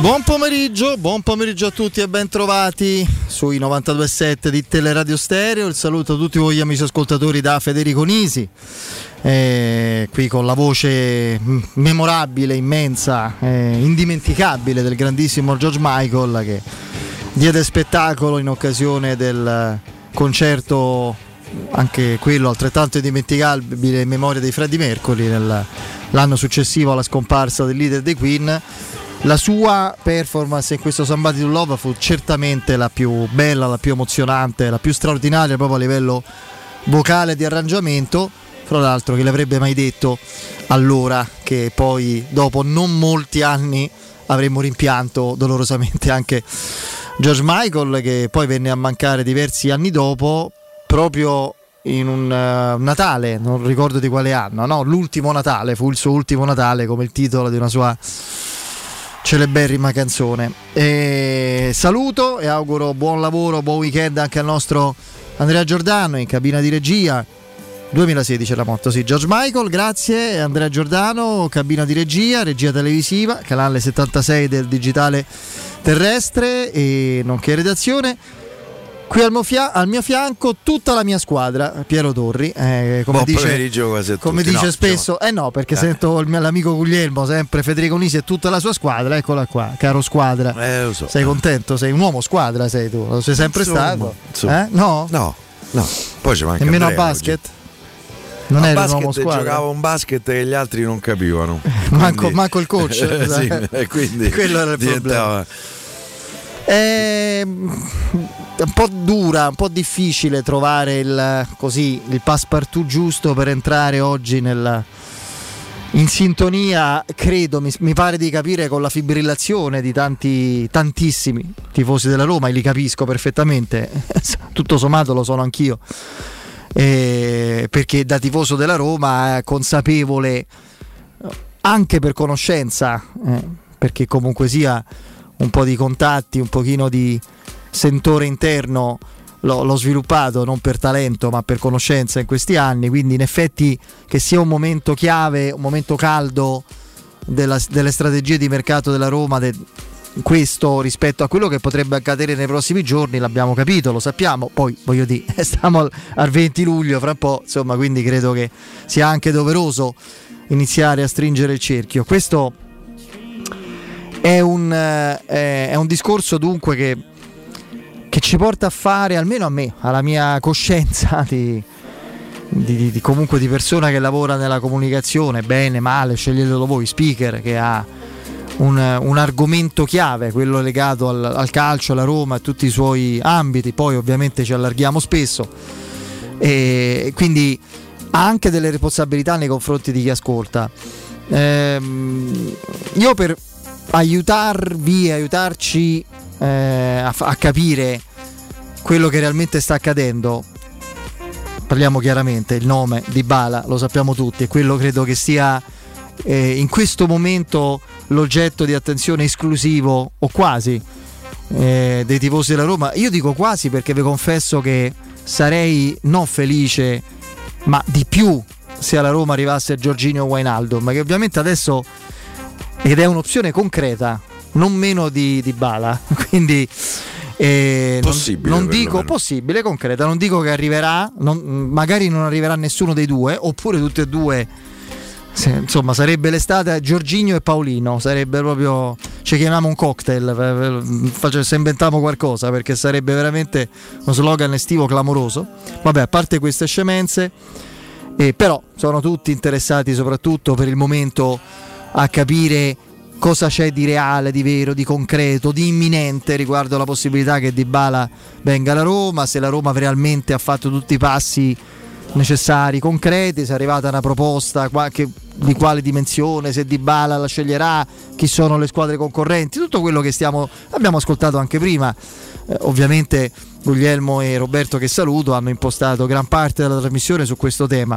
Buon pomeriggio a tutti e ben trovati sui 92.7 di Teleradio Stereo. Il saluto a tutti voi amici ascoltatori da Federico Nisi, qui con la voce memorabile, immensa, indimenticabile del grandissimo George Michael, che diede spettacolo in occasione del concerto, anche quello altrettanto indimenticabile, in memoria di Freddie Mercury l'anno successivo alla scomparsa del leader dei Queen. La sua performance in questo Somebody to Love fu certamente la più bella, la più emozionante, la più straordinaria proprio a livello vocale di arrangiamento. Fra l'altro, chi l'avrebbe mai detto allora che poi dopo non molti anni avremmo rimpianto dolorosamente anche George Michael, che poi venne a mancare diversi anni dopo, proprio in un Natale, non ricordo di quale anno, no, l'ultimo Natale, fu il suo ultimo Natale, come il titolo di una sua celeberrima canzone. Saluto e auguro buon lavoro, buon weekend anche al nostro Andrea Giordano in cabina di regia. 2016 era morto, sì, George Michael. Grazie Andrea Giordano, cabina di regia televisiva, canale 76 del digitale terrestre, e nonché redazione. Qui al mio fianco tutta la mia squadra, Piero Torri, come dice spesso, no, perché sento l'amico Guglielmo, sempre Federico Nisi e tutta la sua squadra, eccola qua, caro squadra. Lo so. Sei contento? Sei un uomo squadra, sei tu, lo sei sempre stato? No? No, poi ci manca nemmeno Andrea a basket? Oggi. Non eri basket, un uomo squadra? Giocava un basket che gli altri non capivano. Manco il coach. Sì, quindi quello era il diventava... problema. È un po' dura, un po' difficile trovare il passepartout giusto per entrare oggi in sintonia, credo, mi pare di capire, con la fibrillazione di tantissimi tifosi della Roma, e li capisco perfettamente, tutto sommato lo sono anch'io, perché da tifoso della Roma è consapevole, anche per conoscenza, perché comunque sia un po' di contatti, un pochino di sentore interno l'ho sviluppato, non per talento ma per conoscenza in questi anni, quindi in effetti che sia un momento chiave, un momento caldo delle strategie di mercato della Roma, questo rispetto a quello che potrebbe accadere nei prossimi giorni, l'abbiamo capito, lo sappiamo, poi voglio dire, stiamo al 20 luglio fra un po', insomma, quindi credo che sia anche doveroso iniziare a stringere il cerchio. Questo è un discorso dunque che ci porta a fare, almeno a me, alla mia coscienza di comunque di persona che lavora nella comunicazione, bene, male, sceglietelo voi, speaker, che ha un argomento chiave, quello legato al calcio, alla Roma, a tutti i suoi ambiti, poi ovviamente ci allarghiamo spesso, e quindi ha anche delle responsabilità nei confronti di chi ascolta. Io per aiutarci a capire quello che realmente sta accadendo, parliamo chiaramente, il nome Dybala lo sappiamo tutti, e quello credo che sia in questo momento l'oggetto di attenzione esclusivo, o quasi, dei tifosi della Roma. Io dico quasi perché vi confesso che sarei non felice ma di più se alla Roma arrivasse Jorginho Wijnaldum, che ovviamente adesso, ed è un'opzione concreta, non meno di Dybala, quindi possibile, non dico possibile, concreta, non dico che arriverà, magari non arriverà nessuno dei due, oppure tutti e due, insomma sarebbe l'estate Jorginho e Paolino, sarebbe proprio, ci chiamiamo un cocktail, se inventiamo qualcosa, perché sarebbe veramente uno slogan estivo clamoroso. Vabbè, a parte queste scemenze, però sono tutti interessati soprattutto per il momento a capire cosa c'è di reale, di vero, di concreto, di imminente riguardo la possibilità che Dybala venga alla Roma, se la Roma realmente ha fatto tutti i passi necessari, concreti, se è arrivata una proposta di quale dimensione, se Dybala la sceglierà, chi sono le squadre concorrenti, tutto quello che abbiamo ascoltato anche prima. Ovviamente Guglielmo e Roberto, che saluto, hanno impostato gran parte della trasmissione su questo tema.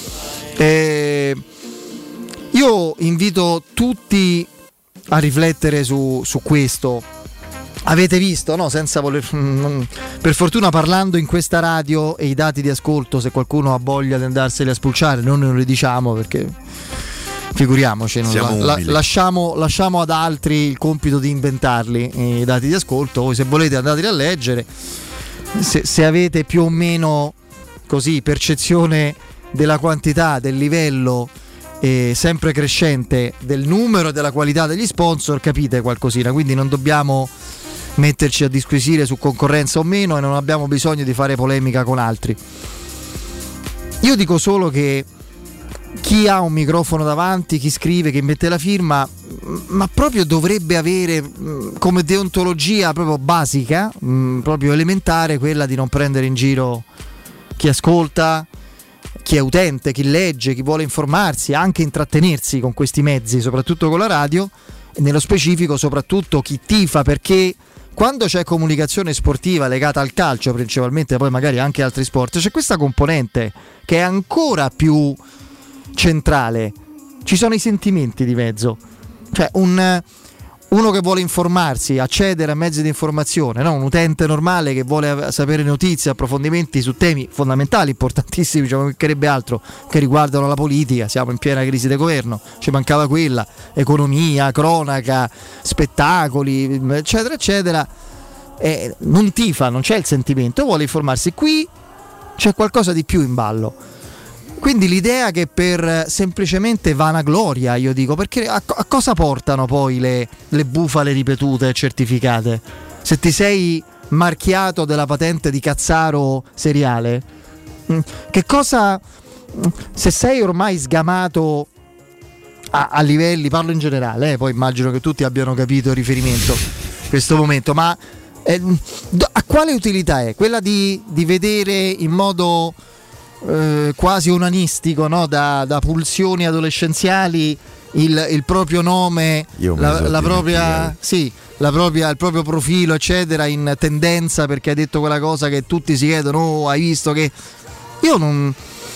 Io invito tutti a riflettere su questo. Avete visto, no? Senza voler, per fortuna, parlando in questa radio, e i dati di ascolto, se qualcuno ha voglia di andarseli a spulciare, noi non li diciamo perché figuriamoci, lasciamo ad altri il compito di inventarli i dati di ascolto. Voi se volete andateli a leggere, se avete più o meno così percezione della quantità, del livello sempre crescente del numero e della qualità degli sponsor, capite qualcosina, quindi non dobbiamo metterci a disquisire su concorrenza o meno e non abbiamo bisogno di fare polemica con altri. Io dico solo che chi ha un microfono davanti, chi scrive, chi mette la firma, ma proprio dovrebbe avere come deontologia proprio basica, proprio elementare, quella di non prendere in giro chi ascolta, chi è utente, chi legge, chi vuole informarsi, anche intrattenersi con questi mezzi, soprattutto con la radio, e nello specifico soprattutto chi tifa, perché quando c'è comunicazione sportiva legata al calcio principalmente, poi magari anche altri sport, c'è questa componente che è ancora più centrale. Ci sono i sentimenti di mezzo, cioè uno che vuole informarsi, accedere a mezzi di informazione, no? Un utente normale che vuole sapere notizie, approfondimenti su temi fondamentali, importantissimi, cioè non mancherebbe altro, che riguardano la politica. Siamo in piena crisi di governo, ci mancava quella, economia, cronaca, spettacoli, eccetera eccetera, non tifa, non c'è il sentimento, vuole informarsi. Qui c'è qualcosa di più in ballo. Quindi l'idea che per semplicemente vanagloria, io dico, perché a cosa portano poi le bufale ripetute e certificate? Se ti sei marchiato della patente di cazzaro seriale, che cosa, se sei ormai sgamato a livelli, parlo in generale, poi immagino che tutti abbiano capito il riferimento in questo momento, ma a quale utilità è? Quella di vedere in modo quasi onanistico, no? Da pulsioni adolescenziali il proprio nome, il proprio profilo eccetera, in tendenza perché hai detto quella cosa che tutti si chiedono: oh, hai visto che io non...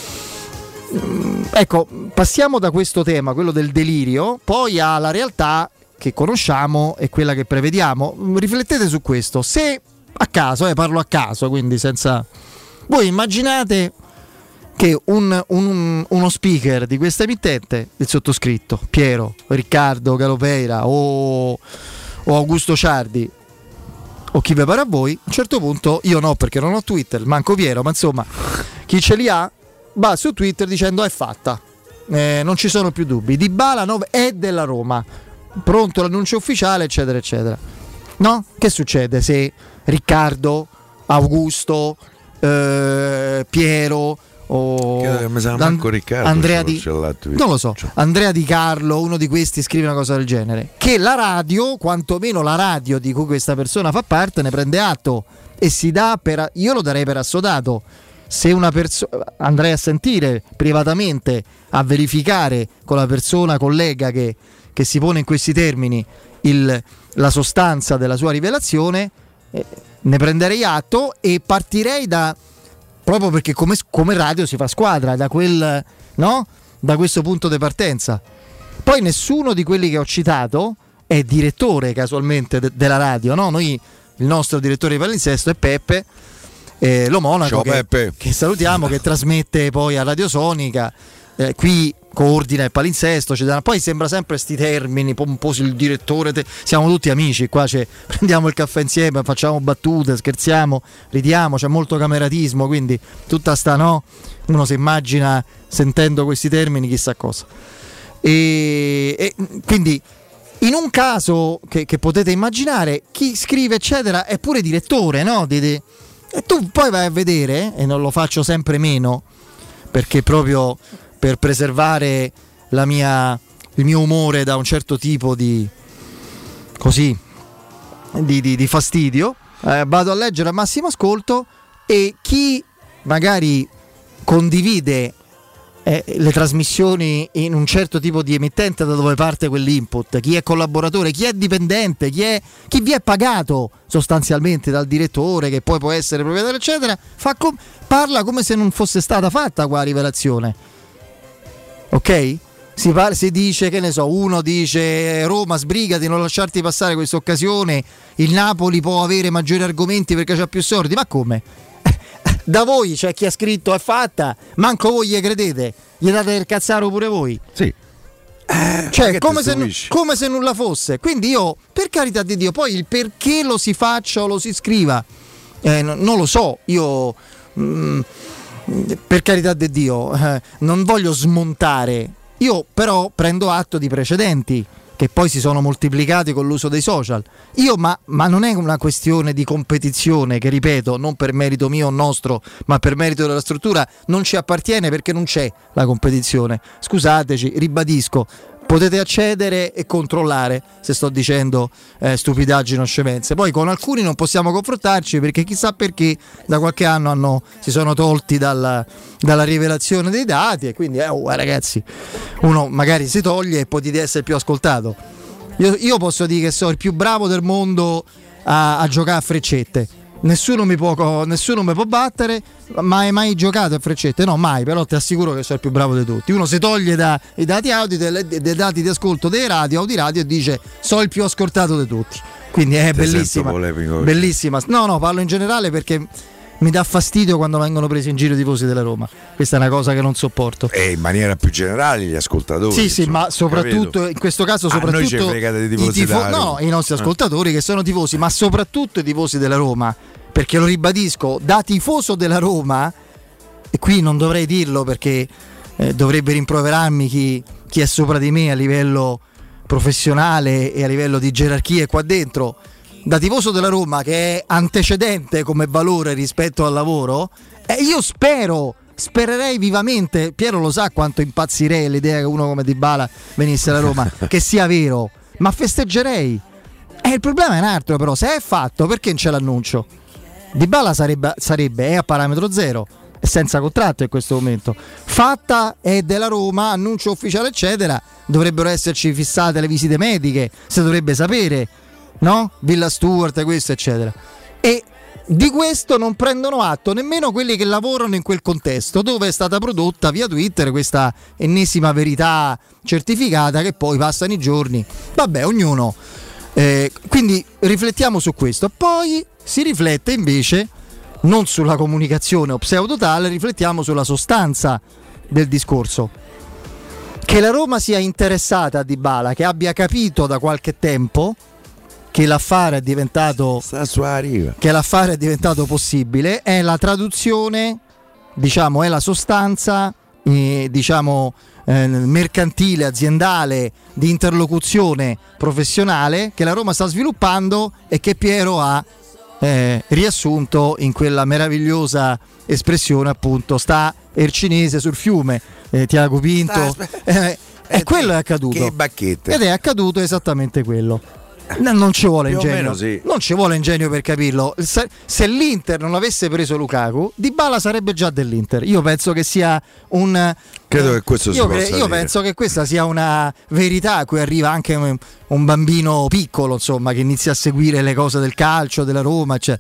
Ecco, passiamo da questo tema, quello del delirio, poi alla realtà che conosciamo e quella che prevediamo. Riflettete su questo. Se a caso, parlo a caso, quindi senza... Voi immaginate che uno speaker di questa emittente, il sottoscritto, Piero, Riccardo Galopeira o Augusto Ciardi o chi vi pare a voi, a un certo punto, io no perché non ho Twitter, manco Piero, ma insomma chi ce li ha, va su Twitter dicendo è fatta, non ci sono più dubbi, Dybala è della Roma, pronto l'annuncio ufficiale eccetera eccetera. No? Che succede se Riccardo, Augusto, Piero Andrea Di Carlo, uno di questi, scrive una cosa del genere, che la radio, quantomeno la radio di cui questa persona fa parte, ne prende atto e si dà io lo darei per assodato. Se una persona, andrei a sentire privatamente, a verificare con la persona collega che si pone in questi termini la sostanza della sua rivelazione, ne prenderei atto e partirei proprio perché come radio si fa squadra, da questo punto di partenza. Poi nessuno di quelli che ho citato è direttore casualmente della radio, no? Il nostro direttore di palinsesto è Peppe Lo Monaco, che salutiamo, che trasmette poi a Radio Sonica, qui coordina il palinsesto, poi sembra sempre sti termini pomposi, il direttore, siamo tutti amici qua, prendiamo il caffè insieme, facciamo battute, scherziamo, ridiamo, c'è molto cameratismo, quindi tutta uno si immagina sentendo questi termini chissà cosa, e quindi in un caso che potete immaginare, chi scrive eccetera è pure direttore, no? E tu poi vai a vedere, e non lo faccio sempre meno perché proprio per preservare il mio umore da un certo tipo di fastidio, vado a leggere a massimo ascolto, e chi magari condivide le trasmissioni in un certo tipo di emittente da dove parte quell'input, chi è collaboratore, chi è dipendente, chi vi è pagato sostanzialmente dal direttore, che poi può essere proprietario eccetera, parla come se non fosse stata fatta qua rivelazione. Ok? Si dice, che ne so, uno dice: Roma, sbrigati di non lasciarti passare questa occasione, il Napoli può avere maggiori argomenti perché c'ha più soldi. Ma come? Da voi c'è chi ha scritto è fatta, manco voi gli credete, gli date del cazzaro pure voi. Sì. Cioè come se nulla fosse. Quindi io, per carità di Dio, poi il perché lo si faccia o lo si scriva non lo so. Io per carità di Dio non voglio smontare. Io però prendo atto di precedenti che poi si sono moltiplicati con l'uso dei social. Ma non è una questione di competizione che, ripeto, non per merito mio o nostro, ma per merito della struttura, non ci appartiene, perché non c'è la competizione. Scusateci, ribadisco, potete accedere e controllare se sto dicendo stupidaggini o scemenze. Poi con alcuni non possiamo confrontarci, perché chissà perché da qualche anno si sono tolti dalla rivelazione dei dati, e quindi ragazzi, uno magari si toglie e potete essere più ascoltato. Io posso dire che sono il più bravo del mondo a giocare a freccette. Nessuno mi può battere. Mai giocato a freccette? No, mai. Però ti assicuro che sono il più bravo di tutti. Uno si toglie dai dati audio, dai dati di ascolto dei radio e dice: so il più ascoltato di tutti. Quindi è bellissima. Bellissima. No, parlo in generale, perché mi dà fastidio quando vengono presi in giro i tifosi della Roma. Questa è una cosa che non sopporto. E in maniera più generale gli ascoltatori. Sì, ma soprattutto in questo caso soprattutto i nostri ascoltatori che sono tifosi, ma soprattutto i tifosi della Roma. Perché lo ribadisco, da tifoso della Roma, e qui non dovrei dirlo perché dovrebbe rimproverarmi chi è sopra di me a livello professionale e a livello di gerarchie qua dentro. Da tifoso della Roma, che è antecedente come valore rispetto al lavoro, io spererei vivamente, Piero lo sa quanto impazzirei l'idea che uno come Dybala venisse alla Roma, che sia vero, ma festeggerei. Il problema è un altro, però, se è fatto, perché non c'è l'annuncio? Dybala è a parametro zero, è senza contratto in questo momento, fatta è della Roma, annuncio ufficiale eccetera, dovrebbero esserci fissate le visite mediche, si dovrebbe sapere, no? Villa Stuart, questo eccetera, e di questo non prendono atto nemmeno quelli che lavorano in quel contesto dove è stata prodotta via Twitter questa ennesima verità certificata, che poi passano i giorni, vabbè, ognuno quindi riflettiamo su questo. Poi si riflette invece non sulla comunicazione o pseudo tale, riflettiamo sulla sostanza del discorso. Che la Roma sia interessata a Dybala, che abbia capito da qualche tempo che l'affare è diventato possibile, è la traduzione, diciamo, è la sostanza mercantile, aziendale, di interlocuzione professionale che la Roma sta sviluppando e che Piero ha riassunto in quella meravigliosa espressione, appunto, sta il cinese sul fiume, Tiago Pinto, e quello è accaduto, ed è accaduto esattamente quello. Non ci vuole ingegno, non ci vuole ingegno per capirlo. Se l'Inter non avesse preso Lukaku, Dybala sarebbe già dell'Inter. Io penso che sia credo che questo io penso che questa sia una verità a cui arriva anche un bambino piccolo, insomma, che inizia a seguire le cose del calcio, della Roma, cioè,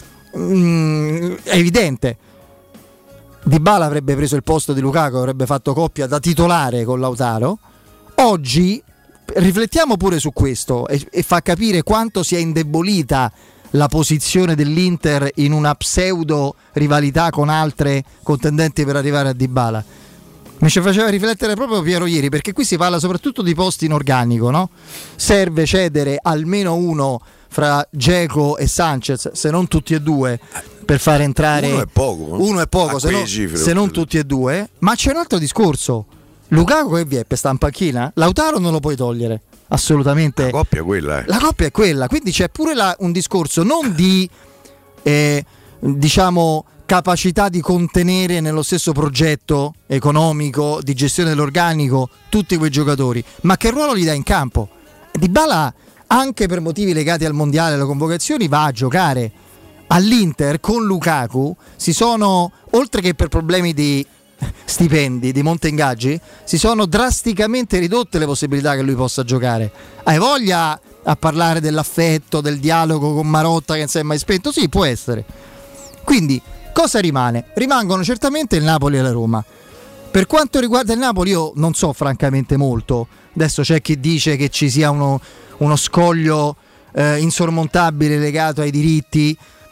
è evidente. Dybala avrebbe preso il posto di Lukaku, avrebbe fatto coppia da titolare con Lautaro. Oggi riflettiamo pure su questo e fa capire quanto sia indebolita la posizione dell'Inter in una pseudo rivalità con altre contendenti per arrivare a Dybala. Mi ci faceva riflettere proprio Piero ieri, perché qui si parla soprattutto di posti in organico, no? Serve cedere almeno uno fra Dzeko e Sanchez, se non tutti e due, per far entrare uno è poco se non tutti e due. Ma c'è un altro discorso. Lukaku che vi è per sta in panchina? Lautaro non lo puoi togliere, assolutamente. La coppia è quella. La coppia è quella, quindi c'è pure un discorso non di diciamo capacità di contenere nello stesso progetto economico di gestione dell'organico tutti quei giocatori, ma che ruolo gli dà in campo? Dybala, anche per motivi legati al mondiale e alle convocazioni, va a giocare. All'Inter con Lukaku si sono, oltre che per problemi di stipendi, di monte ingaggi, si sono drasticamente ridotte le possibilità che lui possa giocare. Hai voglia a parlare dell'affetto, del dialogo con Marotta che non si è mai spento? Sì, può essere. Quindi cosa rimane? Rimangono certamente il Napoli e la Roma. Per quanto riguarda il Napoli io non so francamente molto. Adesso c'è chi dice che ci sia uno scoglio insormontabile legato ai diritti.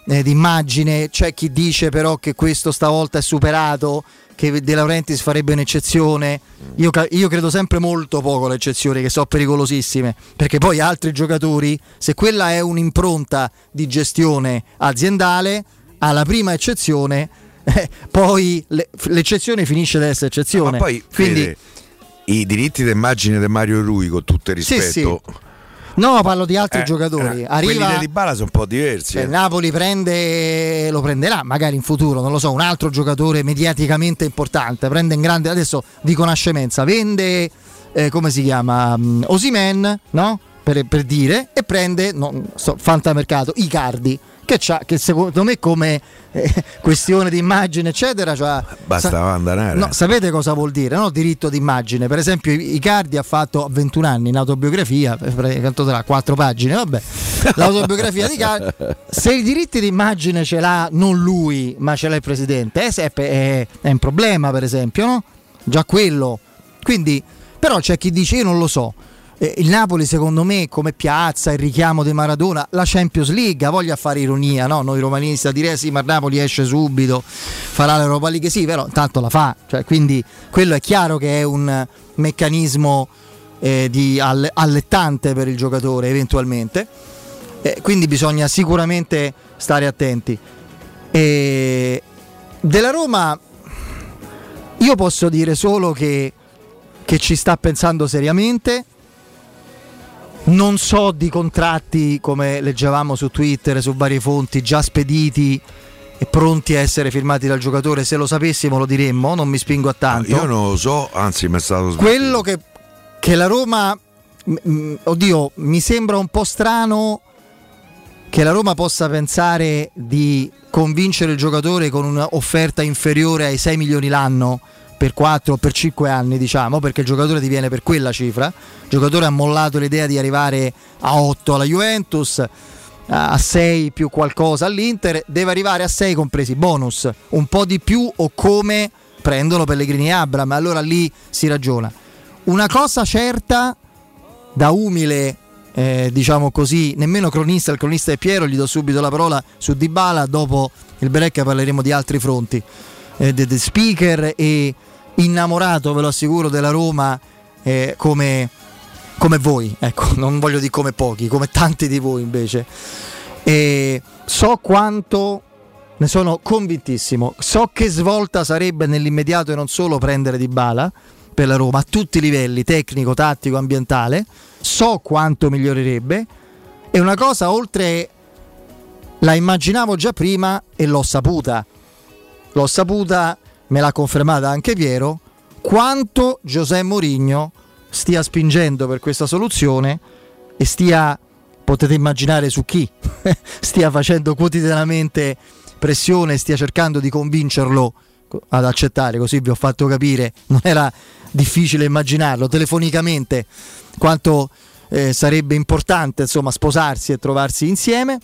d'immagine. C'è chi dice però che questo stavolta è superato, che De Laurentiis farebbe un'eccezione. Io credo sempre molto poco alle eccezioni, che sono pericolosissime, perché poi altri giocatori, se quella è un'impronta di gestione aziendale, alla prima eccezione poi l'eccezione finisce ad essere eccezione. Ma poi quindi i diritti d'immagine di Mario Rui, con tutto il rispetto, sì. No, parlo di altri giocatori. Quelli di Dybala sono un po' diversi. Il Napoli lo prenderà magari in futuro, non lo so, un altro giocatore mediaticamente importante, prende in grande, adesso dico una scemenza, vende come si chiama, Osimhen, no? Per dire, e prende fantamercato Icardi, che secondo me come questione di immagine eccetera, basta andare. No, sapete cosa vuol dire? No? Diritto d'immagine. Per esempio Icardi ha fatto a 21 anni un'autobiografia, quanto sarà? 4 pagine, vabbè. L'autobiografia di Icardi. Se i diritti d'immagine ce l'ha non lui, ma ce l'ha il presidente, è un problema, per esempio, no? Già quello. Quindi, però c'è chi dice io non lo so. Il Napoli secondo me come piazza, il richiamo di Maradona, la Champions League, ha voglia a fare ironia, no? Noi romanisti a dire sì, ma Napoli esce subito, farà l'Europa League, sì, però tanto la fa, cioè, quindi quello è chiaro che è un meccanismo allettante per il giocatore eventualmente, quindi bisogna sicuramente stare attenti. Della Roma io posso dire solo che ci sta pensando seriamente. Non so di contratti, come leggevamo su Twitter, su varie fonti, già spediti e pronti a essere firmati dal giocatore. Se lo sapessimo lo diremmo, non mi spingo a tanto. Io non lo so, anzi mi è stato smentito. Quello che la Roma, oddio, mi sembra un po' strano che la Roma possa pensare di convincere il giocatore con un'offerta inferiore ai 6 milioni l'anno per 4 o per 5 anni, diciamo, perché il giocatore ti viene per quella cifra. Il giocatore ha mollato l'idea di arrivare a 8 alla Juventus, a 6 più qualcosa all'Inter, deve arrivare a 6 compresi bonus, un po' di più o come prendono Pellegrini e Abraham, allora lì si ragiona. Una cosa certa, da umile diciamo così, nemmeno cronista, il cronista è Piero, gli do subito la parola su Dybala, dopo il break parleremo di altri fronti. Speaker e innamorato, ve lo assicuro, della Roma, come voi, ecco, non voglio dire come pochi, come tanti di voi invece, so quanto ne sono convintissimo, so che svolta sarebbe nell'immediato e non solo prendere Dybala per la Roma a tutti i livelli, tecnico, tattico, ambientale, so quanto migliorerebbe, e una cosa oltre la immaginavo già prima e l'ho saputa, me l'ha confermata anche Piero, quanto José Mourinho stia spingendo per questa soluzione e potete immaginare su chi, stia facendo quotidianamente pressione, stia cercando di convincerlo ad accettare, così vi ho fatto capire, non era difficile immaginarlo telefonicamente quanto sarebbe importante, insomma, sposarsi e trovarsi insieme,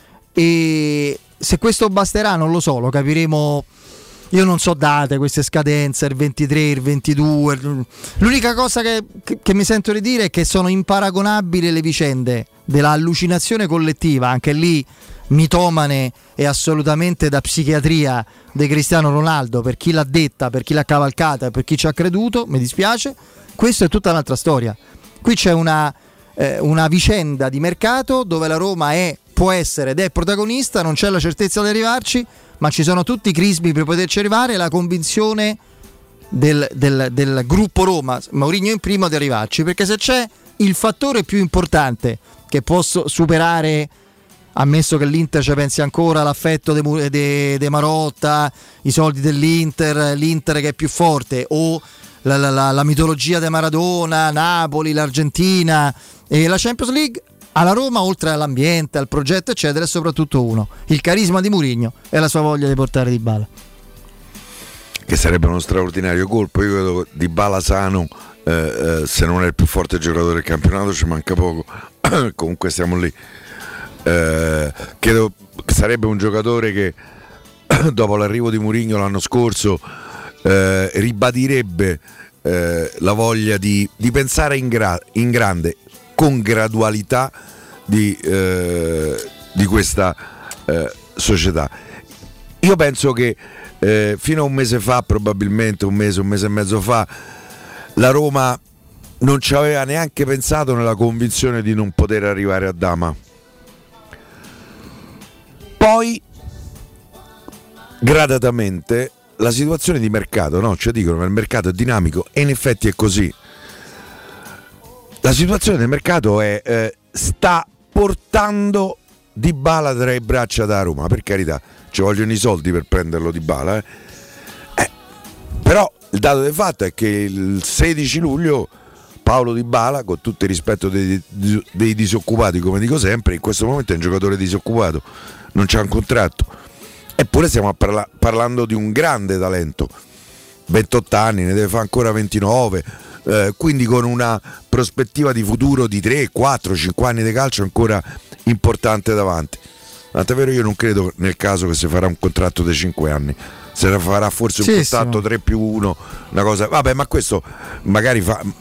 e se questo basterà non lo so, lo capiremo. Io non so date, queste scadenze, il 23, il 22. L'unica cosa che mi sento di dire è che sono imparagonabili le vicende dell'allucinazione collettiva, anche lì mitomane e assolutamente da psichiatria, di Cristiano Ronaldo, per chi l'ha detta, per chi l'ha cavalcata e per chi ci ha creduto, mi dispiace. Questo è tutta un'altra storia. Qui c'è una vicenda di mercato dove la Roma può essere ed è protagonista, non c'è la certezza di arrivarci, ma ci sono tutti i crismi per poterci arrivare, la convinzione del gruppo Roma, Mourinho in primo, di arrivarci, perché se c'è il fattore più importante che posso superare, ammesso che l'Inter ci pensi ancora, l'affetto de Marotta, i soldi dell'Inter, l'Inter che è più forte, o la mitologia di Maradona, Napoli, l'Argentina e la Champions League, alla Roma, oltre all'ambiente, al progetto eccetera, è soprattutto il carisma di Mourinho e la sua voglia di portare Dybala, che sarebbe uno straordinario colpo. Io credo Dybala sano, se non è il più forte giocatore del campionato, ci manca poco. Comunque stiamo lì. Credo che sarebbe un giocatore che dopo l'arrivo di Mourinho l'anno scorso ribadirebbe la voglia di pensare in grande, con gradualità di questa società. Io penso che fino a un mese fa, probabilmente un mese e mezzo fa, la Roma non ci aveva neanche pensato nella convinzione di non poter arrivare a Dama. Poi gradatamente la situazione di mercato, no? Cioè dicono che il mercato è dinamico e in effetti è così. La situazione del mercato sta portando Dybala tra le braccia da Roma, per carità, ci vogliono i soldi per prenderlo Dybala, però il dato del fatto è che il 16 luglio Paolo Dybala, con tutto il rispetto dei disoccupati, come dico sempre, in questo momento è un giocatore disoccupato, non c'ha un contratto, eppure stiamo parlando di un grande talento, 28 anni, ne deve fare ancora 29, quindi con una prospettiva di futuro di 3, 4, 5 anni di calcio ancora importante davanti. Tant'è vero, io non credo nel caso che si farà un contratto di 5 anni, se ne farà forse un contratto 3+1, una cosa, vabbè, ma questo magari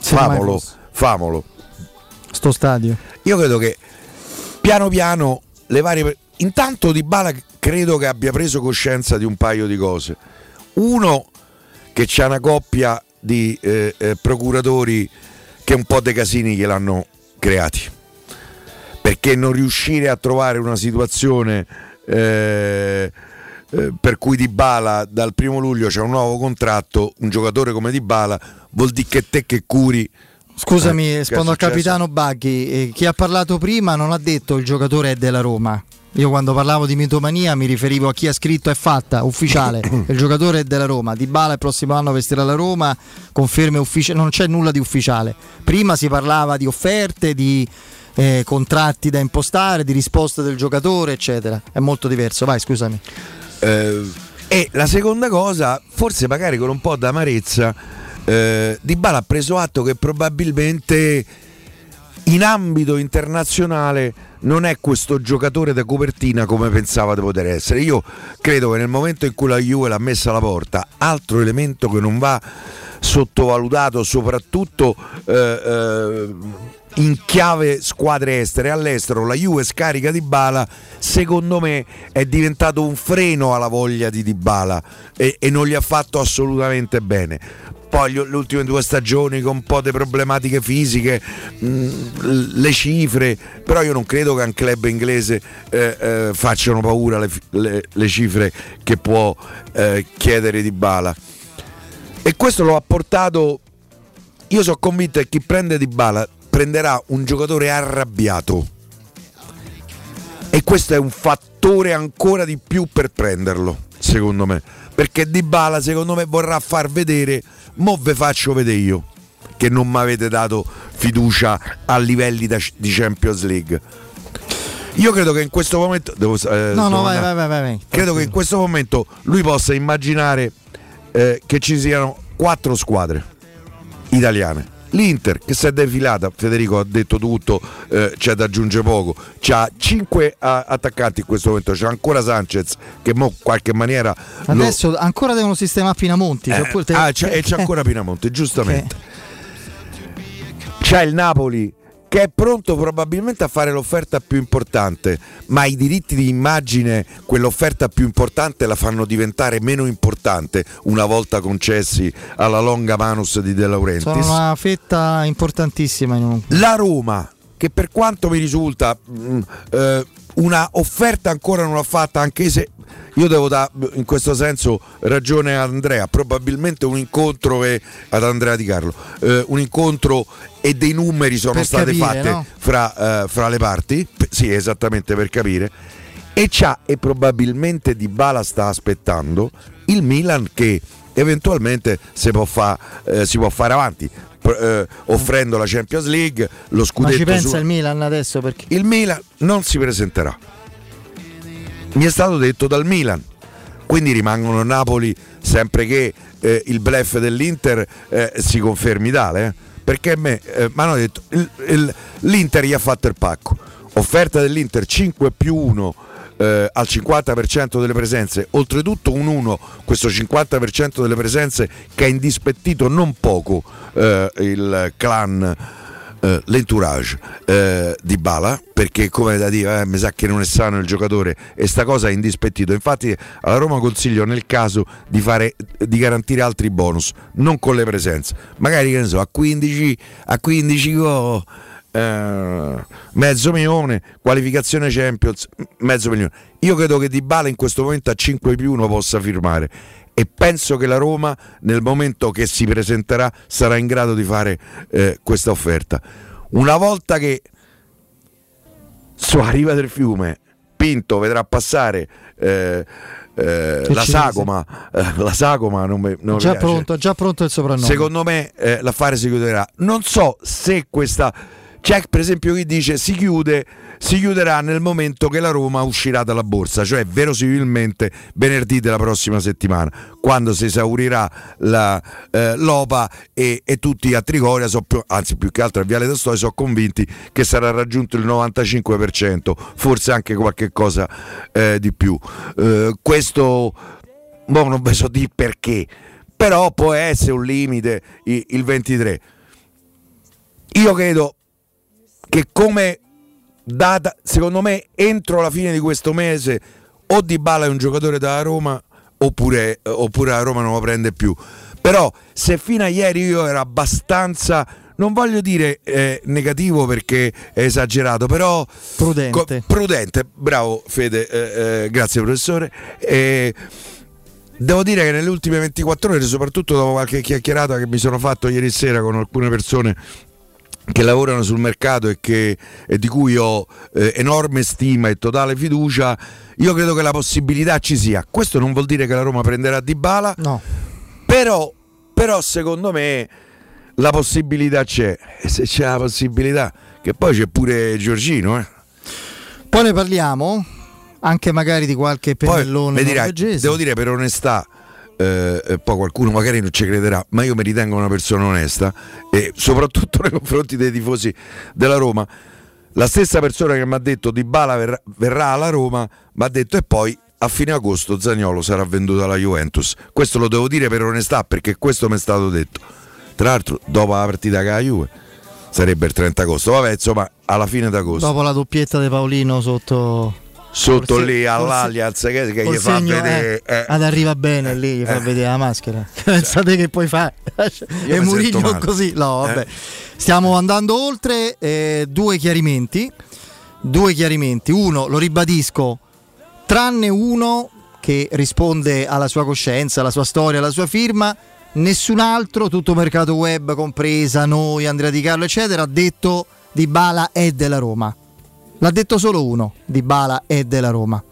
famolo sto stadio. Io credo che piano piano le varie, intanto Dybala credo che abbia preso coscienza di un paio di cose. Uno, che c'è una coppia di procuratori che un po' dei casini gliel'hanno creati, perché non riuscire a trovare una situazione per cui Dybala dal 1 luglio c'è un nuovo contratto, un giocatore come Dybala vuol dire che te che curi. Scusami, rispondo al capitano Baghi, chi ha parlato prima non ha detto il giocatore è della Roma. Io quando parlavo di mitomania mi riferivo a chi ha scritto è fatta, ufficiale, il giocatore è della Roma, Dybala il prossimo anno vestirà la Roma, conferme ufficiali, non c'è nulla di ufficiale. Prima si parlava di offerte, di contratti da impostare, di risposte del giocatore, eccetera. È molto diverso, vai, scusami. E la seconda cosa, forse magari con un po' d'amarezza, Dybala ha preso atto che probabilmente in ambito internazionale non è questo giocatore da copertina come pensava di poter essere. Io credo che nel momento in cui la Juve l'ha messa alla porta, altro elemento che non va sottovalutato, soprattutto in chiave squadre estere, all'estero la Juve scarica Dybala, secondo me è diventato un freno alla voglia di Dybala e non gli ha fatto assolutamente bene. Poi le ultime 2 stagioni con un po' di problematiche fisiche, le cifre, però io non credo che un club inglese facciano paura le cifre che può chiedere Dybala, e questo lo ha portato, io sono convinto che chi prende Dybala prenderà un giocatore arrabbiato, e questo è un fattore ancora di più per prenderlo, secondo me, perché Dybala secondo me vorrà far vedere: mo ve faccio vedere io che non mi avete dato fiducia a livelli di Champions League. Io credo che in questo momento vai. Credo che in questo momento lui possa immaginare che ci siano 4 squadre italiane. L'Inter che si è defilata, Federico ha detto tutto, c'è da aggiungere poco, c'ha 5 attaccanti in questo momento, c'è ancora Sanchez che mo in qualche maniera adesso ancora devono sistemare Pinamonti, e c'è ancora Pinamonti, giustamente. C'è il Napoli che è pronto probabilmente a fare l'offerta più importante, ma i diritti di immagine, quell'offerta più importante la fanno diventare meno importante una volta concessi alla Longa Manus di De Laurentiis. Sono una fetta importantissima La Roma, che per quanto mi risulta una offerta ancora non l'ha fatta, anche se io devo dare in questo senso ragione a Andrea, probabilmente un incontro ad Andrea Di Carlo, un incontro e dei numeri sono per state capire, fatte, no? fra le parti, sì, esattamente, per capire, e probabilmente Dybala sta aspettando il Milan che eventualmente si può fare avanti, offrendo la Champions League, lo scudetto. Ma ci pensa il Milan adesso? Perché il Milan non si presenterà, mi è stato detto dal Milan, quindi rimangono Napoli sempre che il bluff dell'Inter si confermi tale, perché mi hanno detto l'Inter gli ha fatto il pacco, offerta dell'Inter 5+1 al 50% delle presenze, oltretutto un 1, questo 50% delle presenze che ha indispettito non poco il clan l'entourage Dybala, perché come da dire mi sa che non è sano il giocatore e sta cosa è indispettito. Infatti alla Roma consiglio nel caso di garantire altri bonus, non con le presenze, magari che ne so a 15 mezzo milione, qualificazione Champions mezzo milione. Io credo che Dybala in questo momento a 5+1 possa firmare e penso che la Roma nel momento che si presenterà sarà in grado di fare questa offerta. Una volta che sulla riva del fiume Pinto vedrà passare la sagoma non già pronto il soprannome. Secondo me l'affare si chiuderà. Non so se questa c'è per esempio chi dice si chiuderà nel momento che la Roma uscirà dalla borsa, cioè verosimilmente venerdì della prossima settimana, quando si esaurirà l'OPA e tutti a Trigoria, anzi più che altro a Viale d'Astoria, sono convinti che sarà raggiunto il 95%, forse anche qualche cosa di più. Questo non vi so dire perché, però può essere un limite il 23. Io credo che come data, secondo me entro la fine di questo mese o Dybala è un giocatore della Roma oppure la Roma non lo prende più. Però se fino a ieri io ero abbastanza, non voglio dire negativo perché è esagerato, però prudente, bravo Fede, grazie professore. Devo dire che nelle ultime 24 ore, soprattutto dopo qualche chiacchierata che mi sono fatto ieri sera con alcune persone che lavorano sul mercato e di cui ho enorme stima e totale fiducia, io credo che la possibilità ci sia. Questo non vuol dire che la Roma prenderà Dybala, no. Però secondo me la possibilità c'è, e se c'è la possibilità, che poi c'è pure Giorgino, Poi ne parliamo anche magari di qualche pennellone norvegese. Devo dire per onestà, poi qualcuno magari non ci crederà, ma io mi ritengo una persona onesta e soprattutto nei confronti dei tifosi della Roma. La stessa persona che mi ha detto Dybala verrà alla Roma mi ha detto e poi a fine agosto Zaniolo sarà venduto alla Juventus. Questo lo devo dire per onestà, perché questo mi è stato detto, tra l'altro dopo la partita con la Juve, sarebbe il 30 agosto, vabbè, insomma alla fine d'agosto, dopo la doppietta di Paolino sotto forse, lì all'Allianz che gli fa vedere ad arriva bene lì, gli fa vedere la maschera. Pensate che poi fa e Mourinho così, no vabbè. Stiamo andando oltre. Due chiarimenti, uno lo ribadisco, tranne uno che risponde alla sua coscienza, alla sua storia, alla sua firma, nessun altro, tutto mercato web compresa, noi, Andrea Di Carlo eccetera, ha detto Dybala è della Roma. L'ha detto solo uno, Dybala è della Roma.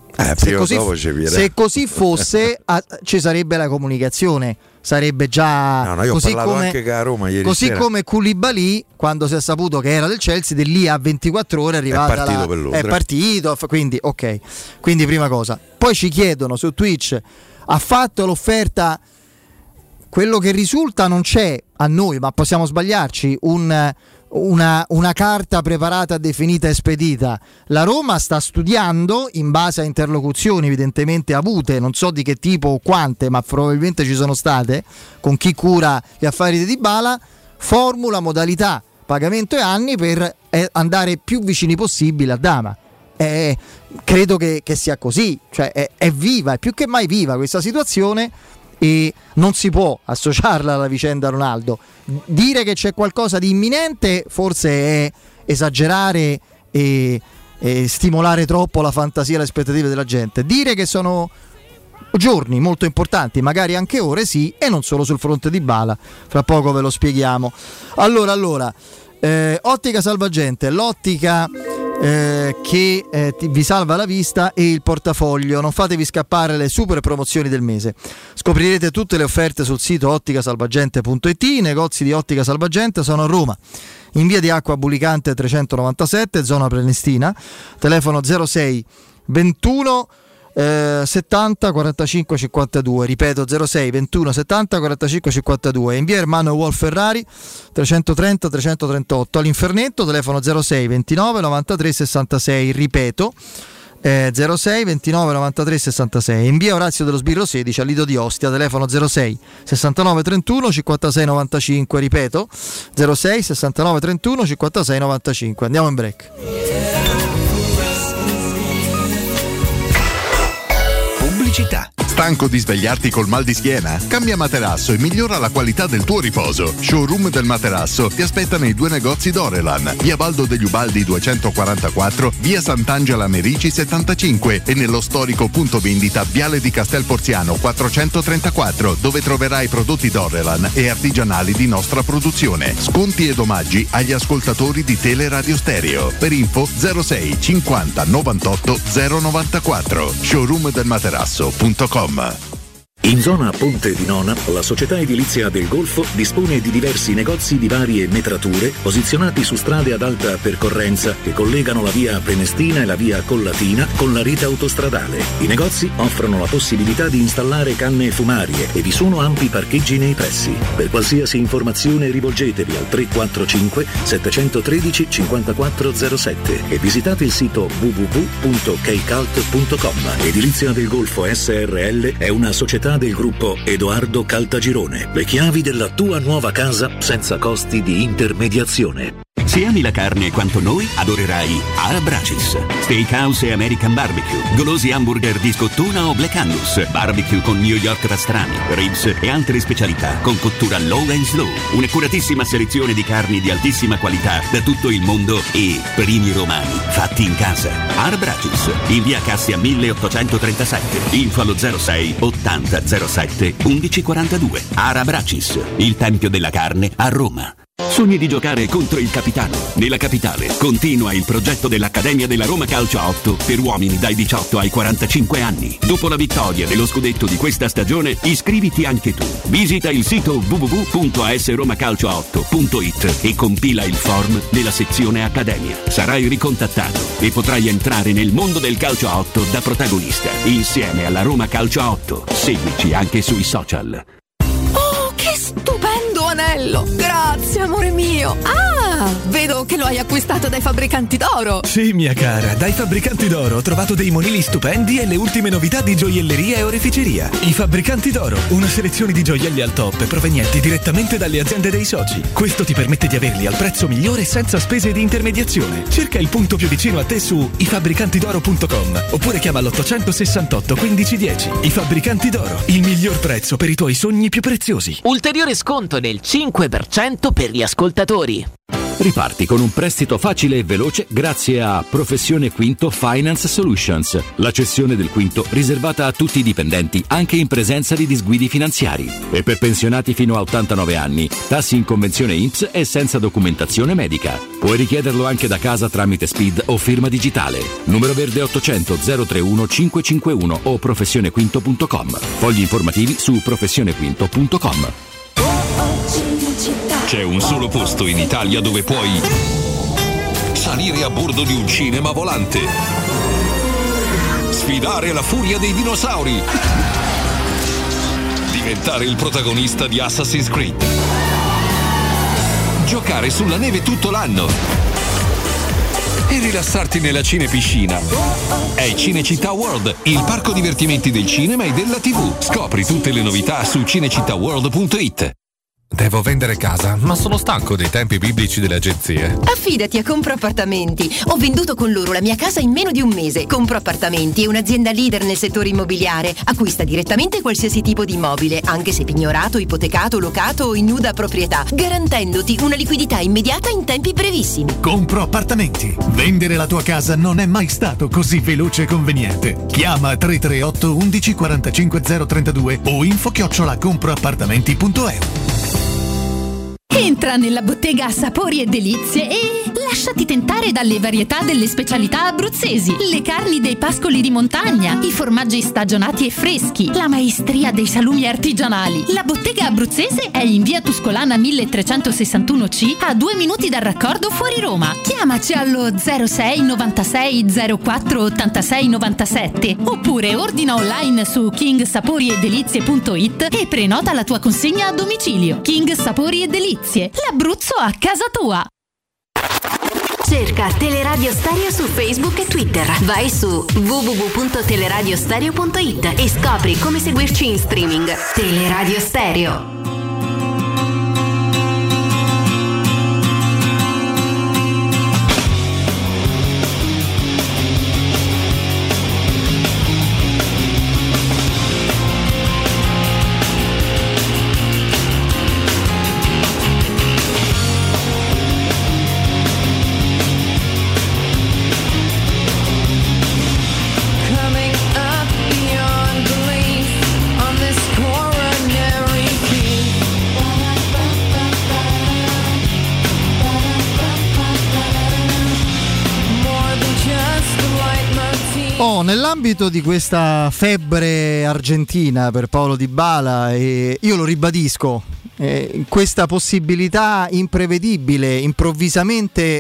Se così fosse ci sarebbe la comunicazione, sarebbe già io ho parlato anche con la Roma ieri così sera. Come Koulibaly, quando si è saputo che era del Chelsea, di lì a 24 ore è arrivata è partito, quindi ok. Quindi prima cosa. Poi ci chiedono su Twitch, ha fatto l'offerta? Quello che risulta non c'è a noi, ma possiamo sbagliarci, una carta preparata, definita e spedita. La Roma sta studiando in base a interlocuzioni evidentemente avute, non so di che tipo o quante, ma probabilmente ci sono state, con chi cura gli affari di Dybala, formula, modalità, pagamento e anni per andare più vicini possibile a Dama. Credo che sia così, cioè è viva, è più che mai viva questa situazione e non si può associarla alla vicenda Ronaldo. Dire che c'è qualcosa di imminente forse è esagerare e stimolare troppo la fantasia e le aspettative della gente. Dire che sono giorni molto importanti, magari anche ore, sì, e non solo sul fronte di Dybala, fra poco ve lo spieghiamo. Allora Ottica Salvagente, l'ottica che vi salva la vista e il portafoglio. Non fatevi scappare le super promozioni del mese. Scoprirete tutte le offerte sul sito otticasalvagente.it. I negozi di Ottica Salvagente sono a Roma, in via di Acqua Bulicante 397, zona Prenestina, telefono 06 21 70 45 52, ripeto 06 21 70 45 52, in via Ermanno Wolf Ferrari 330 338, all'Infernetto, telefono 06 29 93 66, ripeto 06 29 93 66. In via Orazio dello Sbirro 16 al Lido di Ostia, telefono 06 69 31 56 95, ripeto 06 69 31 56 95. Andiamo in break. Pubblicità. Stanco di svegliarti col mal di schiena? Cambia materasso e migliora la qualità del tuo riposo. Showroom del materasso ti aspetta nei 2 negozi Dorelan, via Baldo degli Ubaldi 244, via Sant'Angela Merici 75 e nello storico punto vendita Viale di Castel Porziano 434, dove troverai prodotti Dorelan e artigianali di nostra produzione. Sconti ed omaggi agli ascoltatori di Teleradio Stereo. Per info 06 50 98 094. showroomdelmaterasso.com. In zona Ponte di Nona, la società edilizia del Golfo dispone di diversi negozi di varie metrature posizionati su strade ad alta percorrenza che collegano la via Prenestina e la via Collatina con la rete autostradale. I negozi offrono la possibilità di installare canne fumarie e vi sono ampi parcheggi nei pressi. Per qualsiasi informazione rivolgetevi al 345 713 5407 e visitate il sito www.keicalt.com. Edilizia del Golfo SRL è una società del gruppo Edoardo Caltagirone. Le chiavi della tua nuova casa senza costi di intermediazione. Se ami la carne quanto noi, adorerai Arabracis. Steakhouse e American Barbecue, golosi hamburger di scottuna o Black Angus, barbecue con New York pastrami, ribs e altre specialità con cottura low and slow. Un'accuratissima selezione di carni di altissima qualità da tutto il mondo e primi romani fatti in casa. Arabracis, in via Cassia 1837, info allo 06 80 07 1142. Arabracis, il tempio della carne a Roma. Sogni di giocare contro il capitano? Nella capitale continua il progetto dell'Accademia della Roma Calcio a 8 per uomini dai 18 ai 45 anni. Dopo la vittoria dello scudetto di questa stagione, iscriviti anche tu. Visita il sito www.asromacalcio8.it e compila il form nella sezione Accademia. Sarai ricontattato e potrai entrare nel mondo del calcio a 8 da protagonista, insieme alla Roma Calcio a 8. Seguici anche sui social. Stupendo anello! Grazie, amore mio! Ah, vedo che lo hai acquistato dai Fabbricanti d'Oro! Sì, mia cara, dai Fabbricanti d'Oro ho trovato dei monili stupendi e le ultime novità di gioielleria e oreficeria. I Fabbricanti d'Oro, una selezione di gioielli al top provenienti direttamente dalle aziende dei soci. Questo ti permette di averli al prezzo migliore senza spese di intermediazione. Cerca il punto più vicino a te su ifabbricantidoro.com oppure chiama l'868 1510. I Fabbricanti d'Oro, il miglior prezzo per i tuoi sogni più preziosi. Ulteriore sconto del 5% per gli ascoltatori. Riparti con un prestito facile e veloce grazie a Professione Quinto Finance Solutions, la cessione del quinto riservata a tutti i dipendenti anche in presenza di disguidi finanziari. E per pensionati fino a 89 anni, tassi in convenzione INPS e senza documentazione medica. Puoi richiederlo anche da casa tramite SPID o firma digitale. Numero verde 800 031 551 o professionequinto.com. Fogli informativi su professionequinto.com. C'è un solo posto in Italia dove puoi salire a bordo di un cinema volante, sfidare la furia dei dinosauri, diventare il protagonista di Assassin's Creed, giocare sulla neve tutto l'anno e rilassarti nella cinepiscina. È Cinecittà World, il parco divertimenti del cinema e della TV. Scopri tutte le novità su cinecittàworld.it. Devo vendere casa, ma sono stanco dei tempi biblici delle agenzie. Affidati a Compro Appartamenti. Ho venduto con loro la mia casa in meno di un mese. Compro Appartamenti è un'azienda leader nel settore immobiliare. Acquista direttamente qualsiasi tipo di immobile, anche se pignorato, ipotecato, locato o in nuda proprietà, garantendoti una liquidità immediata in tempi brevissimi. Compro Appartamenti. Vendere la tua casa non è mai stato così veloce e conveniente. Chiama 338 11 45 032 o info@comproappartamenti.eu. Entra nella bottega Sapori e Delizie e lasciati tentare dalle varietà delle specialità abruzzesi, le carni dei pascoli di montagna, i formaggi stagionati e freschi, la maestria dei salumi artigianali. La bottega abruzzese è in via Tuscolana 1361C, a 2 minuti dal raccordo fuori Roma. Chiamaci allo 06 96 04 86 97 oppure ordina online su kingsaporiedelizie.it e prenota la tua consegna a domicilio. King Sapori e Delizie, l'Abruzzo a casa tua. Cerca Teleradio Stereo su Facebook e Twitter. Vai su www.teleradiostereo.it e scopri come seguirci in streaming. Teleradio Stereo. Nell'ambito di questa febbre argentina per Paulo Dybala, io lo ribadisco, questa possibilità imprevedibile, improvvisamente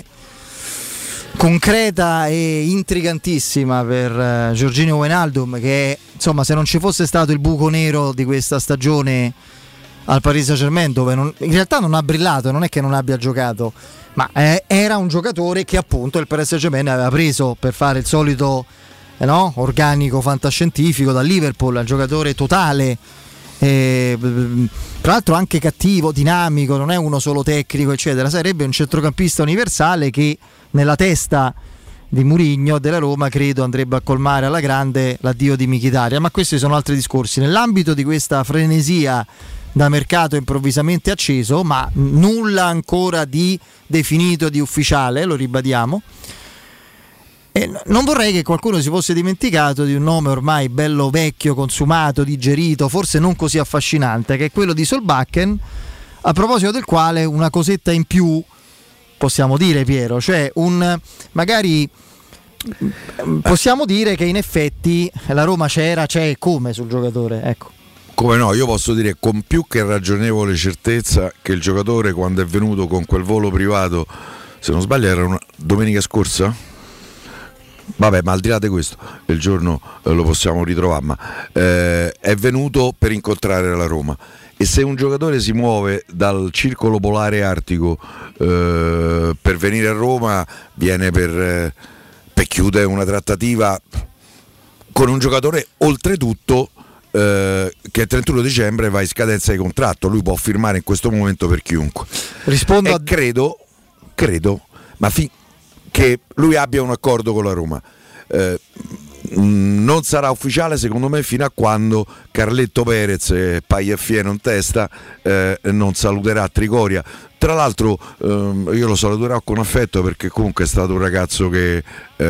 concreta e intrigantissima per Georginio Wijnaldum, che insomma, se non ci fosse stato il buco nero di questa stagione al Paris Saint-Germain, dove in realtà non ha brillato, non è che non abbia giocato, ma era un giocatore che appunto il Paris Saint-Germain aveva preso per fare il solito organico fantascientifico da Liverpool, un giocatore totale, tra l'altro anche cattivo, dinamico, non è uno solo tecnico eccetera, sarebbe un centrocampista universale che nella testa di Mourinho della Roma credo andrebbe a colmare alla grande l'addio di Mkhitaryan, ma questi sono altri discorsi. Nell'ambito di questa frenesia da mercato improvvisamente acceso, ma nulla ancora di definito, di ufficiale, lo ribadiamo. Non vorrei che qualcuno si fosse dimenticato di un nome ormai bello vecchio, consumato, digerito, forse non così affascinante, che è quello di Solbakken, a proposito del quale una cosetta in più possiamo dire, Piero, cioè magari possiamo dire che in effetti la Roma c'è e come sul giocatore, ecco. Come no, io posso dire con più che ragionevole certezza che il giocatore, quando è venuto con quel volo privato, se non sbaglio era una domenica scorsa? Vabbè, ma al di là di questo, il giorno lo possiamo ritrovare, ma è venuto per incontrare la Roma, e se un giocatore si muove dal circolo polare artico per venire a Roma, viene per chiudere una trattativa con un giocatore oltretutto che il 31 dicembre va in scadenza di contratto, lui può firmare in questo momento per chiunque. Rispondo credo ma che lui abbia un accordo con la Roma, non sarà ufficiale secondo me fino a quando Carletto Perez e Pagliafieno in testa non saluterà Trigoria. Tra l'altro io lo saluterò con affetto, perché comunque è stato un ragazzo che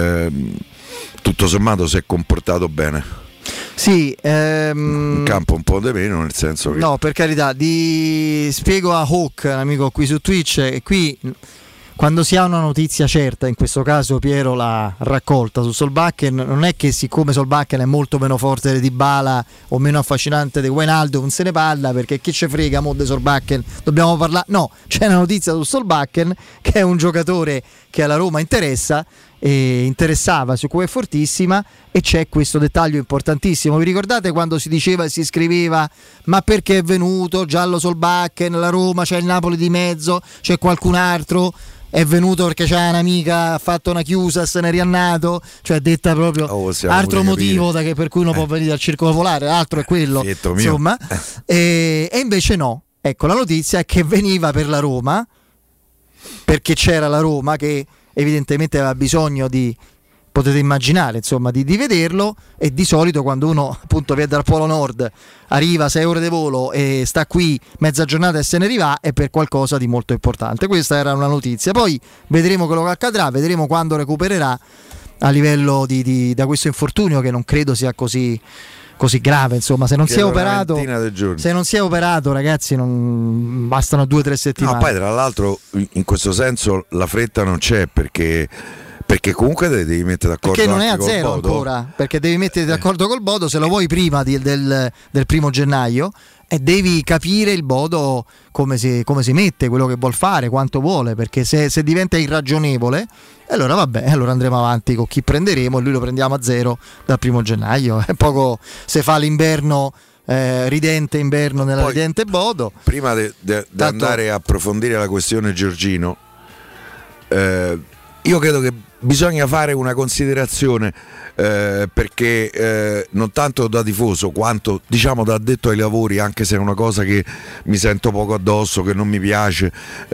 tutto sommato si è comportato bene. Sì, in campo un po' di meno, nel senso che... No, per carità, spiego a Hawk, un amico qui su Twitch, e qui quando si ha una notizia certa, in questo caso Piero l'ha raccolta su Solbakken, non è che siccome Solbakken è molto meno forte di Dybala o meno affascinante di Wijnaldum non se ne parla, perché chi ce frega mo' di Solbakken, dobbiamo parlare. No, c'è una notizia su Solbakken che è un giocatore che alla Roma interessava, su cui è fortissima, e c'è questo dettaglio importantissimo. Vi ricordate quando si diceva e si scriveva ma perché è venuto Giallo Solbakken, la Roma, c'è il Napoli di mezzo, c'è qualcun altro? È venuto perché c'è un'amica, ha fatto una chiusa, se n'è riannato, cioè detta proprio altro motivo per cui uno può venire al circolo polare, altro è quello, insomma. E invece no, ecco, la notizia è che veniva per la Roma, perché c'era la Roma che evidentemente aveva bisogno di, potete immaginare, insomma, di vederlo, e di solito quando uno appunto viene dal Polo Nord, arriva 6 ore di volo e sta qui mezza giornata e se ne rivà, è per qualcosa di molto importante. Questa era una notizia, poi vedremo quello che accadrà, vedremo quando recupererà a livello da questo infortunio, che non credo sia così grave, insomma. Se non si è operato, ragazzi, non bastano 2 o 3 settimane. No, poi tra l'altro in questo senso la fretta non c'è, perché comunque devi mettere d'accordo, perché non è a zero ancora, perché devi mettere d'accordo col Bodo se lo vuoi prima del 1 gennaio, e devi capire il Bodo come si mette, quello che vuol fare, quanto vuole, perché se diventa irragionevole, allora vabbè, allora andremo avanti con chi prenderemo, e lui lo prendiamo a zero dal 1 gennaio. È poco se fa l'inverno, ridente inverno nella poi, ridente Bodo. Prima di andare a approfondire la questione Giorgino, io credo che bisogna fare una considerazione perché non tanto da tifoso quanto diciamo da addetto ai lavori, anche se è una cosa che mi sento poco addosso, che non mi piace.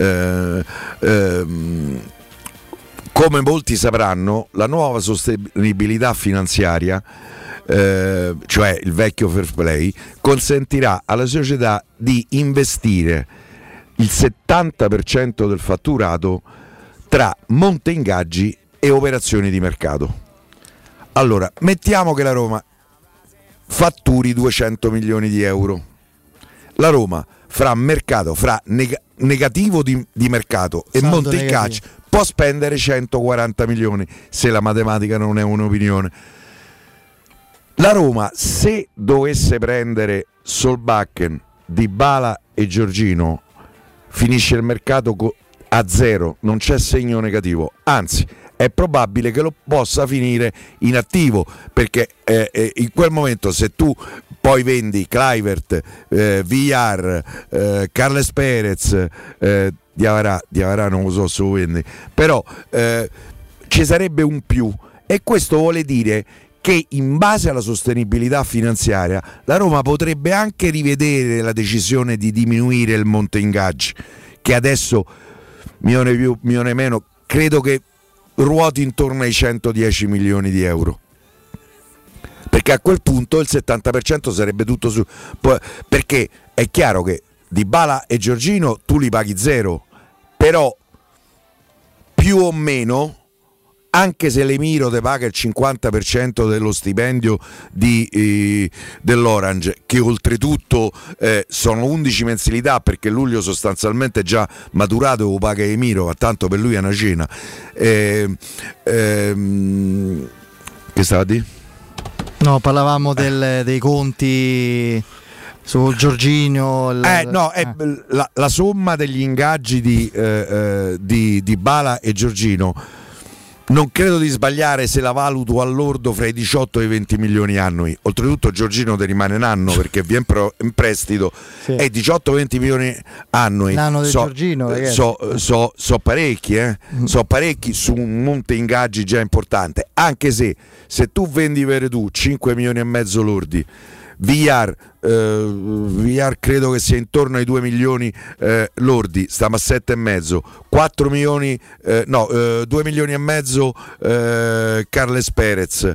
Come molti sapranno, la nuova sostenibilità finanziaria, cioè il vecchio fair play, consentirà alla società di investire il 70% del fatturato tra monte ingaggi e operazioni di mercato. Allora, mettiamo che la Roma fatturi 200 milioni di euro. La Roma fra mercato, fra negativo di mercato e saldo monte ingaggi può spendere 140 milioni, se la matematica non è un'opinione. La Roma, se dovesse prendere Solbakken, Dybala e Jorginho, finisce il mercato a zero, non c'è segno negativo, anzi è probabile che lo possa finire in attivo, perché in quel momento se tu poi vendi Kluivert, Villar, Carles Perez, Diawara non lo so se lo vendi, però ci sarebbe un più, e questo vuole dire che in base alla sostenibilità finanziaria la Roma potrebbe anche rivedere la decisione di diminuire il monte ingaggi, che adesso milione più, milione meno, credo che ruoti intorno ai 110 milioni di euro, perché a quel punto il 70% sarebbe tutto su, perché è chiaro che Dybala e Jorginho tu li paghi zero, però più o meno, anche se l'Emiro te paga il 50% dello stipendio dell'Orange, che oltretutto sono 11 mensilità, perché luglio sostanzialmente è già maturato, lo paga Emiro, ma tanto per lui è una cena. Che stava a dire? No, parlavamo dei conti su Jorginho. La somma degli ingaggi di Dybala e Jorginho non credo di sbagliare se la valuto all'ordo fra i 18 e i 20 milioni annui. Oltretutto Jorginho ti rimane un anno perché viene in prestito, sì. E 18-20 milioni annui l'anno del Jorginho, so parecchi, so parecchi su un monte ingaggi già importante, anche se tu vendi Veretù 5 milioni e mezzo lordi, Villar credo che sia intorno ai 2 milioni lordi, stiamo a 7,5, 4 milioni 2 milioni e mezzo Carles Perez,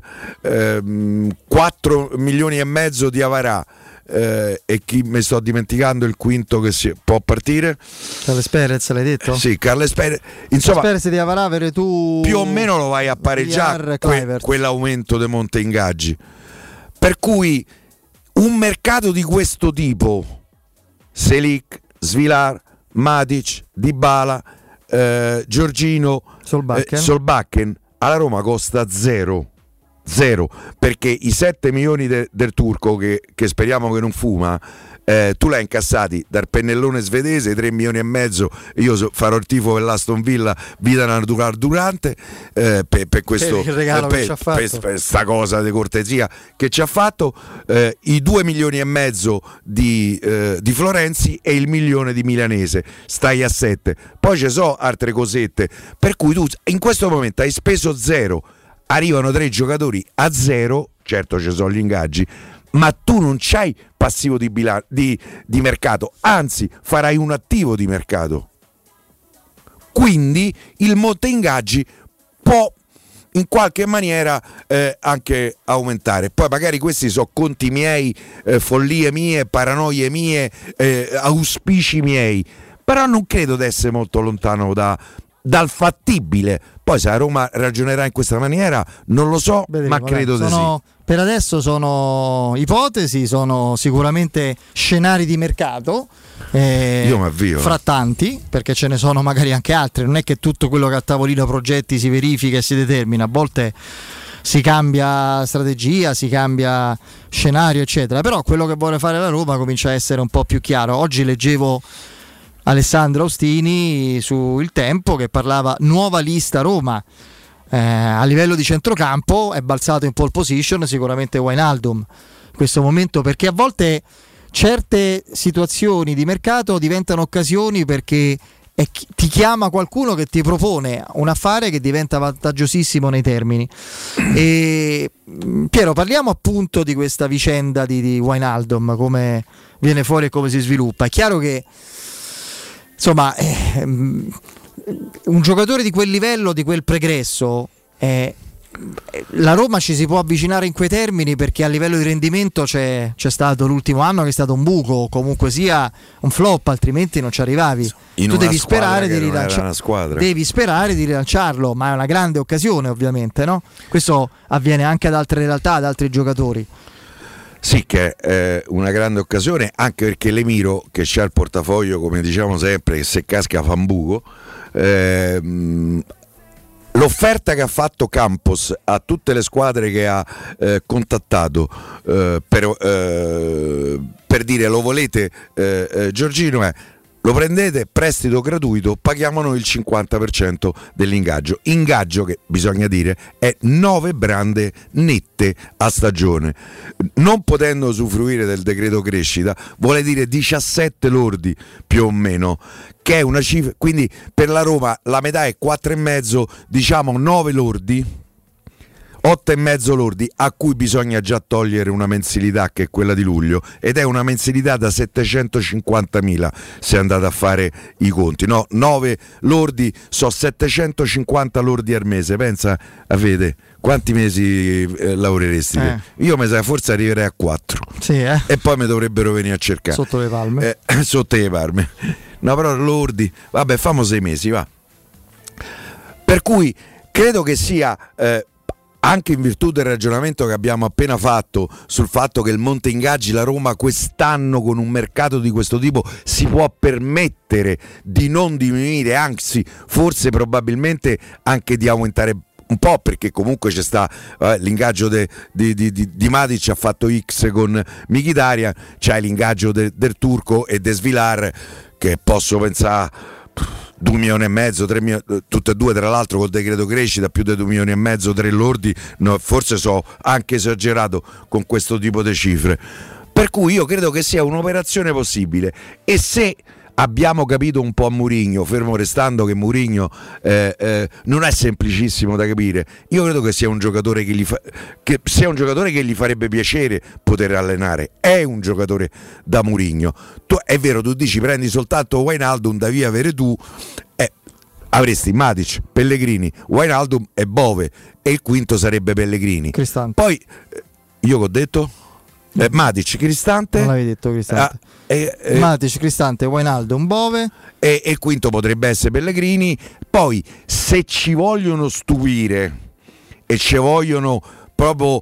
4 milioni e mezzo di Avarà, e chi mi sto dimenticando il quinto che può partire? Carles Perez, l'hai detto? Sì, Carles Perez, insomma Perez di Avarà, Veretù, più o meno lo vai a pareggiare quell'aumento dei monte ingaggi, per cui un mercato di questo tipo, Selic, Svilar, Matic, Dybala, Jorginho, Solbakken, alla Roma costa zero, perché i 7 milioni del turco che speriamo che non fuma, tu l'hai incassati dal pennellone svedese, 3 milioni e mezzo. Io farò il tifo per l'Aston Villa, vita natural durante, per questo, il regalo che ci ha fatto, per questa cosa di cortesia che ci ha fatto, i 2 milioni e mezzo di Florenzi e il milione di Milanese, stai a 7. Poi ci sono altre cosette, per cui tu in questo momento hai speso zero, arrivano 3 giocatori a zero, certo ci sono gli ingaggi, ma tu non c'hai passivo di mercato, anzi farai un attivo di mercato, quindi il monte ingaggi può in qualche maniera anche aumentare. Poi magari questi sono conti miei, follie mie, paranoie mie, auspici miei, però non credo di essere molto lontano dal fattibile. Poi se la Roma ragionerà in questa maniera non lo so, ma credo di sì. Per adesso sono ipotesi, sono sicuramente scenari di mercato, io mi avvio fra tanti, perché ce ne sono magari anche altri. Non è che tutto quello che a tavolino progetti si verifica e si determina, a volte si cambia strategia, si cambia scenario eccetera, però quello che vuole fare la Roma comincia a essere un po' più chiaro. Oggi leggevo Alessandro Austini su Il Tempo che parlava nuova lista Roma, a livello di centrocampo è balzato in pole position sicuramente Wijnaldum in questo momento, perché a volte certe situazioni di mercato diventano occasioni perché ti chiama qualcuno che ti propone un affare che diventa vantaggiosissimo nei termini. E Piero, parliamo appunto di questa vicenda di Wijnaldum, come viene fuori e come si sviluppa. È chiaro che insomma un giocatore di quel livello, di quel pregresso, la Roma ci si può avvicinare in quei termini perché a livello di rendimento c'è stato l'ultimo anno che è stato un buco, o comunque sia un flop, altrimenti non ci arrivavi. Tu devi sperare di rilanciarlo, ma è una grande occasione, ovviamente, no? Questo avviene anche ad altre realtà, ad altri giocatori. Sì, che è una grande occasione, anche perché l'Emiro, che c'ha il portafoglio, come diciamo sempre, che se casca fa un buco, l'offerta che ha fatto Campos a tutte le squadre che ha contattato per dire lo volete Giorgino, è: lo prendete, prestito gratuito, paghiamo noi il 50% dell'ingaggio. Ingaggio che, bisogna dire, è 9 brande nette a stagione. Non potendo usufruire del decreto crescita, vuole dire 17 lordi più o meno, che è una cifra. Quindi per la Roma la metà è 4,5, diciamo 9 lordi, 8,5 lordi, a cui bisogna già togliere una mensilità che è quella di luglio, ed è una mensilità da 750.000 se andate a fare i conti, no? 9 lordi so 750 lordi al mese. Pensa a Fede quanti mesi lavoreresti? Io mi sa forse arriverei a 4, e poi mi dovrebbero venire a cercare sotto le palme. Sotto le palme. No, però lordi, vabbè, famo 6 mesi, va. Per cui credo che sia anche in virtù del ragionamento che abbiamo appena fatto sul fatto che il monte ingaggi, la Roma quest'anno con un mercato di questo tipo si può permettere di non diminuire, anzi forse probabilmente anche di aumentare un po', perché comunque c'è sta l'ingaggio di Matic, ha fatto X con Mkhitaryan, c'è l'ingaggio del turco e de Svilar, che posso pensare 2,5 milioni, 3 milioni, tutte e due tra l'altro col decreto crescita, più di 2,5 milioni, 3 lordi, no, forse so anche esagerato con questo tipo di cifre. Per cui io credo che sia un'operazione possibile, e se abbiamo capito un po' a Mourinho, fermo restando che Mourinho non è semplicissimo da capire, io credo che sia un giocatore che gli farebbe piacere poter allenare. È un giocatore da Mourinho. È vero, tu dici prendi soltanto Wijnaldum da via Veretù, avresti Matic, Pellegrini, Wijnaldum e Bove, e il quinto sarebbe Pellegrini. Cristante. Poi io che ho detto? Matic, Cristante. Non l'avevi detto Cristante. Matic, Cristante, Wijnaldum, Bove, e il quinto potrebbe essere Pellegrini. Poi se ci vogliono stupire e ci vogliono proprio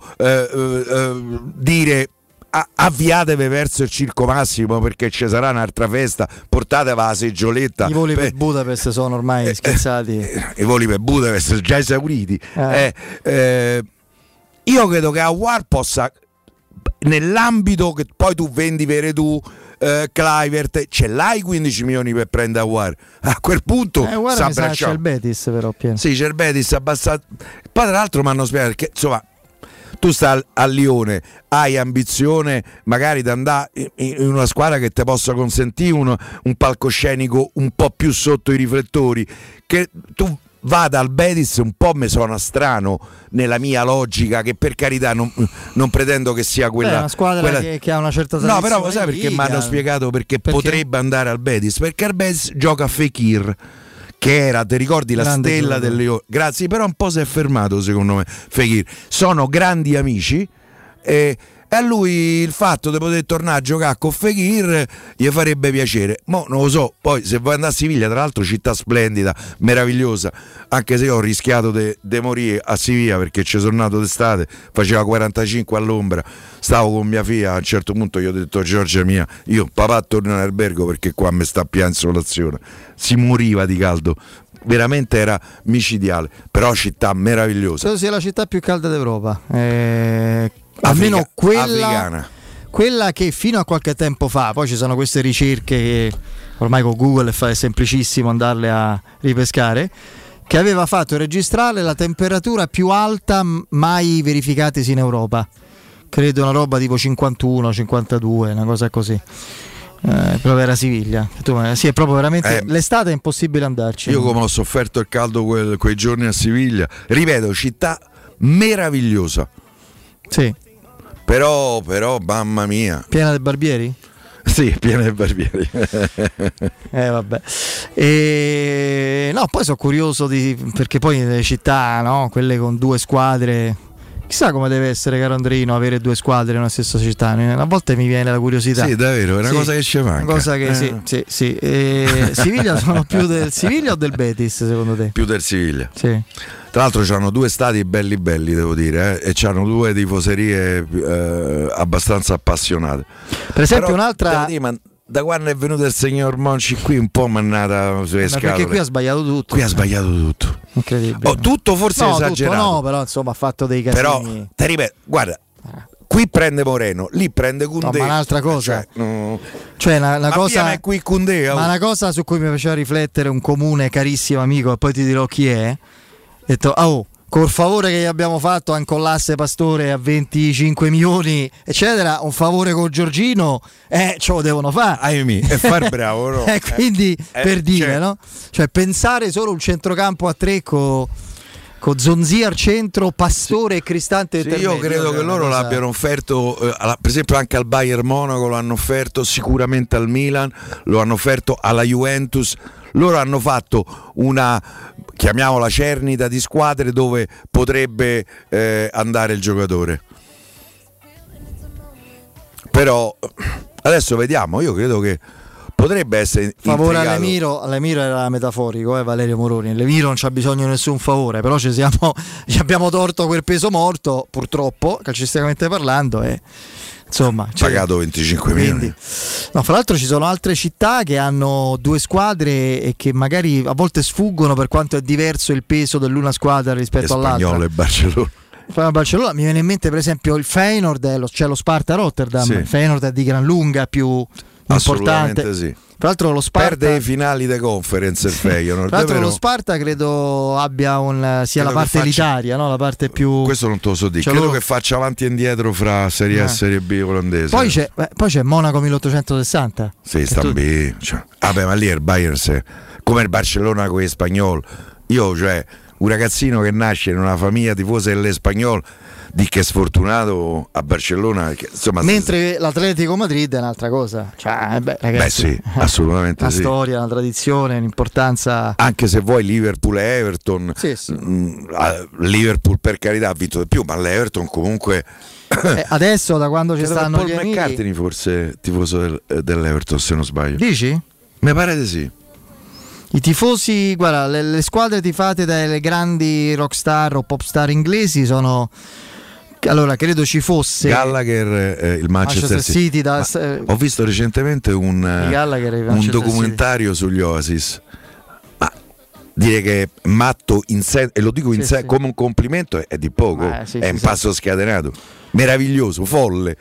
dire avviatevi verso il Circo Massimo perché ci sarà un'altra festa, portatevi la seggioletta. I voli per Budapest sono ormai scherzati. I voli per Budapest sono già esauriti. Io credo che Aouar possa, nell'ambito che poi tu vendi Veretù, Kluivert, ce l'hai 15 milioni per prendere Aouar, a quel punto c'è il Betis, però Piero. Sì, c'è il Betis abbassato. Poi tra l'altro mi hanno spiegato che insomma tu stai a Lione, hai ambizione magari di andare in una squadra che ti possa consentire un palcoscenico un po' più sotto i riflettori, che tu vada al Betis un po' mi suona strano nella mia logica, che per carità non pretendo che sia quella. È una squadra che ha una certa tradizione. No, però sai perché mi hanno spiegato perché potrebbe andare al Betis? Perché al Betis gioca Fekir, che era, ti ricordi, la grande stella del Leone. Grazie, però un po' si è fermato secondo me Fekir. Sono grandi amici e a lui il fatto di poter tornare a giocare con Fekir gli farebbe piacere. Mo non lo so, poi se vuoi andare a Siviglia, tra l'altro città splendida, meravigliosa, anche se io ho rischiato di morire a Siviglia perché ci sono nato d'estate, faceva 45 all'ombra, stavo con mia figlia, a un certo punto gli ho detto: Giorgia mia, io papà torno in albergo perché qua mi sta più in insolazione. Si moriva di caldo, veramente era micidiale, però città meravigliosa. Credo sia la città più calda d'Europa, almeno quella che fino a qualche tempo fa, poi ci sono queste ricerche che ormai con Google è semplicissimo andarle a ripescare, che aveva fatto registrare la temperatura più alta mai verificatisi in Europa, credo una roba tipo 51, 52, una cosa così. Proprio era Siviglia. Sì, è proprio veramente l'estate è impossibile andarci. Io come ho sofferto il caldo quei giorni a Siviglia, ripeto, città meravigliosa. Sì. Però mamma mia. Piena di barbieri? Sì, piena di barbieri. Vabbè. No, poi sono curioso perché poi nelle città, no, quelle con 2 squadre, chissà come deve essere, caro Andreino, avere 2 squadre in una stessa città. A volte mi viene la curiosità. Sì, davvero, è una cosa che ci manca. Una cosa che sì. Siviglia sono più del Siviglia o del Betis, secondo te? Più del Siviglia. Sì. Tra l'altro c'hanno 2 stadi belli, devo dire, e c'hanno 2 tifoserie abbastanza appassionate. Per esempio un'altra... Da quando è venuto il signor Monci qui un po' mannata sulle scatole. Perché qui ha sbagliato tutto. Incredibile. Tutto forse no, esagerato. Tutto no, però insomma ha fatto dei casini. Però, ti ripeto, guarda, qui prende Moreno, lì prende Koundé. No, ma un'altra cosa. Cioè una cosa è qui Koundé. Ma una cosa su cui mi faceva riflettere un comune carissimo amico, e poi ti dirò chi è. Ho detto, col favore che gli abbiamo fatto a incollasse Pastore a 25 milioni eccetera, un favore con Giorgino ce lo devono fare e far bravo, no? Quindi per dire, no? Cioè pensare solo un centrocampo a 3 con Zonzia al centro, Pastore e Cristante intermedio. Io credo che loro l'abbiano offerto, per esempio anche al Bayern Monaco lo hanno offerto, sicuramente al Milan lo hanno offerto, alla Juventus. Loro hanno fatto una, chiamiamola cernita di squadre dove potrebbe andare il giocatore. Però adesso vediamo, io credo che potrebbe essere favore all'Emiro era metaforico, Valerio Moroni. L'Emiro non c'ha bisogno di nessun favore, però ci abbiamo torto quel peso morto, purtroppo, calcisticamente parlando, insomma, pagato 25 milioni. No, fra l'altro ci sono altre città che hanno 2 squadre e che magari a volte sfuggono per quanto è diverso il peso dell'una squadra rispetto all'altra. Spagnolo e Barcellona. Mi viene in mente per esempio il Feyenoord, c'è lo Sparta Rotterdam. Sì. Il Feyenoord è di gran lunga più importante. Sì. Tra l'altro lo Sparta perde le finali di conference il Feyenoord. Tra l'altro lo Sparta credo abbia sia la parte elitaria, no? La parte più. Questo non te lo so dire. Credo che faccia avanti e indietro fra Serie A e Serie B olandese. Poi c'è Monaco 1860. Sì, sta B. Ma lì è il Bayern, come il Barcellona con gli spagnoli. Io, un ragazzino che nasce in una famiglia tifosa dell'Espagnol, di che è sfortunato a Barcellona, insomma, mentre l'Atletico Madrid è un'altra cosa, ragazzi, sì, assolutamente una storia, una tradizione, un'importanza. Anche se vuoi Liverpool e Everton, sì. Liverpool per carità ha vinto di più, ma l'Everton comunque adesso da quando ci stanno Paul McCartney forse tifoso dell'Everton, se non sbaglio. Dici? Mi pare di sì. I tifosi, guarda, le squadre tifate dalle grandi rockstar o popstar inglesi sono. Allora, credo ci fosse Gallagher, il Manchester City. Ho visto recentemente un documentario sugli Oasis. Ma dire che è matto in sé, e lo dico in sé come un complimento, è di poco. È un passo scatenato, meraviglioso, folle.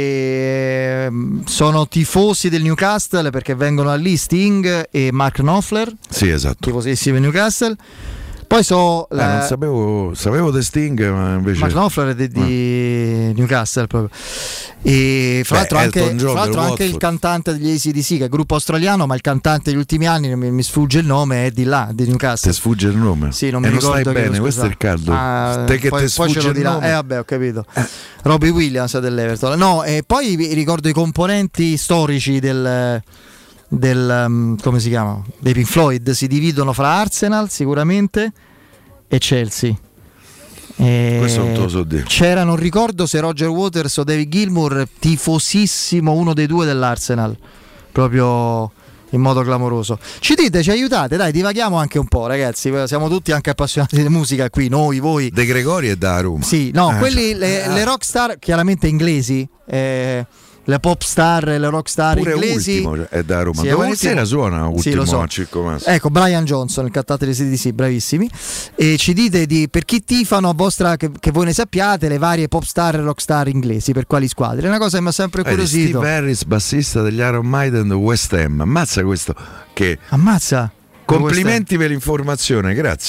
Sono tifosi del Newcastle perché vengono lì Sting e Mark Knopfler. Sì, esatto. Tifosissimi del Newcastle. Poi non sapevo di Sting, ma invece Mark Knopfler è di Newcastle proprio. E fra l'altro anche il cantante degli AC/DC, che è gruppo australiano, ma il cantante degli ultimi anni mi sfugge il nome, è di là, di Newcastle. Ti sfugge il nome? Sì, non mi ricordo. Non stai bene, questo è il caldo. Poi ce lo dirà. Vabbè, ho capito. Robbie Williams dell'Everton. No, e poi vi ricordo i componenti storici del come si chiama? Dei Pink Floyd. Si dividono fra Arsenal sicuramente e Chelsea. Questo non te lo so dire. C'era, non ricordo se Roger Waters o David Gilmour, tifosissimo, uno dei due dell'Arsenal, proprio in modo clamoroso. Ci dite, ci aiutate, dai, divaghiamo anche un po', ragazzi. Siamo tutti anche appassionati di musica qui, noi, voi. De Gregori e da Roma. Sì, no, quelli le rockstar chiaramente inglesi, le pop star e le rock star pure inglesi. Ultimo è da Roma. Sì, domani sera suona Ultimo, sì, lo so. a Circo Massimo. Ecco, Brian Johnson, il cantante dei CDC, bravissimi. E ci dite per chi tifano a vostra, che voi ne sappiate, le varie pop star e rock star inglesi, per quali squadre? È una cosa che mi ha sempre incuriosito. Steve Harris, bassista degli Iron Maiden, West Ham. Ammazza questo che. Ammazza. Complimenti per l'informazione, grazie.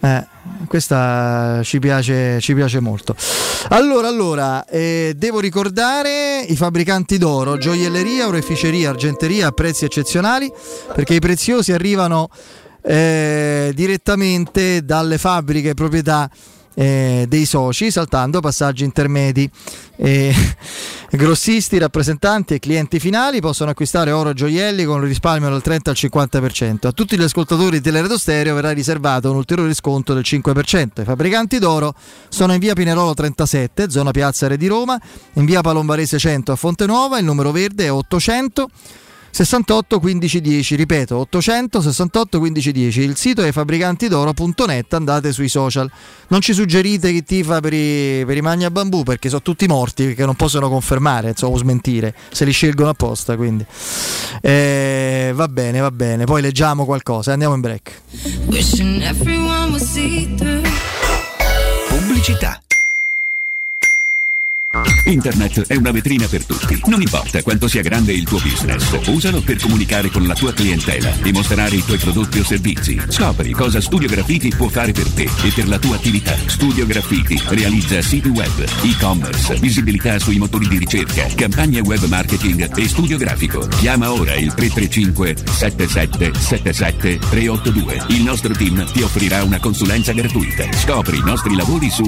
Questa ci piace molto. Allora, devo ricordare i fabbricanti d'oro, gioielleria, oreficeria, argenteria a prezzi eccezionali, perché i preziosi arrivano direttamente dalle fabbriche proprietà dei soci, saltando passaggi intermedi. Grossisti, rappresentanti e clienti finali possono acquistare oro e gioielli con un risparmio dal 30 al 50%. A tutti gli ascoltatori di Teleradio Stereo verrà riservato un ulteriore sconto del 5%. I fabbricanti d'oro sono in via Pinerolo 37, zona Piazza Re di Roma, in via Palombarese 100 a Fontenuova. Il numero verde è 800 68 15 10, ripeto 800 68 15 10. Il sito è fabbricantidoro.net, andate sui social. Non ci suggerite chi tifa per i Magna Bambù, perché sono tutti morti, perché non possono confermare o smentire, se li scelgono apposta, quindi va bene, poi leggiamo qualcosa, andiamo in break. Pubblicità. Internet è una vetrina per tutti. Non importa quanto sia grande il tuo business, usalo per comunicare con la tua clientela e mostrare i tuoi prodotti o servizi. Scopri cosa Studio Graffiti può fare per te e per la tua attività. Studio Graffiti realizza siti web, e-commerce, visibilità sui motori di ricerca, campagne web marketing e studio grafico. Chiama ora il 335 7777 382. Il nostro team ti offrirà una consulenza gratuita. Scopri i nostri lavori su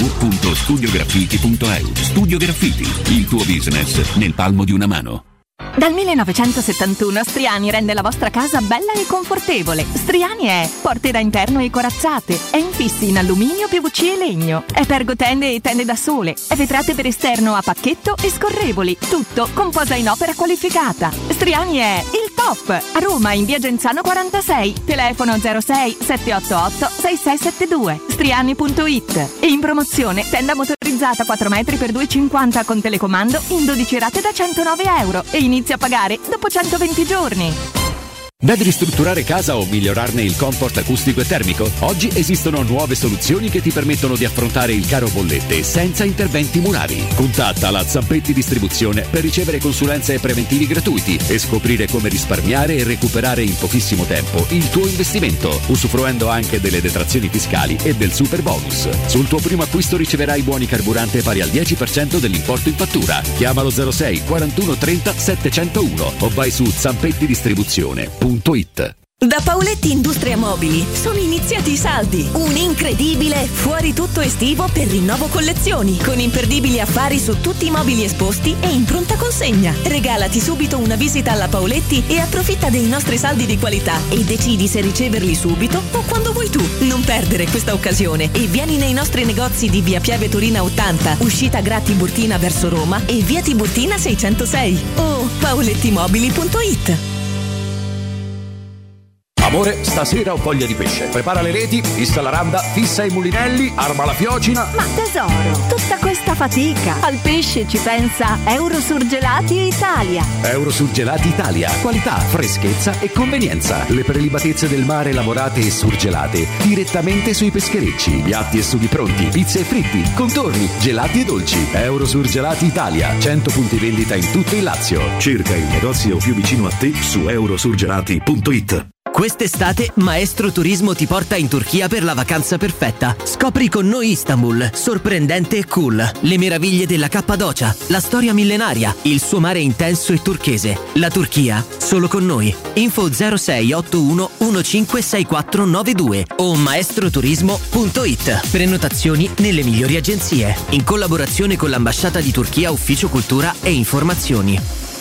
www.studiograffiti.eu. Studio Graffiti, il tuo business nel palmo di una mano. Dal 1971 Striani rende la vostra casa bella e confortevole. Striani è porte da interno e corazzate, è infissi in alluminio, PVC e legno, è pergotende e tende da sole, è vetrate per esterno a pacchetto e scorrevoli, tutto con posa in opera qualificata. Striani è il top! A Roma in via Genzano 46, telefono 06 788 6672, striani.it. E in promozione tenda motorizzata 4 metri per 2,50 con telecomando in 12 rate da €109 e inizia a pagare dopo 120 giorni. Devi ristrutturare casa o migliorarne il comfort acustico e termico? Oggi esistono nuove soluzioni che ti permettono di affrontare il caro bollette senza interventi murari. Contatta la Zampetti Distribuzione per ricevere consulenze e preventivi gratuiti e scoprire come risparmiare e recuperare in pochissimo tempo il tuo investimento, usufruendo anche delle detrazioni fiscali e del super bonus. Sul tuo primo acquisto riceverai buoni carburante pari al 10% dell'importo in fattura. Chiamalo 06 41 30 701 o vai su zampettidistribuzione.it. Da Paoletti Industria Mobili sono iniziati i saldi, un incredibile fuori tutto estivo per rinnovo collezioni, con imperdibili affari su tutti i mobili esposti e in pronta consegna. Regalati subito una visita alla Paoletti e approfitta dei nostri saldi di qualità e decidi se riceverli subito o quando vuoi tu. Non perdere questa occasione e vieni nei nostri negozi di via Pieve Torina 80, uscita Gra Tiburtina verso Roma e via Tiburtina 606 o paolettimobili.it. Amore, stasera ho voglia di pesce. Prepara le reti, fissa la randa, fissa i mulinelli, arma la fiocina. Ma tesoro, tutta questa fatica. Al pesce ci pensa Eurosurgelati Italia. Eurosurgelati Italia. Qualità, freschezza e convenienza. Le prelibatezze del mare lavorate e surgelate direttamente sui pescherecci. Piatti e sughi pronti, pizze e fritti, contorni, gelati e dolci. Eurosurgelati Italia. 100 punti vendita in tutto il Lazio. Cerca il negozio più vicino a te su eurosurgelati.it. Quest'estate Maestro Turismo ti porta in Turchia per la vacanza perfetta. Scopri con noi Istanbul, sorprendente e cool, le meraviglie della Cappadocia, la storia millenaria, il suo mare intenso e turchese. La Turchia, solo con noi. Info 0681 156492 o maestroturismo.it. Prenotazioni nelle migliori agenzie, in collaborazione con l'Ambasciata di Turchia Ufficio Cultura e Informazioni.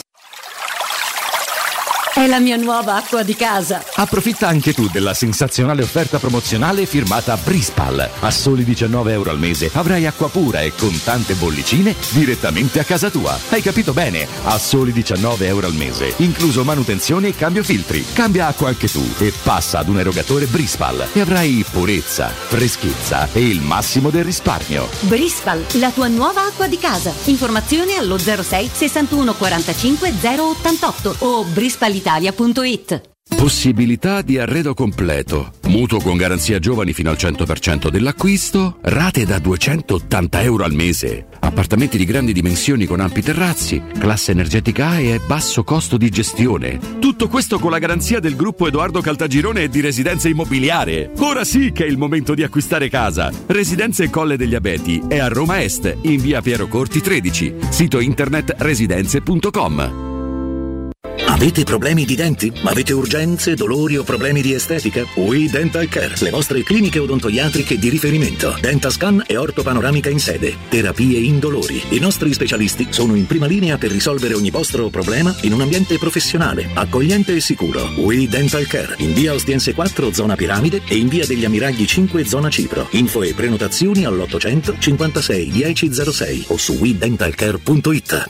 È la mia nuova acqua di casa. Approfitta anche tu della sensazionale offerta promozionale firmata Brispal. A soli €19 al mese avrai acqua pura e con tante bollicine direttamente a casa tua. Hai capito bene? A soli €19 al mese, incluso manutenzione e cambio filtri. Cambia acqua anche tu e passa ad un erogatore Brispal e avrai purezza, freschezza e il massimo del risparmio. Brispal, la tua nuova acqua di casa. Informazioni allo 06 61 45 088 o brispalitalia.it. Possibilità di arredo completo, mutuo con garanzia giovani fino al 100% dell'acquisto, rate da €280 al mese, appartamenti di grandi dimensioni con ampi terrazzi, classe energetica A e basso costo di gestione. Tutto questo con la garanzia del gruppo Edoardo Caltagirone e di Residenza Immobiliare. Ora sì che è il momento di acquistare casa. Residenze Colle degli Abeti è a Roma Est, in via Piero Corti 13, sito internet residenze.com. Avete problemi di denti? Avete urgenze, dolori o problemi di estetica? We Dental Care, le vostre cliniche odontoiatriche di riferimento. Dentascan e ortopanoramica in sede. Terapie indolori. I nostri specialisti sono in prima linea per risolvere ogni vostro problema in un ambiente professionale, accogliente e sicuro. We Dental Care, in via Ostiense 4, zona Piramide, e in via degli Ammiragli 5, zona Cipro. Info e prenotazioni all'800 56 1006 o su wedentalcare.it.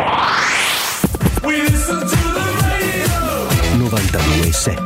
92.7.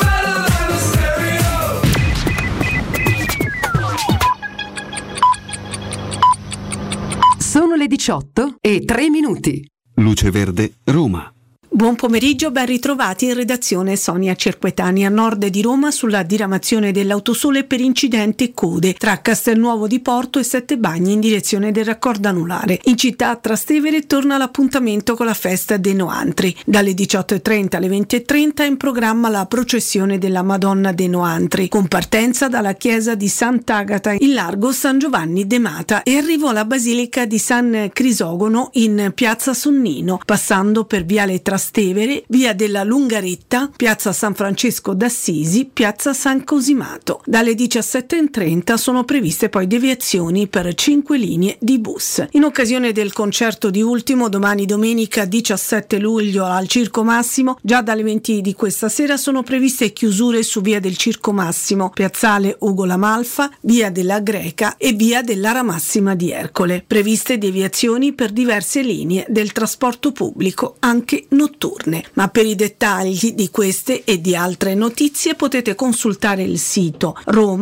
Sono le 18:03. Luce Verde, Roma. Buon pomeriggio, ben ritrovati in redazione. Sonia Cerquetani. A nord di Roma sulla diramazione dell'autosole per incidente e code tra Castelnuovo di Porto e Sette Bagni in direzione del raccordo anulare. In città a Trastevere torna l'appuntamento con la festa dei Noantri. Dalle 18.30 alle 20.30 è in programma la processione della Madonna dei Noantri, con partenza dalla chiesa di Sant'Agata in largo San Giovanni de Mata e arrivo alla basilica di San Crisogono in piazza Sonnino, passando per viale Trastevere, via della Lungaretta, piazza San Francesco d'Assisi, piazza San Cosimato. Dalle 17.30 sono previste poi deviazioni per 5 linee di bus. In occasione del concerto di Ultimo, domani domenica 17 luglio al Circo Massimo, già dalle 20 di questa sera sono previste chiusure su via del Circo Massimo, piazzale Ugo La Malfa, via della Greca e via dell'Ara Massima di Ercole. Previste deviazioni per diverse linee del trasporto pubblico, anche notturne. Ma per i dettagli di queste e di altre notizie potete consultare il sito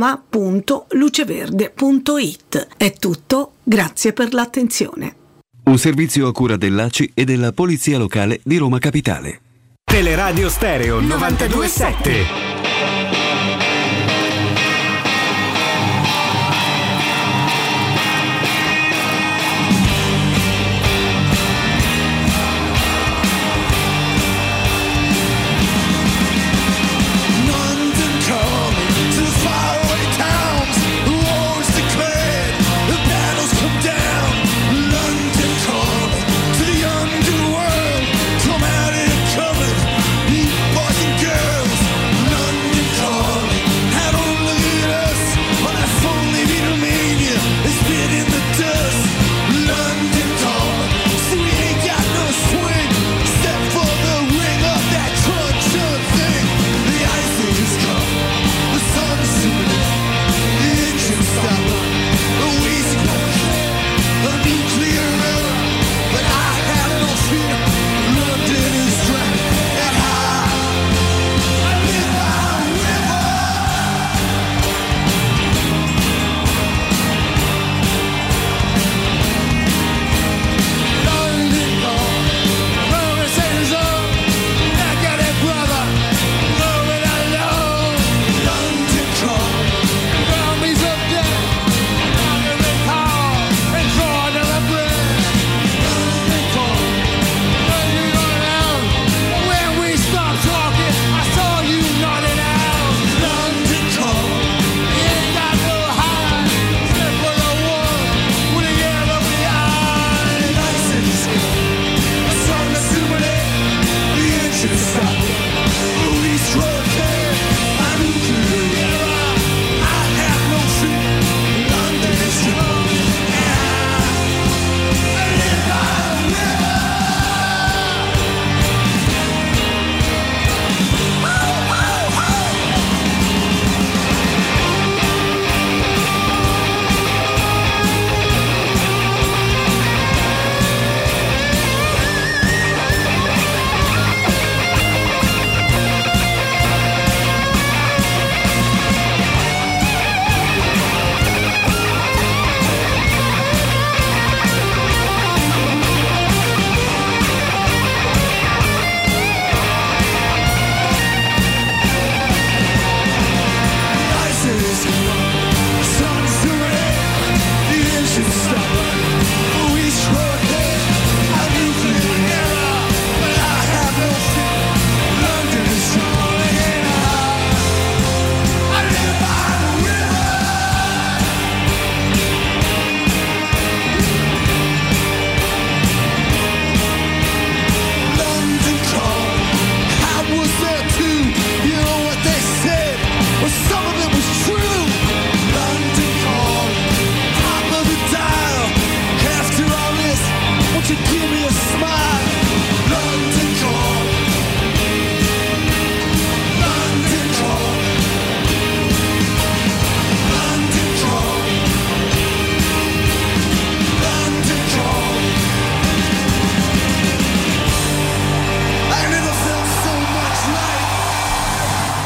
roma.luceverde.it. È tutto, grazie per l'attenzione. Un servizio a cura dell'ACI e della Polizia Locale di Roma Capitale. Teleradio Stereo 92.7. Come out and covered, boys and girls.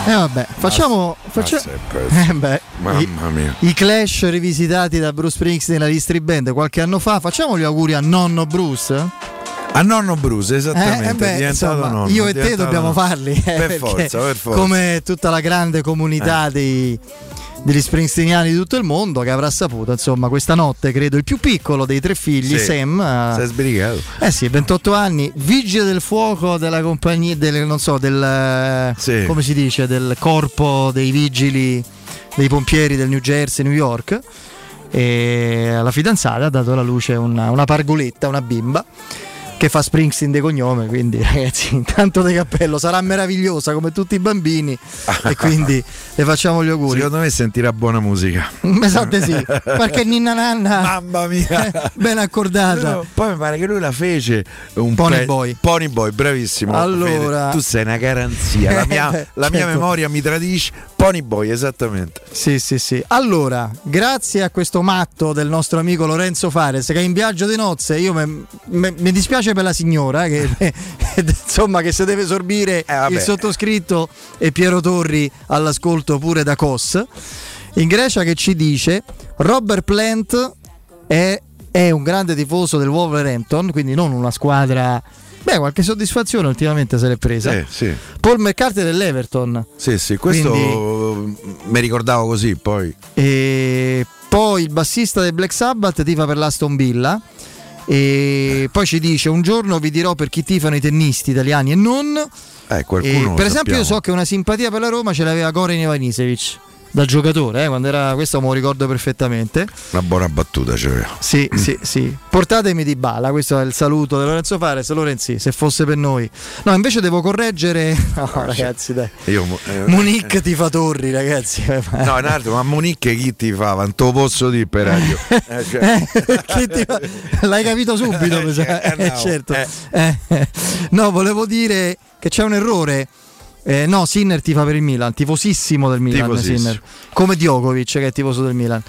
vabbè, facciamo mamma mia. I Clash rivisitati da Bruce Springsteen nella Street Band qualche anno fa. Facciamo gli auguri a nonno Bruce? A nonno Bruce, esattamente. Insomma, io e te dobbiamo farli per forza. Come tutta la grande comunità degli springsteeniani di tutto il mondo, che avrà saputo, insomma, questa notte, credo, il più piccolo dei 3 figli, Sam, si è sbrigato. 28 anni, vigile del fuoco della compagnia come si dice, del corpo dei vigili dei pompieri del New Jersey, New York, e la fidanzata ha dato alla luce una pargoletta, una bimba che fa Springsteen de cognome, quindi ragazzi, intanto di cappello, sarà meravigliosa come tutti i bambini e quindi le facciamo gli auguri. Secondo me sentirà buona musica. Esatto, sì, perché Ninna Nanna, mamma mia, ben accordata. No, poi mi pare che lui la fece un Pony Boy, bravissimo. Allora, tu sei una garanzia, la mia memoria mi tradisce. Pony Boy, esattamente. Sì. Allora, grazie a questo matto del nostro amico Lorenzo Fares, che è in viaggio di nozze, io mi dispiace per la signora che insomma, che se deve sorbire il sottoscritto e Piero Torri all'ascolto pure da Kos in Grecia, che ci dice: Robert Plant è un grande tifoso del Wolverhampton, quindi non una squadra. Qualche soddisfazione ultimamente se l'è presa. Sì. Paul McCartney dell'Everton. Sì, questo mi ricordavo così. Poi il bassista del Black Sabbath tifa per l'Aston Villa. E poi ci dice: un giorno vi dirò per chi tifano i tennisti italiani e non. Qualcuno per esempio, io so che una simpatia per la Roma ce l'aveva Goran Ivanisevic da giocatore, quando era, questo me lo ricordo perfettamente. Una buona battuta c'era. Sì. Portatemi Dybala, questo è il saluto di Lorenzo Fares. Lorenzi, se fosse per noi. No, invece devo correggere. No, ragazzi, dai. Monique tifa Torri, ragazzi. No, Nardo, ma Monique chi ti fa? Quanto posso dire per radio? L'hai capito subito, certo. No, volevo dire che c'è un errore. No, Sinner tifa per il Milan, tifosissimo del Milan, Sinner, come Djokovic che è tifoso del Milan.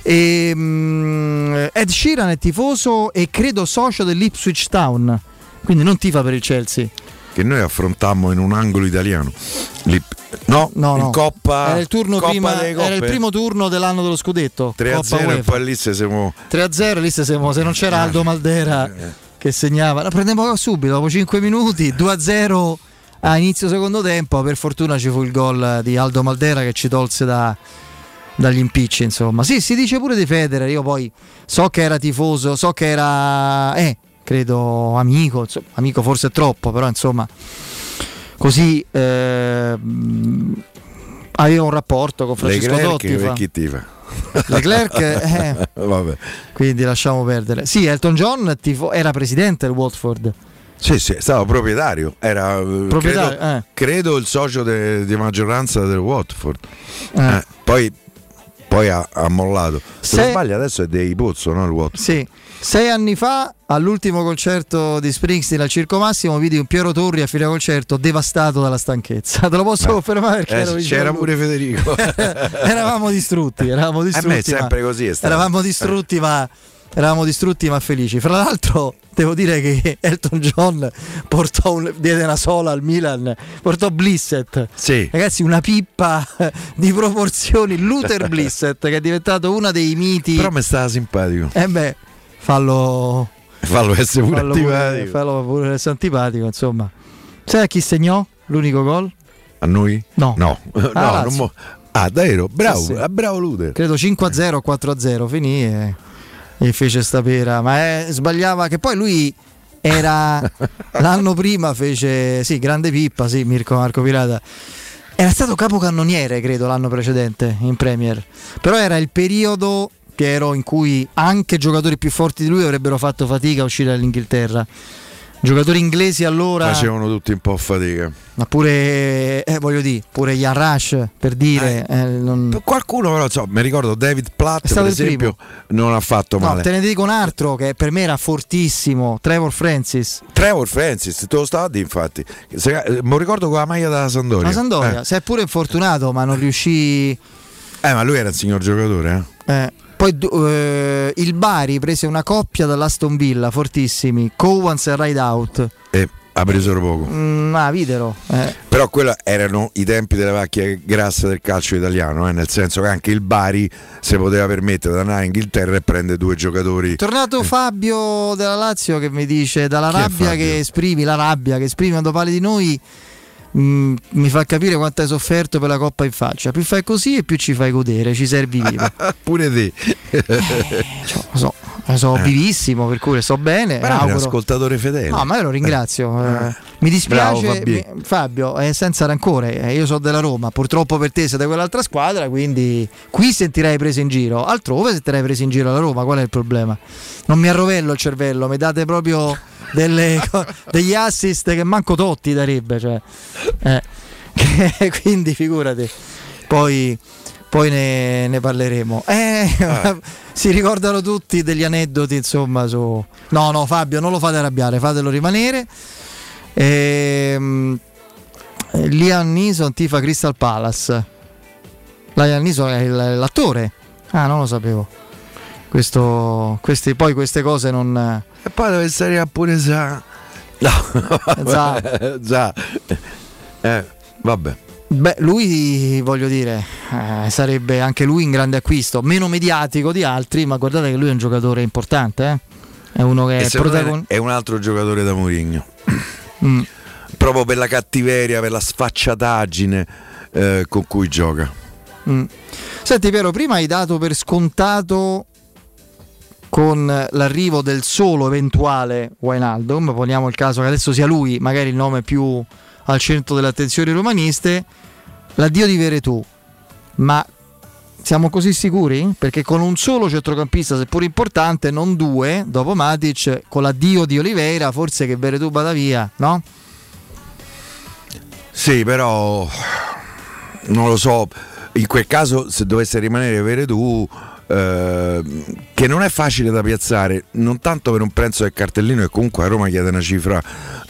Ed Sheeran è tifoso e credo socio dell'Ipswich Town, quindi non tifa per il Chelsea, che noi affrontammo in un angolo italiano. In Coppa. Era il turno prima, era il primo turno dell'anno dello scudetto. 3-0 e poi lì siamo 3-0, lì siamo, se non c'era Aldo Maldera che segnava. La prendiamo subito dopo 5 minuti, 2-0 a inizio secondo tempo. Per fortuna ci fu il gol di Aldo Maldera che ci tolse dagli impicci, insomma. Sì, si dice pure di Federer. Io poi so che era tifoso, so che era credo amico, insomma, amico forse è troppo, però insomma così aveva un rapporto con Francesco Totti. Chi tifa? Leclerc vabbè. Quindi lasciamo perdere. Sì, Elton John era presidente del Watford. Sì, stava proprietario, era credo il socio di maggioranza del Watford. Poi ha mollato. Se non sbaglio adesso è dei Pozzo, no? Il Watford. Sì. 6 anni fa, all'ultimo concerto di Springsteen al Circo Massimo, vidi un Piero Torri a fine concerto devastato dalla stanchezza. Te lo posso confermare perché c'era pure Federico. Eravamo distrutti. A me è sempre così. Eravamo distrutti ma felici. Fra l'altro devo dire che Elton John diede una sola al Milan, portò Blissett. Sì. Ragazzi, una pippa di proporzioni, Luther Blissett, che è diventato una dei miti. Però mi stava simpatico. Fallo essere pure antipatico. Fallo pure essere antipatico, insomma. Sai a chi segnò l'unico gol? A noi? No. Davvero? Bravo, bravo Luther. Credo 5-0 o 4-0 finì e fece sta pera, ma sbagliava, che poi lui era l'anno prima fece grande pippa, Mirko Marco Pirata. Era stato capocannoniere credo l'anno precedente in Premier, però era il periodo, Piero, in cui anche giocatori più forti di lui avrebbero fatto fatica a uscire dall'Inghilterra. Giocatori inglesi allora facevano tutti un po' fatica, ma pure pure Ian Rush, per dire qualcuno, però mi ricordo David Platt per esempio non ha fatto male. Te ne dico un altro che per me era fortissimo, Trevor Francis, te lo stavo a dire, infatti mi ricordo con la maglia della Sampdoria. Si è pure infortunato ma non riuscì, ma lui era un signor giocatore. Poi il Bari prese una coppia dall'Aston Villa fortissimi, Cowans e Rideout. Ha preso poco. Videro. Però quello erano i tempi delle vacche grasse del calcio italiano, nel senso che anche il Bari si poteva permettere di andare in Inghilterra e prende 2 giocatori. Tornato Fabio della Lazio che mi dice dalla rabbia che esprimi, quando parli di noi mi fa capire quanto hai sofferto per la Coppa in faccia. Più fai così e più ci fai godere, ci servi vivo. Pure te. So vivissimo, per cui sto bene. Ma è un ascoltatore fedele. No, ma io lo ringrazio. Mi dispiace, bravo, Fabio, senza rancore. Io so della Roma, purtroppo per te sei da quell'altra squadra, quindi qui sentirei preso in giro. Altrove sentirei preso in giro alla Roma. Qual è il problema? Non mi arrovello il cervello, mi date proprio degli assist che manco Totti darebbe, cioè. Quindi figurati. Poi ne parleremo. Si ricordano tutti degli aneddoti, insomma, su. No, Fabio, non lo fate arrabbiare, fatelo rimanere. Liam Neeson tifa Crystal Palace. Liam Neeson è l'attore. Non lo sapevo. Queste cose non. E poi deve stare pure sa. No. Vabbè. Beh, lui, voglio dire, sarebbe anche lui un grande acquisto, meno mediatico di altri, ma guardate che lui è un giocatore importante, È uno che è un altro giocatore da Mourinho. Proprio per la cattiveria, per la sfacciataggine con cui gioca. Senti Piero, prima hai dato per scontato con l'arrivo del solo eventuale Wijnaldum, poniamo il caso che adesso sia lui magari il nome più al centro delle attenzioni romaniste, l'addio di Veretout, ma siamo così sicuri? Perché con un solo centrocampista, seppur importante, non 2, dopo Matic, con l'addio di Oliveira, forse che Veretout vada via, no? Sì, però non lo so, in quel caso se dovesse rimanere Veretout, che non è facile da piazzare, non tanto per un prezzo del cartellino, e comunque a Roma chiede una cifra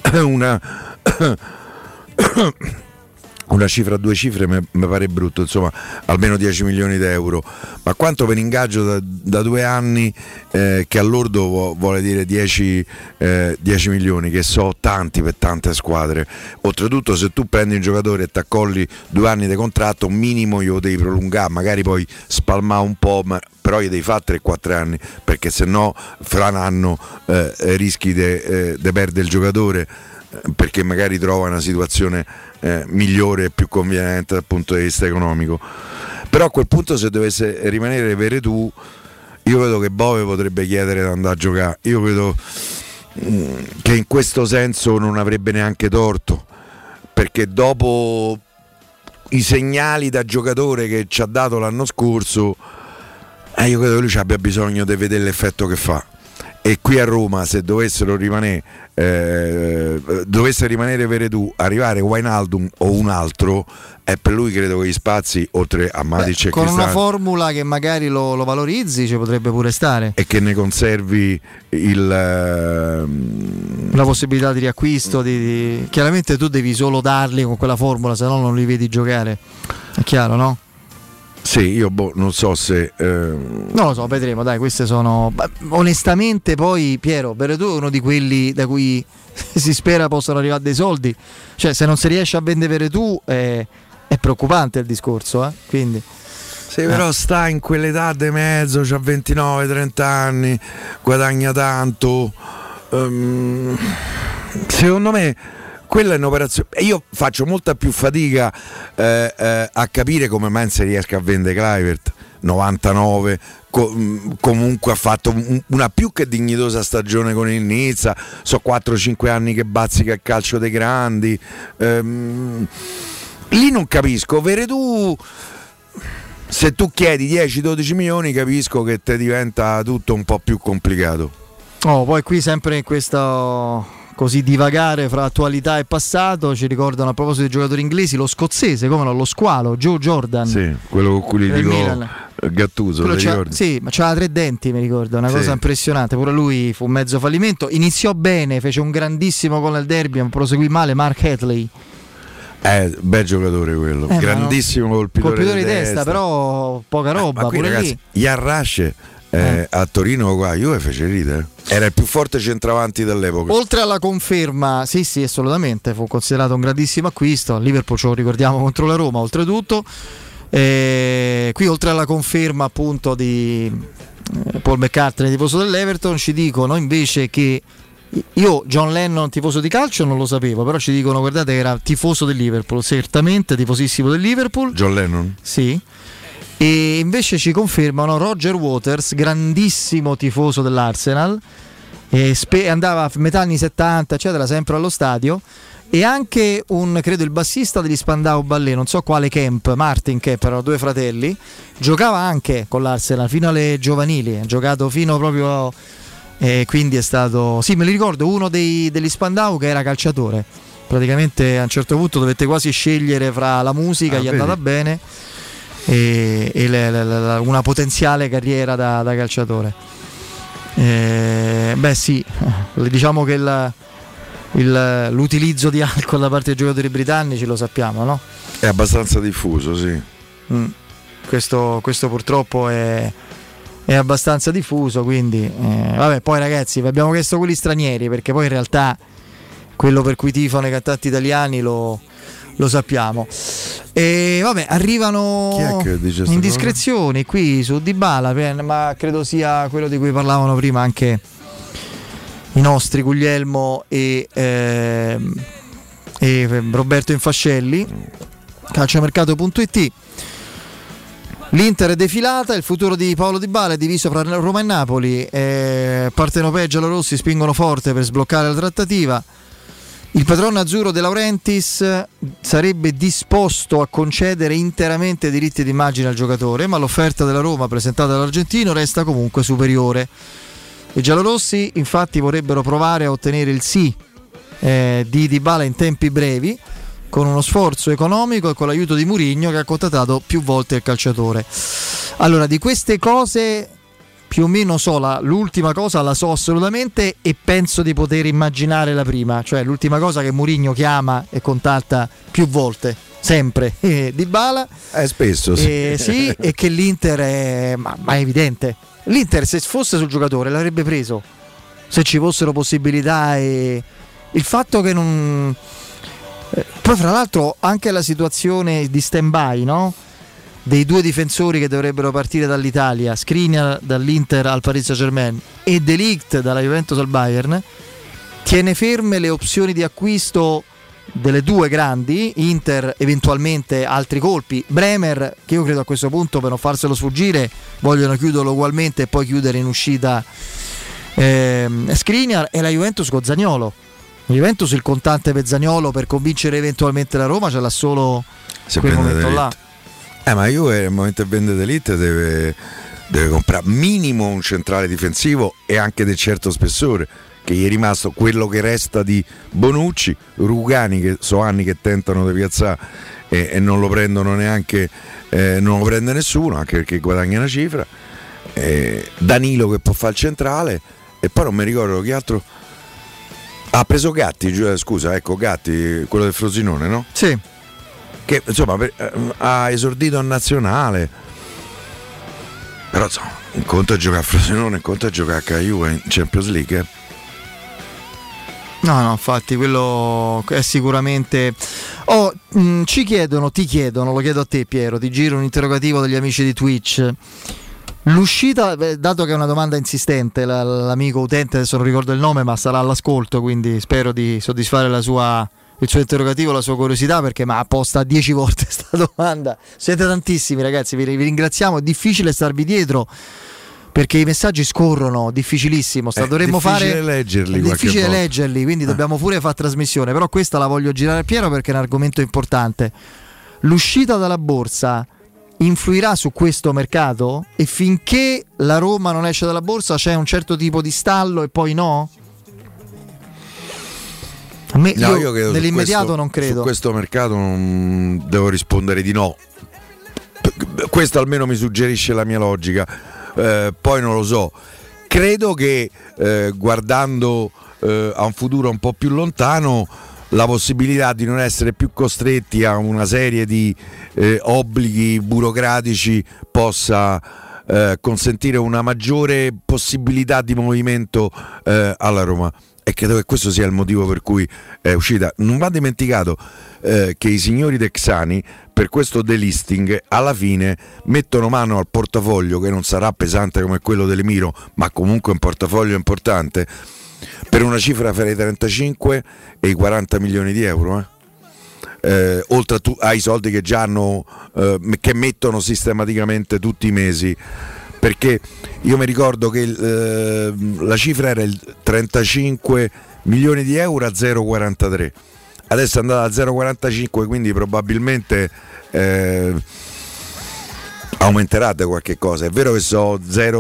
una cifra, 2 cifre mi pare brutto, insomma almeno 10 milioni di euro, ma quanto per ingaggio da 2 anni, che all'ordo vuole dire 10 milioni, che so tanti per tante squadre. Oltretutto se tu prendi un giocatore e ti accolli 2 anni di contratto, minimo io devi prolungare, magari poi spalmare un po', però gli devi fare 3-4 anni, perché se no fra un anno rischi di perdere il giocatore, perché magari trova una situazione migliore e più conveniente dal punto di vista economico. Però a quel punto, se dovesse rimanere Veretout, io vedo che Bove potrebbe chiedere di andare a giocare. Io vedo che in questo senso non avrebbe neanche torto, perché dopo i segnali da giocatore che ci ha dato l'anno scorso, io credo che lui abbia bisogno di vedere l'effetto che fa. E qui a Roma, se dovesse rimanere Veretout, arrivare Wijnaldum o un altro, per lui credo che gli spazi, oltre a Matic e con Cristante, una formula che magari lo valorizzi, ci potrebbe pure stare, e che ne conservi la possibilità di riacquisto. Chiaramente tu devi solo darli con quella formula, se no non li vedi giocare, è chiaro, no? Sì, io non so se non lo so, vedremo, dai, queste sono onestamente. Poi Piero, Veretout è uno di quelli da cui si spera possano arrivare dei soldi, cioè se non si riesce a vendere Veretout è preoccupante il discorso, quindi sì, però sta in quell'età di mezzo, c'ha 29-30 anni, guadagna tanto, secondo me quella è un'operazione. Io faccio molta più fatica a capire come mai si riesca a vendere Kluivert. 99, comunque ha fatto una più che dignitosa stagione con il Nizza, so 4-5 anni che bazzica il calcio dei grandi, lì non capisco. Veretout, se tu chiedi 10-12 milioni, capisco che te diventa tutto un po' più complicato. Poi qui sempre in questo così divagare fra attualità e passato, ci ricordano, a proposito di giocatori inglesi, lo scozzese, come no, lo squalo, Joe Jordan. Sì, quello con cui dico Gattuso, sì, ma c'aveva 3 denti, mi ricordo, una cosa impressionante. Pure lui fu mezzo fallimento, iniziò bene, fece un grandissimo gol al derby, ma proseguì male. Mark Hadley, bel giocatore quello, grandissimo colpitore di testa, però poca roba. Ma qui, pure ragazzi, lì. Yarrache A Torino qua Juve fece ridere. Era il più forte centravanti dell'epoca. Oltre alla conferma, sì assolutamente, fu considerato un grandissimo acquisto. Liverpool ce lo ricordiamo contro la Roma oltretutto. Qui oltre alla conferma appunto di Paul McCartney, tifoso dell'Everton, ci dicono invece che io John Lennon tifoso di calcio non lo sapevo, però ci dicono guardate che era tifoso del Liverpool, certamente tifosissimo del Liverpool. John Lennon? Sì. E invece ci confermano Roger Waters, grandissimo tifoso dell'Arsenal, andava a metà anni 70 eccetera, sempre allo stadio, e anche credo il bassista degli Spandau Ballet, non so quale Kemp, Martin Kemp, erano due fratelli, giocava anche con l'Arsenal fino alle giovanili, ha giocato fino proprio, quindi è stato, sì me li ricordo, uno degli Spandau che era calciatore, praticamente a un certo punto dovette quasi scegliere fra la musica, gli è andata bene, e una potenziale carriera da calciatore. Beh sì, diciamo che l'utilizzo di alcol da parte dei giocatori britannici lo sappiamo, no? È abbastanza diffuso, sì. Questo purtroppo è abbastanza diffuso, quindi vabbè, poi ragazzi vi abbiamo chiesto quelli stranieri perché poi in realtà quello per cui tifano i cantanti italiani lo sappiamo. E vabbè, arrivano indiscrezioni qui su Dybala, ma credo sia quello di cui parlavano prima anche i nostri Guglielmo e Roberto Infascelli. Calciomercato.it. L'Inter è defilata, il futuro di Paolo Dybala è diviso fra Roma e Napoli, partenopei giallorossi spingono forte per sbloccare la trattativa. Il patrono azzurro De Laurentiis sarebbe disposto a concedere interamente i diritti d'immagine al giocatore, ma l'offerta della Roma presentata dall'argentino resta comunque superiore. I giallorossi infatti vorrebbero provare a ottenere il sì di Dybala in tempi brevi, con uno sforzo economico e con l'aiuto di Mourinho che ha contattato più volte il calciatore. Allora, di queste cose più o meno l'ultima cosa la so assolutamente, e penso di poter immaginare la prima, cioè l'ultima cosa che Mourinho chiama e contatta più volte, sempre Dybala, spesso sì. Sì, e che l'Inter è evidente, l'Inter se fosse sul giocatore l'avrebbe preso se ci fossero possibilità, e il fatto che non, poi fra l'altro anche la situazione di stand-by, no? Dei due difensori che dovrebbero partire dall'Italia, Skriniar dall'Inter al Paris Saint-Germain e De Ligt dalla Juventus al Bayern, tiene ferme le opzioni di acquisto delle due grandi, Inter eventualmente altri colpi, Bremer che io credo a questo punto per non farselo sfuggire vogliono chiuderlo ugualmente e poi chiudere in uscita Skriniar, e la Juventus con Zaniolo. La Juventus il contante per Zaniolo per convincere eventualmente la Roma ce l'ha solo quel momento là. Ma Juve nel momento che vende De Ligt deve comprare minimo un centrale difensivo e anche del certo spessore, che gli è rimasto quello che resta di Bonucci, Rugani che so anni che tentano di piazzare e non lo prendono neanche, non lo prende nessuno, anche perché guadagna una cifra, Danilo che può fare il centrale, e poi non mi ricordo che altro ha preso Gatti, Gatti, quello del Frosinone, no? Sì, che insomma ha esordito a nazionale, però insomma un conto è giocare a Frosinone, un conto è giocare a Juve in Champions League. No, infatti quello è sicuramente. Ti chiedono, lo chiedo a te Piero, ti giro un interrogativo degli amici di Twitch. L'uscita, dato che è una domanda insistente, l'amico utente adesso non ricordo il nome ma sarà all'ascolto, quindi spero di soddisfare il suo interrogativo, la sua curiosità, perché mi ha posta 10 volte questa domanda. Siete tantissimi ragazzi, vi ringraziamo, è difficile starvi dietro perché i messaggi scorrono, difficilissimo, dovremmo fare leggerli, è difficile leggerli, quindi dobbiamo pure fare trasmissione, però questa la voglio girare a Piero perché è un argomento importante. L'uscita dalla borsa influirà su questo mercato? E finché la Roma non esce dalla borsa c'è un certo tipo di stallo e poi no? A me, io nell'immediato non credo. Su questo mercato non devo rispondere di no. Questo almeno mi suggerisce la mia logica. Poi non lo so. Credo che guardando a un futuro un po' più lontano, la possibilità di non essere più costretti a una serie di obblighi burocratici possa consentire una maggiore possibilità di movimento alla Roma, e credo che questo sia il motivo per cui è uscita. Non va dimenticato che i signori texani per questo delisting alla fine mettono mano al portafoglio, che non sarà pesante come quello dell'Emiro, ma comunque un portafoglio importante, per una cifra fra i 35 e i 40 milioni di euro, oltre ai soldi che già hanno, che mettono sistematicamente tutti i mesi, perché io mi ricordo che la cifra era il 35 milioni di euro a 0,43, adesso è andata a 0,45, quindi probabilmente aumenterà qualche cosa. È vero che so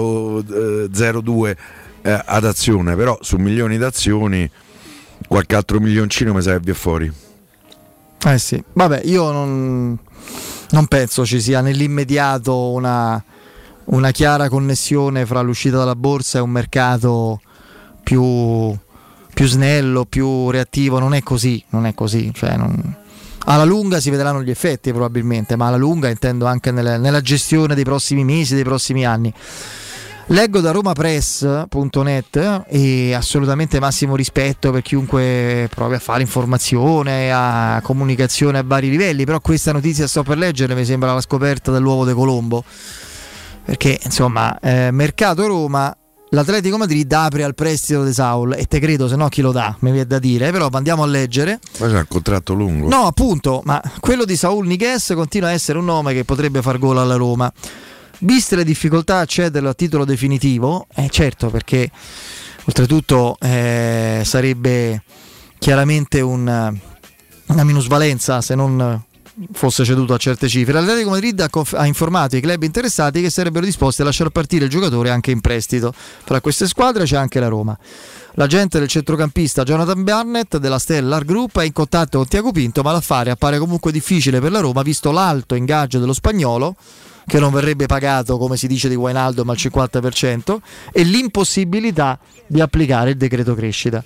0,02 ad azione, però su milioni d'azioni qualche altro milioncino mi serve fuori. Sì, vabbè, io non penso ci sia nell'immediato una chiara connessione fra l'uscita dalla borsa e un mercato più snello, più reattivo. Non è così, cioè alla lunga si vedranno gli effetti probabilmente, ma alla lunga intendo anche nella gestione dei prossimi mesi, dei prossimi anni. Leggo da romapress.net e assolutamente massimo rispetto per chiunque provi a fare informazione, a comunicazione a vari livelli, però questa notizia sto per leggere mi sembra la scoperta dell'uovo di Colombo, perché insomma mercato Roma, l'Atletico Madrid apre al prestito di Saul, e te credo, se no chi lo dà, mi viene da dire, però andiamo a leggere. Ma c'è un contratto lungo. No, appunto, ma quello di Saul Niguez continua a essere un nome che potrebbe far gol alla Roma. Viste le difficoltà a cederlo a titolo definitivo, certo, perché oltretutto sarebbe chiaramente una minusvalenza se non fosse ceduto a certe cifre. L'Atletico Madrid ha informato i club interessati che sarebbero disposti a lasciar partire il giocatore anche in prestito. Tra queste squadre c'è anche la Roma. L'agente del centrocampista Jonathan Barnett della Stellar Group è in contatto con Tiago Pinto, ma l'affare appare comunque difficile per la Roma visto l'alto ingaggio dello spagnolo, che non verrebbe pagato come si dice di Wijnaldum al 50%, e l'impossibilità di applicare il decreto crescita.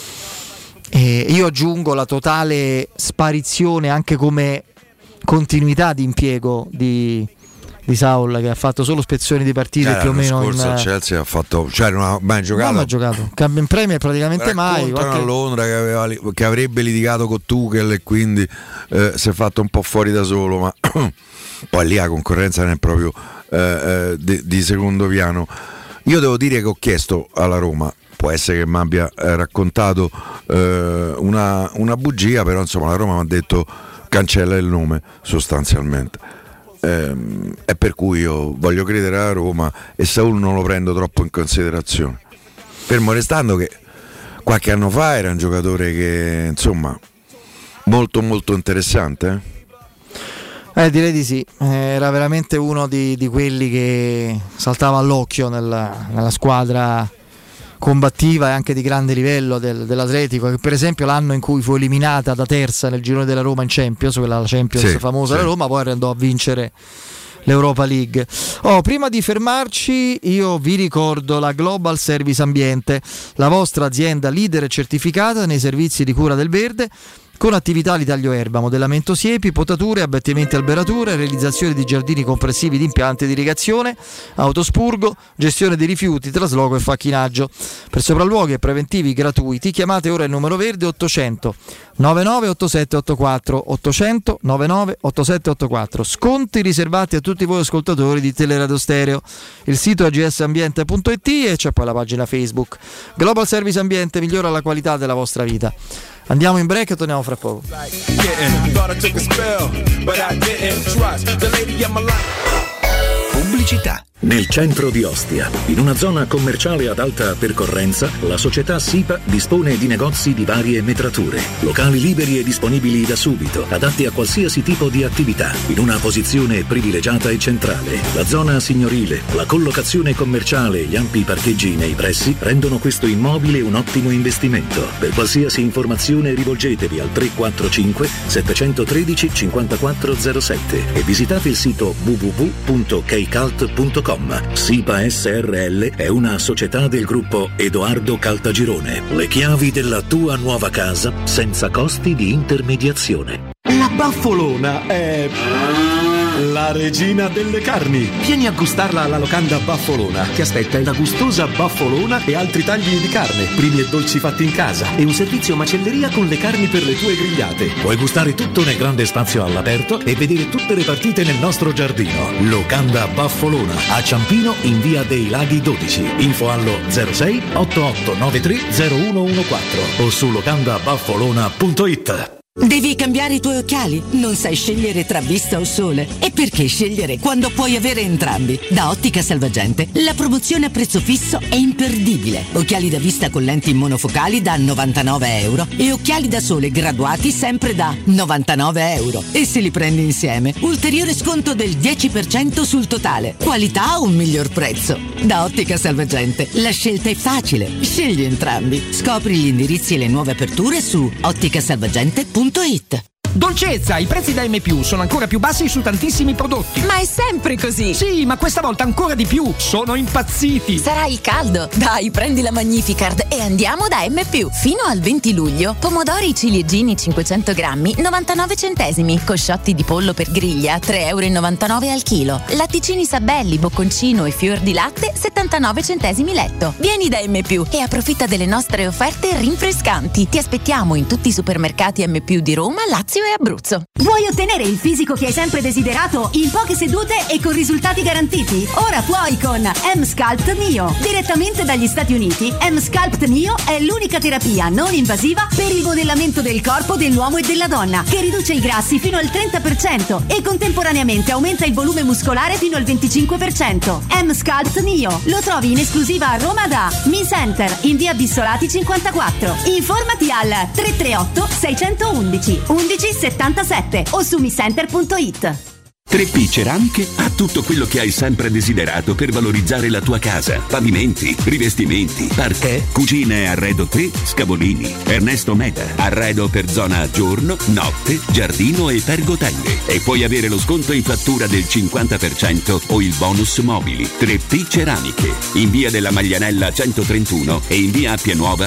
E io aggiungo la totale sparizione anche come continuità di impiego di Saul, che ha fatto solo spezzoni di partite più o meno. L'anno scorso Chelsea ha fatto, cioè non ha mai giocato. Non ha giocato. Cambio in Premier praticamente mai. A Londra che avrebbe litigato con Tuchel e quindi si è fatto un po' fuori da solo, ma poi lì la concorrenza non è proprio di secondo piano. Io devo dire che ho chiesto alla Roma, può essere che mi abbia raccontato una bugia, però insomma la Roma mi ha detto cancella il nome sostanzialmente. E per cui io voglio credere alla Roma e Saul non lo prendo troppo in considerazione, fermo restando che qualche anno fa era un giocatore che insomma molto molto interessante. Direi di sì, era veramente uno di quelli che saltava all'occhio nella squadra combattiva e anche di grande livello dell'Atletico, che per esempio l'anno in cui fu eliminata da terza nel girone della Roma in Champions, quella Champions famosa della Roma, poi andò a vincere l'Europa League. Prima di fermarci io vi ricordo la Global Service Ambiente, la vostra azienda leader e certificata nei servizi di cura del verde, con attività di taglio erba, modellamento siepi, potature, abbattimenti alberature, realizzazione di giardini compressivi di impianti di irrigazione, autospurgo, gestione dei rifiuti, trasloco e facchinaggio. Per sopralluoghi e preventivi gratuiti chiamate ora il numero verde 800 99 8784 800 99 8784. Sconti riservati a tutti voi ascoltatori di Teleradio Stereo. Il sito è gsambiente.it e c'è poi la pagina Facebook. Global Service Ambiente migliora la qualità della vostra vita. Andiamo in break e torniamo fra poco. Pubblicità. Nel centro di Ostia, in una zona commerciale ad alta percorrenza, la società SIPA dispone di negozi di varie metrature, locali liberi e disponibili da subito, adatti a qualsiasi tipo di attività, in una posizione privilegiata e centrale. La zona signorile, la collocazione commerciale e gli ampi parcheggi nei pressi rendono questo immobile un ottimo investimento. Per qualsiasi informazione rivolgetevi al 345 713 5407 e visitate il sito www.kcalt.com. SIPA SRL è una società del gruppo Edoardo Caltagirone. Le chiavi della tua nuova casa senza costi di intermediazione. La Baffolona è la regina delle carni. Vieni a gustarla alla locanda Baffolona. Ti aspetta una gustosa baffolona e altri tagli di carne, primi e dolci fatti in casa e un servizio macelleria con le carni per le tue grigliate. Puoi gustare tutto nel grande spazio all'aperto e vedere tutte le partite nel nostro giardino. Locanda Baffolona a Ciampino in via dei Laghi 12. Info allo 06 8893 0114 o su locandabaffolona.it. Devi cambiare i tuoi occhiali? Non sai scegliere tra vista o sole? E perché scegliere quando puoi avere entrambi? Da Ottica Salvagente la promozione a prezzo fisso è imperdibile. Occhiali da vista con lenti monofocali da €99 e occhiali da sole graduati sempre da €99. E se li prendi insieme, ulteriore sconto del 10% sul totale. Qualità o un miglior prezzo? Da Ottica Salvagente la scelta è facile. Scegli entrambi. Scopri gli indirizzi e le nuove aperture su otticasalvagente.it. Dolcezza, i prezzi da M+, sono ancora più bassi su tantissimi prodotti. Ma è sempre così. Sì, ma questa volta ancora di più. Sono impazziti. Sarà il caldo. Dai, prendi la Magnificard e andiamo da M+. Fino al 20 luglio, pomodori ciliegini 500 grammi, 99 centesimi. Cosciotti di pollo per griglia, €3,99 al chilo. Latticini Sabelli, bocconcino e fior di latte, 79 centesimi letto. Vieni da M+, e approfitta delle nostre offerte rinfrescanti. Ti aspettiamo in tutti i supermercati M+ di Roma, Lazio e Abruzzo. Vuoi ottenere il fisico che hai sempre desiderato in poche sedute e con risultati garantiti? Ora puoi con M-Sculpt Neo. Direttamente dagli Stati Uniti, M-Sculpt Neo è l'unica terapia non invasiva per il modellamento del corpo dell'uomo e della donna, che riduce i grassi fino al 30% e contemporaneamente aumenta il volume muscolare fino al 25%. M-Sculpt Neo lo trovi in esclusiva a Roma da Mi Center in via Bissolati 54. Informati al 338 611 1177 o su micenter.it. 3P Ceramiche ha tutto quello che hai sempre desiderato per valorizzare la tua casa. Pavimenti, rivestimenti, parquet, cucine e arredo 3, Scavolini, Ernesto Meda. Arredo per zona giorno, notte, giardino e pergotelle. E puoi avere lo sconto in fattura del 50% o il bonus mobili. 3P Ceramiche, in via della Maglianella 131 e in via Appia Nuova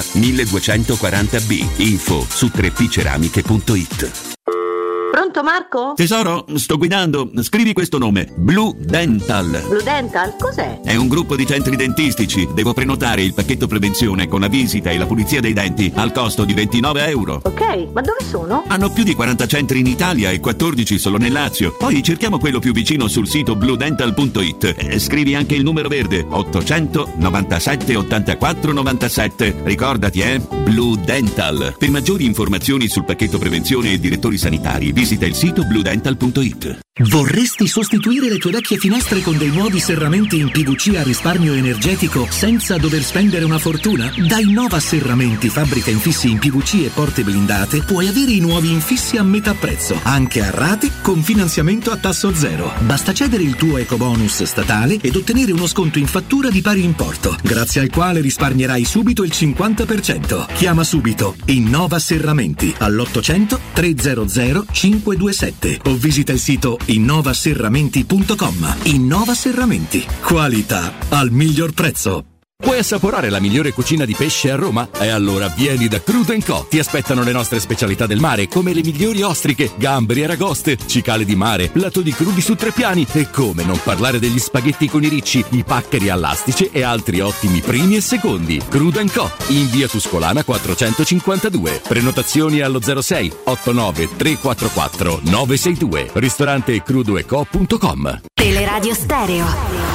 1240B. Info su 3pceramiche.it. Pronto Marco? Tesoro, sto guidando. Scrivi questo nome. Blue Dental. Blue Dental? Cos'è? È un gruppo di centri dentistici. Devo prenotare il pacchetto prevenzione con la visita e la pulizia dei denti al costo di €29. Ok, ma dove sono? Hanno più di 40 centri in Italia e 14 solo nel Lazio. Poi cerchiamo quello più vicino sul sito bluedental.it. Scrivi anche il numero verde 800 97 84 97. Ricordati, Blue Dental. Per maggiori informazioni sul pacchetto prevenzione e direttori sanitari, visita il sito bluedental.it. Vorresti sostituire le tue vecchie finestre con dei nuovi serramenti in PVC a risparmio energetico senza dover spendere una fortuna? Da Innova Serramenti, fabbrica infissi in PVC e porte blindate, puoi avere i nuovi infissi a metà prezzo, anche a rate con finanziamento a tasso zero. Basta cedere il tuo ecobonus statale ed ottenere uno sconto in fattura di pari importo, grazie al quale risparmierai subito il 50%. Chiama subito Innova Serramenti all'800 300 527 o visita il sito innovaserramenti.com. Innova Serramenti, qualità al miglior prezzo. Vuoi assaporare la migliore cucina di pesce a Roma? E allora vieni da Crudo & Co. Ti aspettano le nostre specialità del mare, come le migliori ostriche, gamberi e aragoste, cicale di mare, plato di crudi su 3 piani e come non parlare degli spaghetti con i ricci, i paccheri all'astice e altri ottimi primi e secondi. Crudo & Co. in via Tuscolana 452. Prenotazioni allo 06 89 344 962. Ristorante crudoeco.com. Teleradio Stereo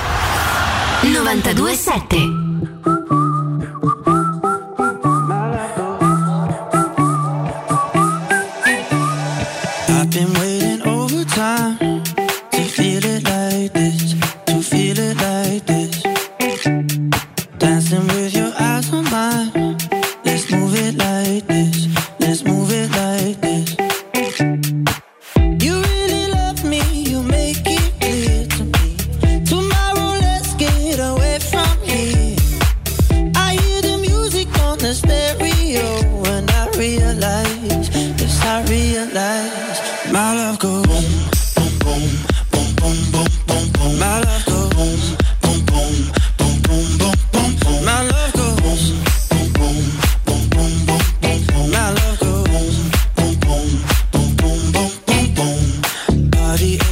92.7. I've been waiting overtime to feel it like this, to feel it like this. Dancing with your eyes on mine. Let's move it like this, let's move it like this. You really love me, you make it clear to me. Tomorrow let's get away from here.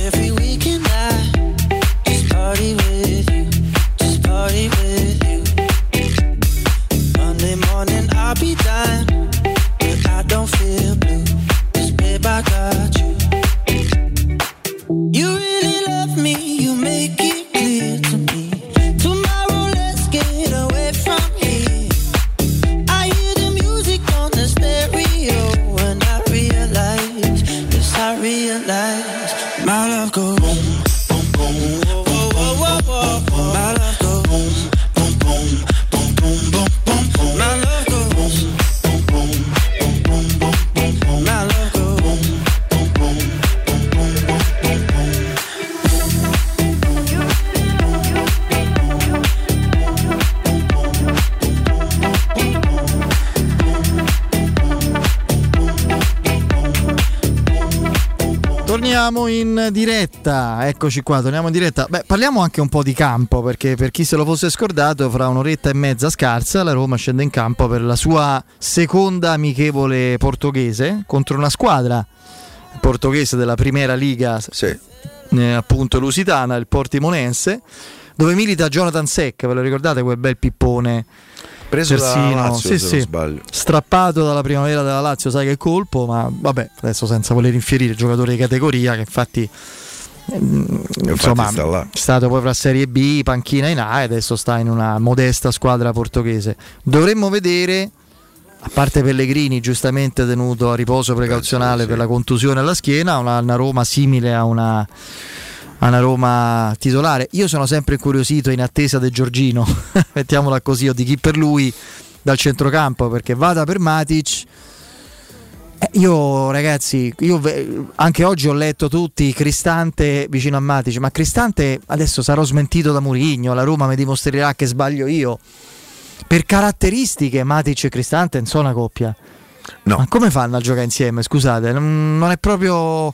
every weekend I just party with you, just party with you. Monday morning I'll be done, but I don't feel blue, 'cause babe I got you. You really love me, you make it clear to me. Tomorrow let's get away from here. I hear the music on the stereo and I realize, yes I realize, my love goes boom, boom, boom, whoa, whoa, whoa, whoa, whoa. My love goes boom, boom, boom, boom, boom, boom, boom, boom. My love goes boom, boom, boom, boom, boom, boom, boom, boom. My love goes boom, boom, boom, boom, boom, boom, boom, boom. Torniamo in diretta, eccoci qua, torniamo in diretta. Beh, parliamo anche un po' di campo, perché per chi se lo fosse scordato, fra un'oretta e mezza scarsa la Roma scende in campo per la sua seconda amichevole portoghese contro una squadra portoghese della Primera Liga, sì. Appunto lusitana, il Portimonense, dove milita Jonathan Seck, ve lo ricordate quel bel pippone? Preso terzino, da Lazio, sì, se sì, non sbaglio. strappato dalla primavera della Lazio, sai che colpo, ma vabbè, adesso senza voler infierire, giocatore di categoria che infatti insomma è stato poi fra Serie B, panchina in A e adesso sta in una modesta squadra portoghese. Dovremmo vedere, a parte Pellegrini giustamente tenuto a riposo precauzionale per la contusione alla schiena, una Roma simile a una Roma titolare. Io sono sempre incuriosito in attesa di Giorgino mettiamola così, o di chi per lui dal centrocampo, perché vada per Matic. Io ragazzi, anche oggi ho letto tutti Cristante vicino a Matic, ma Cristante adesso sarò smentito da Mourinho, la Roma mi dimostrerà che sbaglio io. Per caratteristiche Matic e Cristante non sono una coppia. No. Ma come fanno a giocare insieme? Scusate, non è proprio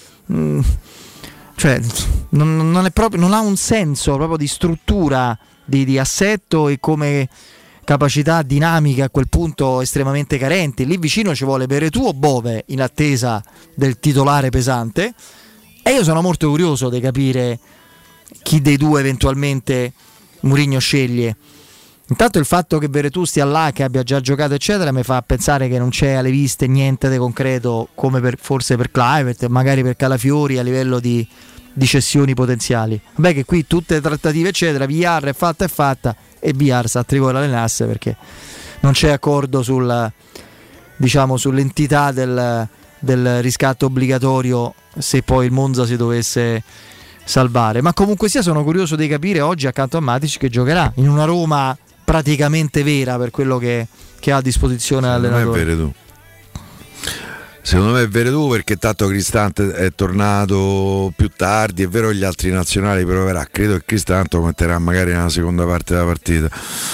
cioè non è proprio, non ha un senso proprio di struttura, di assetto e come capacità dinamica a quel punto estremamente carenti. Lì vicino ci vuole Veretù o Bove in attesa del titolare pesante, e io sono molto curioso di capire chi dei due eventualmente Mourinho sceglie. Intanto il fatto che Veretù stia là, che abbia già giocato eccetera, mi fa pensare che non c'è alle viste niente di concreto, come forse per Kluivert, magari per Calafiori, a livello di cessioni potenziali. Vabbè, che qui tutte le trattative eccetera, VR è fatta e VR sa tricolore allenarsi, perché non c'è accordo sull'entità del riscatto obbligatorio se poi il Monza si dovesse salvare. Ma comunque sia, sono curioso di capire oggi accanto a Matic che giocherà in una Roma praticamente vera per quello che ha a disposizione l'allenatore. Secondo me è Veretù, perché tanto Cristante è tornato più tardi, è vero gli altri nazionali proverà, credo che Cristante lo metterà magari nella seconda parte della partita.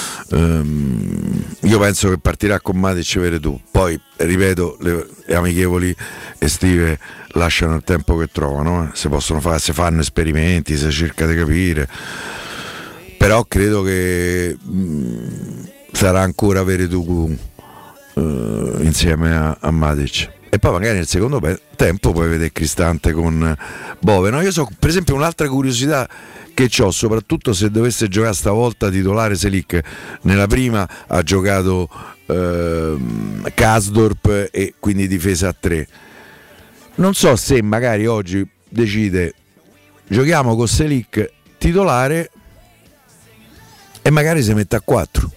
Io penso che partirà con Matic e Veretù, poi ripeto, le amichevoli estive lasciano il tempo che trovano, si possono fare, si fanno esperimenti, si cerca di capire, però credo che sarà ancora Veretù insieme a Matic, e poi magari nel secondo tempo puoi vedere Cristante con Bove. No, io so, per esempio, un'altra curiosità che ho, soprattutto se dovesse giocare stavolta titolare Selic. Nella prima ha giocato Kasdorp e quindi difesa a 3. Non so se magari oggi decide giochiamo con Selic titolare e magari si mette a 4.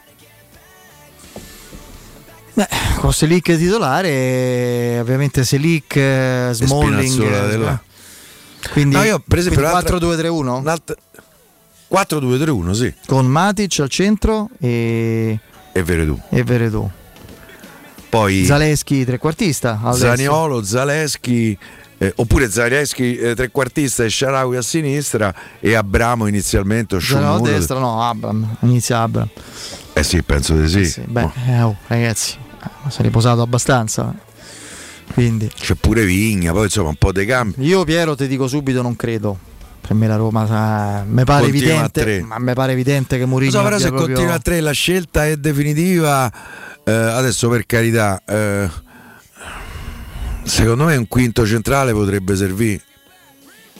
Con Selic titolare, ovviamente Selic, Smalling, quindi, no, io per esempio 4-2-3-1 4-2-3-1, sì, con Matic al centro e Veretù. Poi Zaleschi trequartista, Zaniolo, Zaleschi, oppure Zaleschi trequartista e Shaarawy a sinistra e Abramo inizialmente o Zaniolo a destra, no, Abram, inizia Abram. Sì, penso di sì. Beh, ragazzi, si è riposato abbastanza, quindi c'è pure Vigna, poi insomma un po' dei cambi. Io Piero ti dico subito, non credo. Per me la Roma mi pare evidente, ma mi pare evidente che Mourinho so, però se proprio... continua a 3 la scelta è definitiva. Adesso per carità, secondo me un quinto centrale potrebbe servire.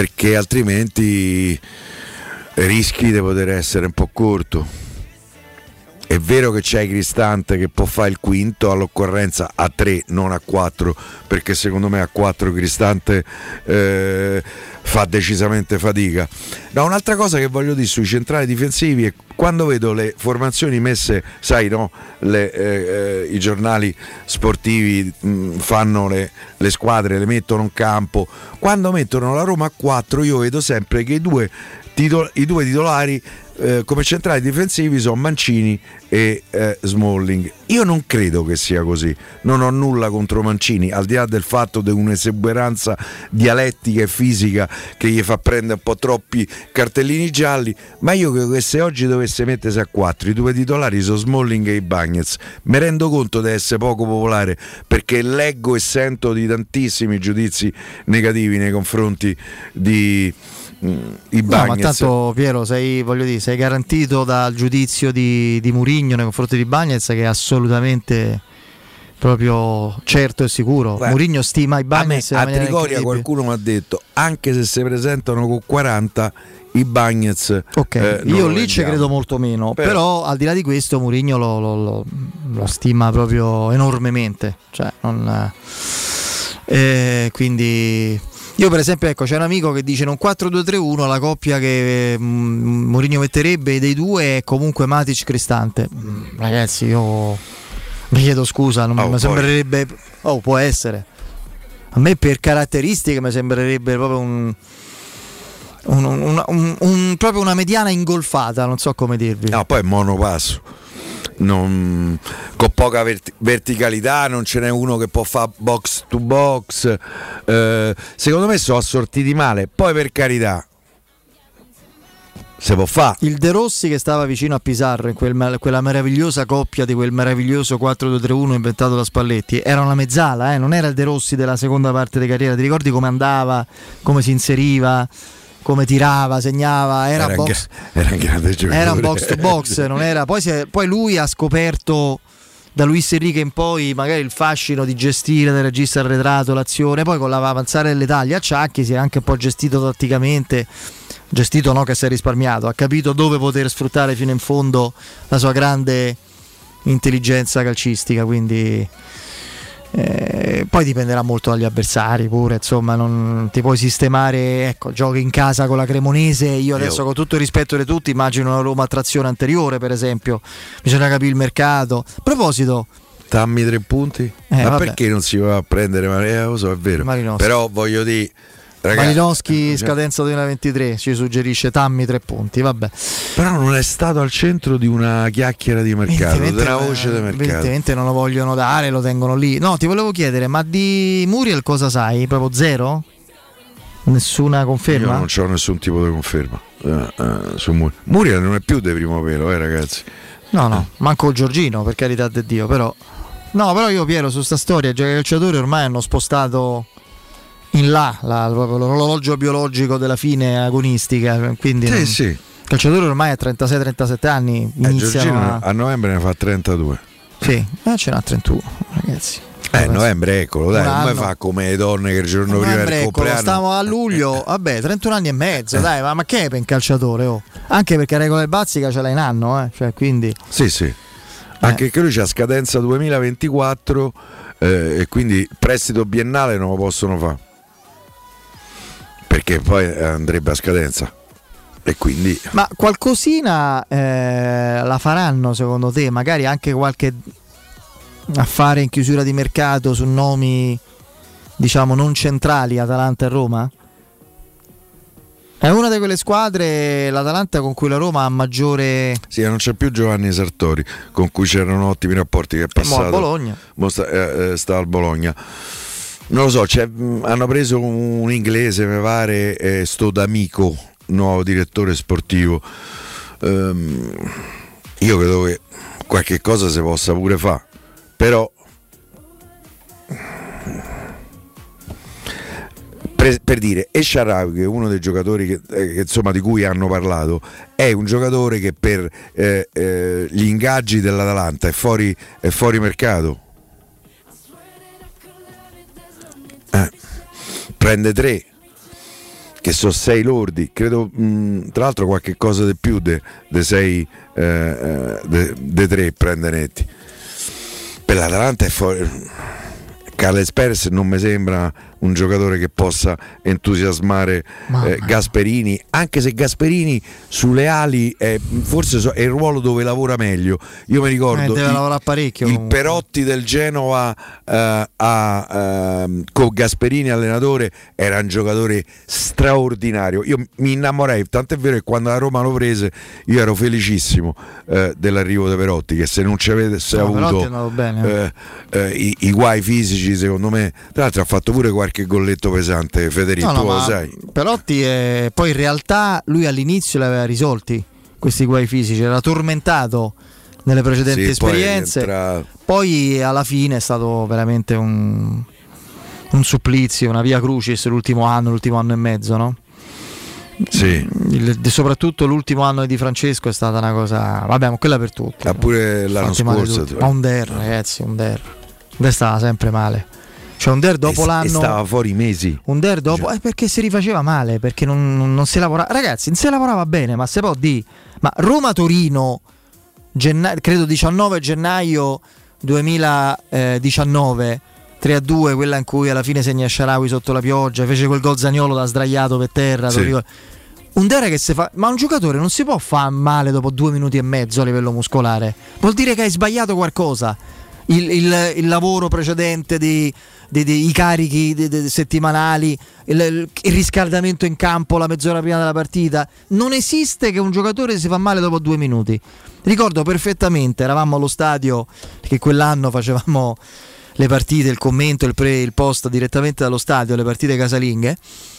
perché altrimenti rischi di poter essere un po' corto. È vero che c'è Cristante che può fare il quinto, all'occorrenza a 3, non a 4, perché secondo me a 4 Cristante fa decisamente fatica. No, un'altra cosa che voglio dire sui centrali difensivi è quando vedo le formazioni messe, sai, no? I giornali sportivi fanno le squadre, le mettono in campo. Quando mettono la Roma a 4 io vedo sempre che i due titolari come centrali difensivi sono Mancini e Smalling. Io non credo che sia così, non ho nulla contro Mancini, al di là del fatto di un'esuberanza dialettica e fisica che gli fa prendere un po' troppi cartellini gialli, ma io credo che se oggi dovesse mettersi a 4 i due titolari sono Smalling e Ibañez. Mi rendo conto di essere poco popolare perché leggo e sento di tantissimi giudizi negativi nei confronti di Ibañez. No, ma tanto Piero sei garantito dal giudizio di Mourinho nei confronti di Ibañez, che è assolutamente proprio certo e sicuro. Mourinho stima Ibañez a Trigoria qualcuno mi ha detto anche se si presentano con 40 Ibañez io lì ci credo molto meno, però al di là di questo Mourinho lo stima proprio enormemente, cioè quindi io per esempio, ecco, c'è un amico che dice non 4-2-3-1, la coppia che Mourinho metterebbe dei due è comunque Matic Cristante. Ragazzi, io mi chiedo scusa, non mi sembrerebbe, può essere, a me per caratteristiche mi sembrerebbe proprio proprio una mediana ingolfata, non so come dirvi. No, poi è monopasso. Con poca verticalità, non ce n'è uno che può fare box to box. Secondo me sono assortiti male. Poi per carità se può fare. Il De Rossi che stava vicino a Pizarro in quella meravigliosa coppia di quel meraviglioso 4-2-3-1 inventato da Spalletti era una mezzala, non era il De Rossi della seconda parte di carriera. Ti ricordi come andava, come si inseriva, come tirava, segnava, era un grande giocatore, era un box to box, non era. Poi lui ha scoperto da Luis Enrique in poi magari il fascino di gestire del regista arretrato l'azione, poi con l'avanzare delle taglie a Ciacchi si è anche un po' gestito tatticamente, che si è risparmiato, ha capito dove poter sfruttare fino in fondo la sua grande intelligenza calcistica, quindi poi dipenderà molto dagli avversari pure, insomma non ti puoi sistemare, ecco, giochi in casa con la Cremonese, io adesso con tutto il rispetto di tutti immagino una Roma a trazione anteriore per esempio, bisogna capire il mercato. A proposito, Tammy 3 punti, ma perché non si va a prendere lo so, è vero, Malinowski. Però voglio dire, ragazzi, Malinowski scadenza 2023 ci suggerisce Tammy 3 punti, vabbè, però non è stato al centro di una chiacchiera di mercato, della voce del mercato, evidentemente non lo vogliono dare, lo tengono lì. No, ti volevo chiedere, ma di Muriel cosa sai? Proprio zero? Nessuna conferma? Io non c'ho nessun tipo di conferma su Muriel non è più di primo pelo, ragazzi. No, manco Giorgino, per carità di Dio, però io Piero su sta storia, i calciatori ormai hanno spostato in là proprio l'orologio biologico della fine agonistica, quindi il calciatore ormai a 36-37 anni iniziano a novembre ne fa 32. Sì, ce n'ha 31, ragazzi. Novembre, eccolo, dai, come fa come le donne che il giorno prima del compleanno. Stiamo a luglio, vabbè, 31 anni e mezzo, dai, ma che è per un calciatore? Anche perché la regola del Bazzica ce l'ha in anno, cioè, quindi. Sì. Anche che lui c'ha scadenza 2024 e quindi prestito biennale non lo possono fare. Perché poi andrebbe a scadenza e quindi. Ma qualcosina la faranno secondo te? Magari anche qualche affare in chiusura di mercato su nomi diciamo non centrali, Atalanta e Roma? È una di quelle squadre, l'Atalanta, con cui la Roma ha maggiore. Sì, non c'è più Giovanni Sartori, con cui c'erano ottimi rapporti, che è passato. Al Bologna. Sta al Bologna. Non lo so, hanno preso un inglese, mi pare, sto D'Amico, nuovo direttore sportivo. Io credo che qualche cosa si possa pure fare, però per dire, Esharawi, che è uno dei giocatori che insomma di cui hanno parlato, è un giocatore che per gli ingaggi dell'Atalanta è fuori mercato. Prende 3 che sono 6 lordi, credo tra l'altro qualche cosa di più de 6 de 3 prende netti. Per l'Atalanta è fuori. Carles Perez non mi sembra un giocatore che possa entusiasmare Gasperini, anche se Gasperini sulle ali forse è il ruolo dove lavora meglio. Io mi ricordo deve lavorare parecchio, il Perotti del Genova con Gasperini allenatore era un giocatore straordinario. Io mi innamorai, tant'è vero che quando la Roma lo prese io ero felicissimo dell'arrivo di Perotti, che se non ci avesse avuto i guai fisici, secondo me, tra l'altro ha fatto pure qualche golletto pesante, Federico, tu lo sai. Perotti poi in realtà lui all'inizio li aveva risolti questi guai fisici, era tormentato nelle precedenti esperienze, poi alla fine è stato veramente un supplizio, una via crucis l'ultimo anno e mezzo, no? Sì. Soprattutto l'ultimo anno di Francesco è stata una cosa, vabbè, ma quella per tutti. Pure l'anno scorso. Ma ragazzi, stava sempre male. Cioè Under dopo l'anno stava fuori mesi. Under dopo perché si rifaceva male, perché non si lavorava. Ragazzi, non si lavorava bene, ma se può dire. Ma Roma-Torino, credo 19 gennaio 2019, 3-2, quella in cui alla fine segna Shaarawy sotto la pioggia, fece quel gol Zaniolo da sdraiato per terra. Sì. Under che si fa. Ma un giocatore non si può fare male dopo 2 minuti e mezzo a livello muscolare. Vuol dire che hai sbagliato qualcosa. Il lavoro precedente i carichi settimanali, il riscaldamento in campo la mezz'ora prima della partita. Non esiste che un giocatore si fa male dopo 2 minuti. Ricordo perfettamente, eravamo allo stadio, perché quell'anno facevamo le partite, il commento, il post direttamente dallo stadio, le partite casalinghe.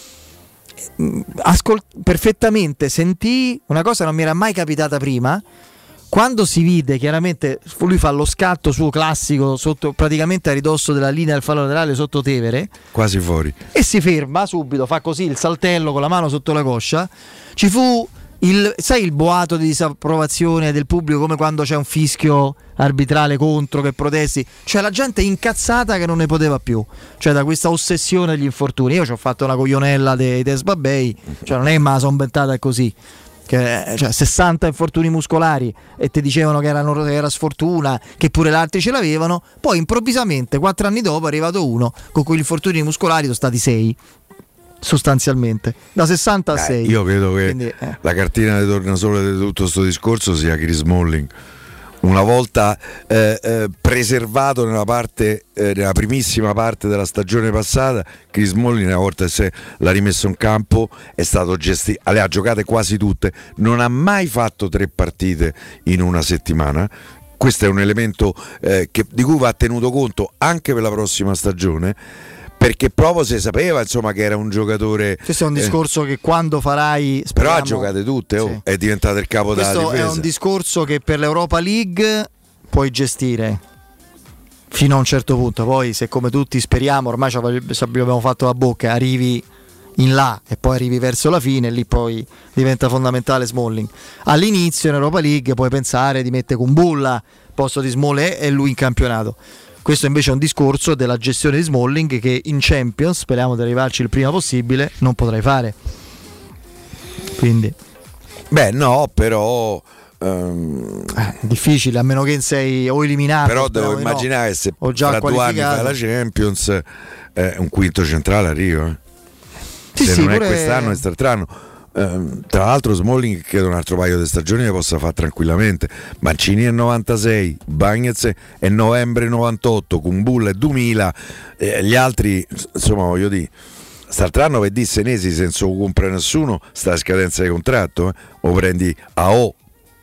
Perfettamente sentii una cosa che non mi era mai capitata prima. Quando si vide, chiaramente lui fa lo scatto suo classico sotto, praticamente a ridosso della linea del fallo laterale sotto Tevere, quasi fuori, e si ferma subito, fa così il saltello con la mano sotto la coscia. Ci fu il boato di disapprovazione del pubblico, come quando c'è un fischio arbitrale contro, che protesti, cioè la gente incazzata che non ne poteva più, cioè da questa ossessione degli infortuni. Io ci ho fatto una coglionella dei Sbabbei, cioè non è ma sono inventata così. Cioè 60 infortuni muscolari e ti dicevano che era sfortuna, che pure gli altri ce l'avevano, poi improvvisamente 4 anni dopo è arrivato uno con cui gli infortuni muscolari sono stati 6 sostanzialmente, da 60 a 6. Io credo che la cartina di tornasole di tutto questo discorso sia Chris Smalling. Una volta preservato nella primissima parte della stagione passata, Chris Smalling, una volta che l'ha rimesso in campo, è stato le ha giocate quasi tutte, non ha mai fatto 3 partite in una settimana. Questo è un elemento di cui va tenuto conto anche per la prossima stagione, perché proprio si sapeva, insomma, che era un giocatore. Questo è un discorso che quando farai, speriamo, però ha giocate tutte, sì. È diventato il capo della difesa. Questo è un discorso che per l'Europa League puoi gestire fino a un certo punto. Poi, se come tutti speriamo, ormai ci abbiamo fatto la bocca, arrivi in là e poi arrivi verso la fine, lì poi diventa fondamentale Smalling. All'inizio in Europa League puoi pensare di mettere Kumbulla al posto di Smalling e lui in campionato. Questo invece è un discorso della gestione di Smalling che in Champions, speriamo di arrivarci il prima possibile, non potrai fare. Quindi no, però difficile, a meno che sei o eliminato. Però devo immaginare che se fra 2 anni fai la Champions un quinto centrale arriva. Se non è quest'anno è quest'altro. Tra l'altro Smalling credo un altro paio di stagioni le possa fare tranquillamente. Mancini è 96, Bagnez è novembre 98, Kumbulla è 2000, gli altri, insomma, voglio dire, quest'altro anno per dire Senesi senza compra nessuno sta a scadenza di contratto, o prendi AO.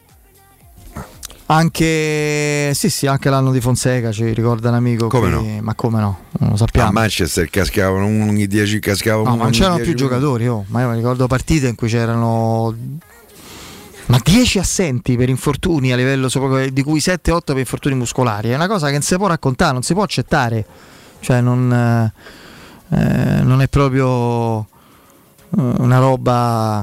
Anche anche l'anno di Fonseca ci ricorda un amico. Come qui, no? Ma come no? Non lo sappiamo. A Manchester cascavano 10 cascavano. No, ma non c'erano più giocatori. Ma io mi ricordo partite in cui c'erano 10 assenti per infortuni a livello, di cui 7-8 per infortuni muscolari. È una cosa che non si può raccontare, non si può accettare. Cioè non è proprio una roba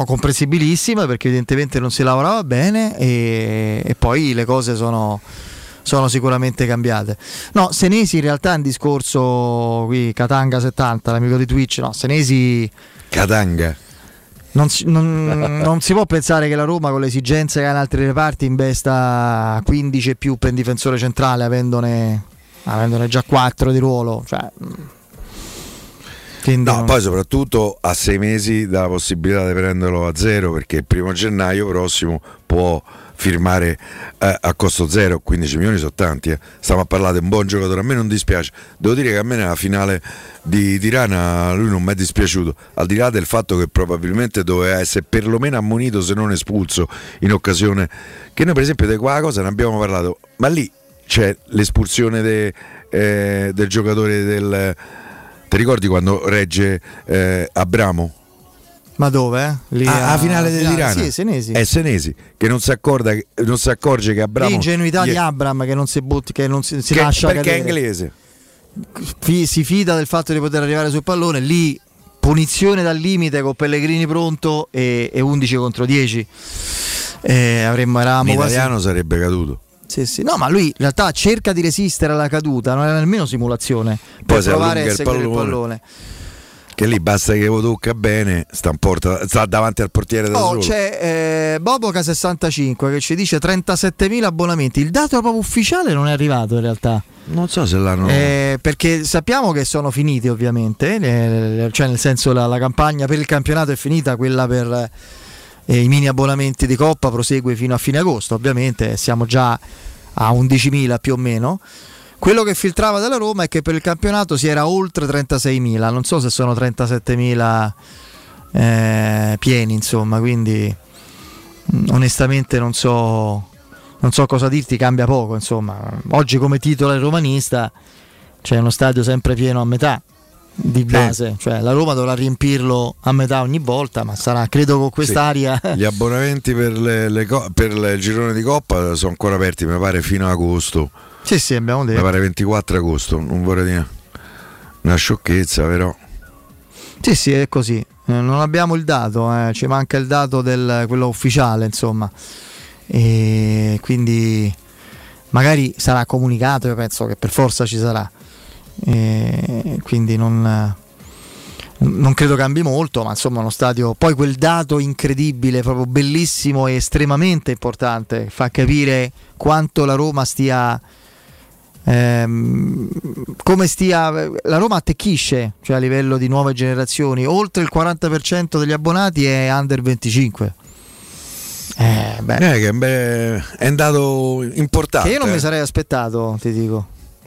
comprensibilissima, perché evidentemente non si lavorava bene e poi le cose sono sono sicuramente cambiate. No, Senesi in realtà è un discorso qui, Katanga 70, l'amico di Twitch, no, Senesi Katanga. Non si può pensare che la Roma, con le esigenze che ha in altri reparti, investa 15 e più per un difensore centrale, avendone già 4 di ruolo, cioè, no, poi soprattutto a 6 mesi dalla possibilità di prenderlo a zero, perché il 1 gennaio prossimo può firmare a costo zero. 15 milioni sono tanti, stiamo a parlare di un buon giocatore. A me non dispiace, devo dire che a me nella finale di Tirana lui non mi è dispiaciuto, al di là del fatto che probabilmente doveva essere perlomeno ammonito, se non espulso, in occasione che noi per esempio di quella cosa ne abbiamo parlato, ma lì c'è l'espulsione del giocatore del... Ti ricordi quando regge Abramo? Ma dove? Lì a finale di Tirana. Sì, Senesi. È Senesi che non si accorge che Abramo. L'ingenuità di Abram che non si butti, che non si lascia perché cadere. È inglese. Si fida del fatto di poter arrivare sul pallone, lì punizione dal limite con Pellegrini pronto e 11 contro 10. Eravamo quasi... Italiano sarebbe caduto. Sì. No, ma lui in realtà cerca di resistere alla caduta, non era nemmeno simulazione, per provare a seguire il pallone. Che lì basta che lo tocca bene, sta davanti al portiere da solo. C'è Boboca 65 che ci dice 37.000 abbonamenti. Il dato proprio ufficiale non è arrivato in realtà. Non so se l'hanno. Perché sappiamo che sono finiti ovviamente, cioè nel senso la campagna per il campionato è finita, quella per i mini abbonamenti di Coppa prosegue fino a fine agosto, ovviamente siamo già a 11.000 più o meno. Quello che filtrava dalla Roma è che per il campionato si era oltre 36.000, non so se sono 37.000 pieni, insomma, quindi onestamente non so cosa dirti, cambia poco, insomma. Oggi come titola il romanista c'è uno stadio sempre pieno a metà di base, cioè la Roma dovrà riempirlo a metà ogni volta, ma sarà, credo, con quest'aria. Gli abbonamenti per il girone di Coppa sono ancora aperti, mi pare, fino a agosto. Sì, abbiamo detto. Mi pare 24 agosto, non vorrei dire una sciocchezza, però. Sì, è così. Non abbiamo il dato, ci manca il dato quello ufficiale, insomma. E quindi magari sarà comunicato, io penso che per forza ci sarà. Quindi non credo cambi molto, ma insomma uno stadio, poi quel dato incredibile, proprio bellissimo e estremamente importante, fa capire quanto la Roma stia come stia, la Roma attecchisce, cioè a livello di nuove generazioni, oltre il 40% degli abbonati è under 25. Che è un dato importante, che io non mi sarei aspettato, ti dico.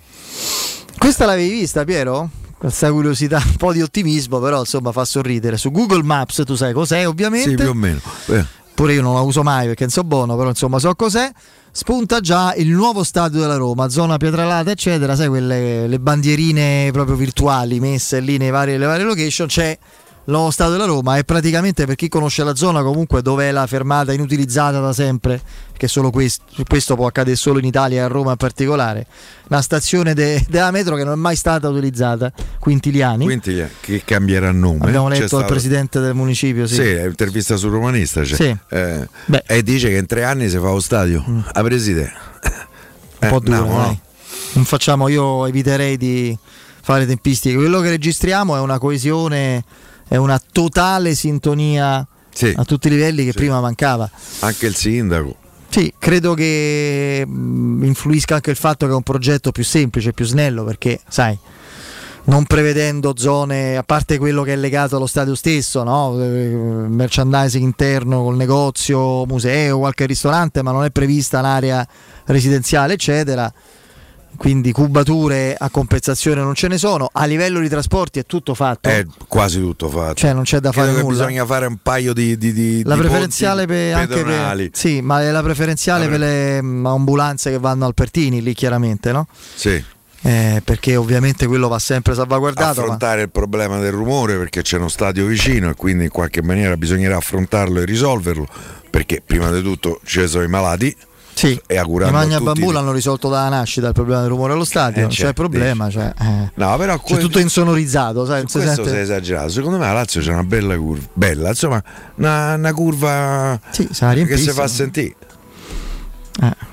Questa l'avevi vista, Piero? Questa curiosità, un po' di ottimismo, però insomma fa sorridere. Su Google Maps tu sai cos'è, ovviamente. Sì, più o meno. Pure io non la uso mai perché non so buono, però insomma so cos'è. Spunta già il nuovo stadio della Roma, zona Pietralata eccetera, sai quelle le bandierine proprio virtuali messe lì le varie location. C'è il nuovo stadio della Roma, è praticamente, per chi conosce la zona, comunque dove è la fermata inutilizzata da sempre, che solo questo può accadere solo in Italia e a Roma in particolare, una stazione della metro che non è mai stata utilizzata, Quintiliani, che cambierà nome. Abbiamo letto al presidente del municipio, sì, intervista sul Romanista, cioè, e dice che in 3 anni si fa lo stadio a presidente. Un po' duro, no. Non facciamo, io eviterei di fare tempistiche. Quello che registriamo è una coesione, è una totale sintonia a tutti i livelli che prima mancava. Anche il sindaco. Sì, credo che influisca anche il fatto che è un progetto più semplice, più snello, perché sai, non prevedendo zone, a parte quello che è legato allo stadio stesso, no? Merchandising interno col negozio, museo, qualche ristorante, ma non è prevista l'area residenziale eccetera, quindi cubature a compensazione non ce ne sono. A livello di trasporti è tutto fatto, è quasi tutto fatto, cioè non c'è da fare nulla. Bisogna fare un paio di la preferenziale pedonali. Sì, ma è la preferenziale per le ambulanze che vanno al Pertini lì, chiaramente, no? Sì. Perché ovviamente quello va sempre salvaguardato. Affrontare il problema del rumore, perché c'è uno stadio vicino e quindi in qualche maniera bisognerà affrontarlo e risolverlo, perché prima di tutto ci sono i malati. Sì, e i Magna Bambù l'hanno risolto dalla nascita il problema del rumore allo stadio, non c'è problema, no, però c'è tutto insonorizzato, sai, questo si è esagerato. Secondo me a Lazio c'è una bella curva, insomma, una curva che si fa sentire.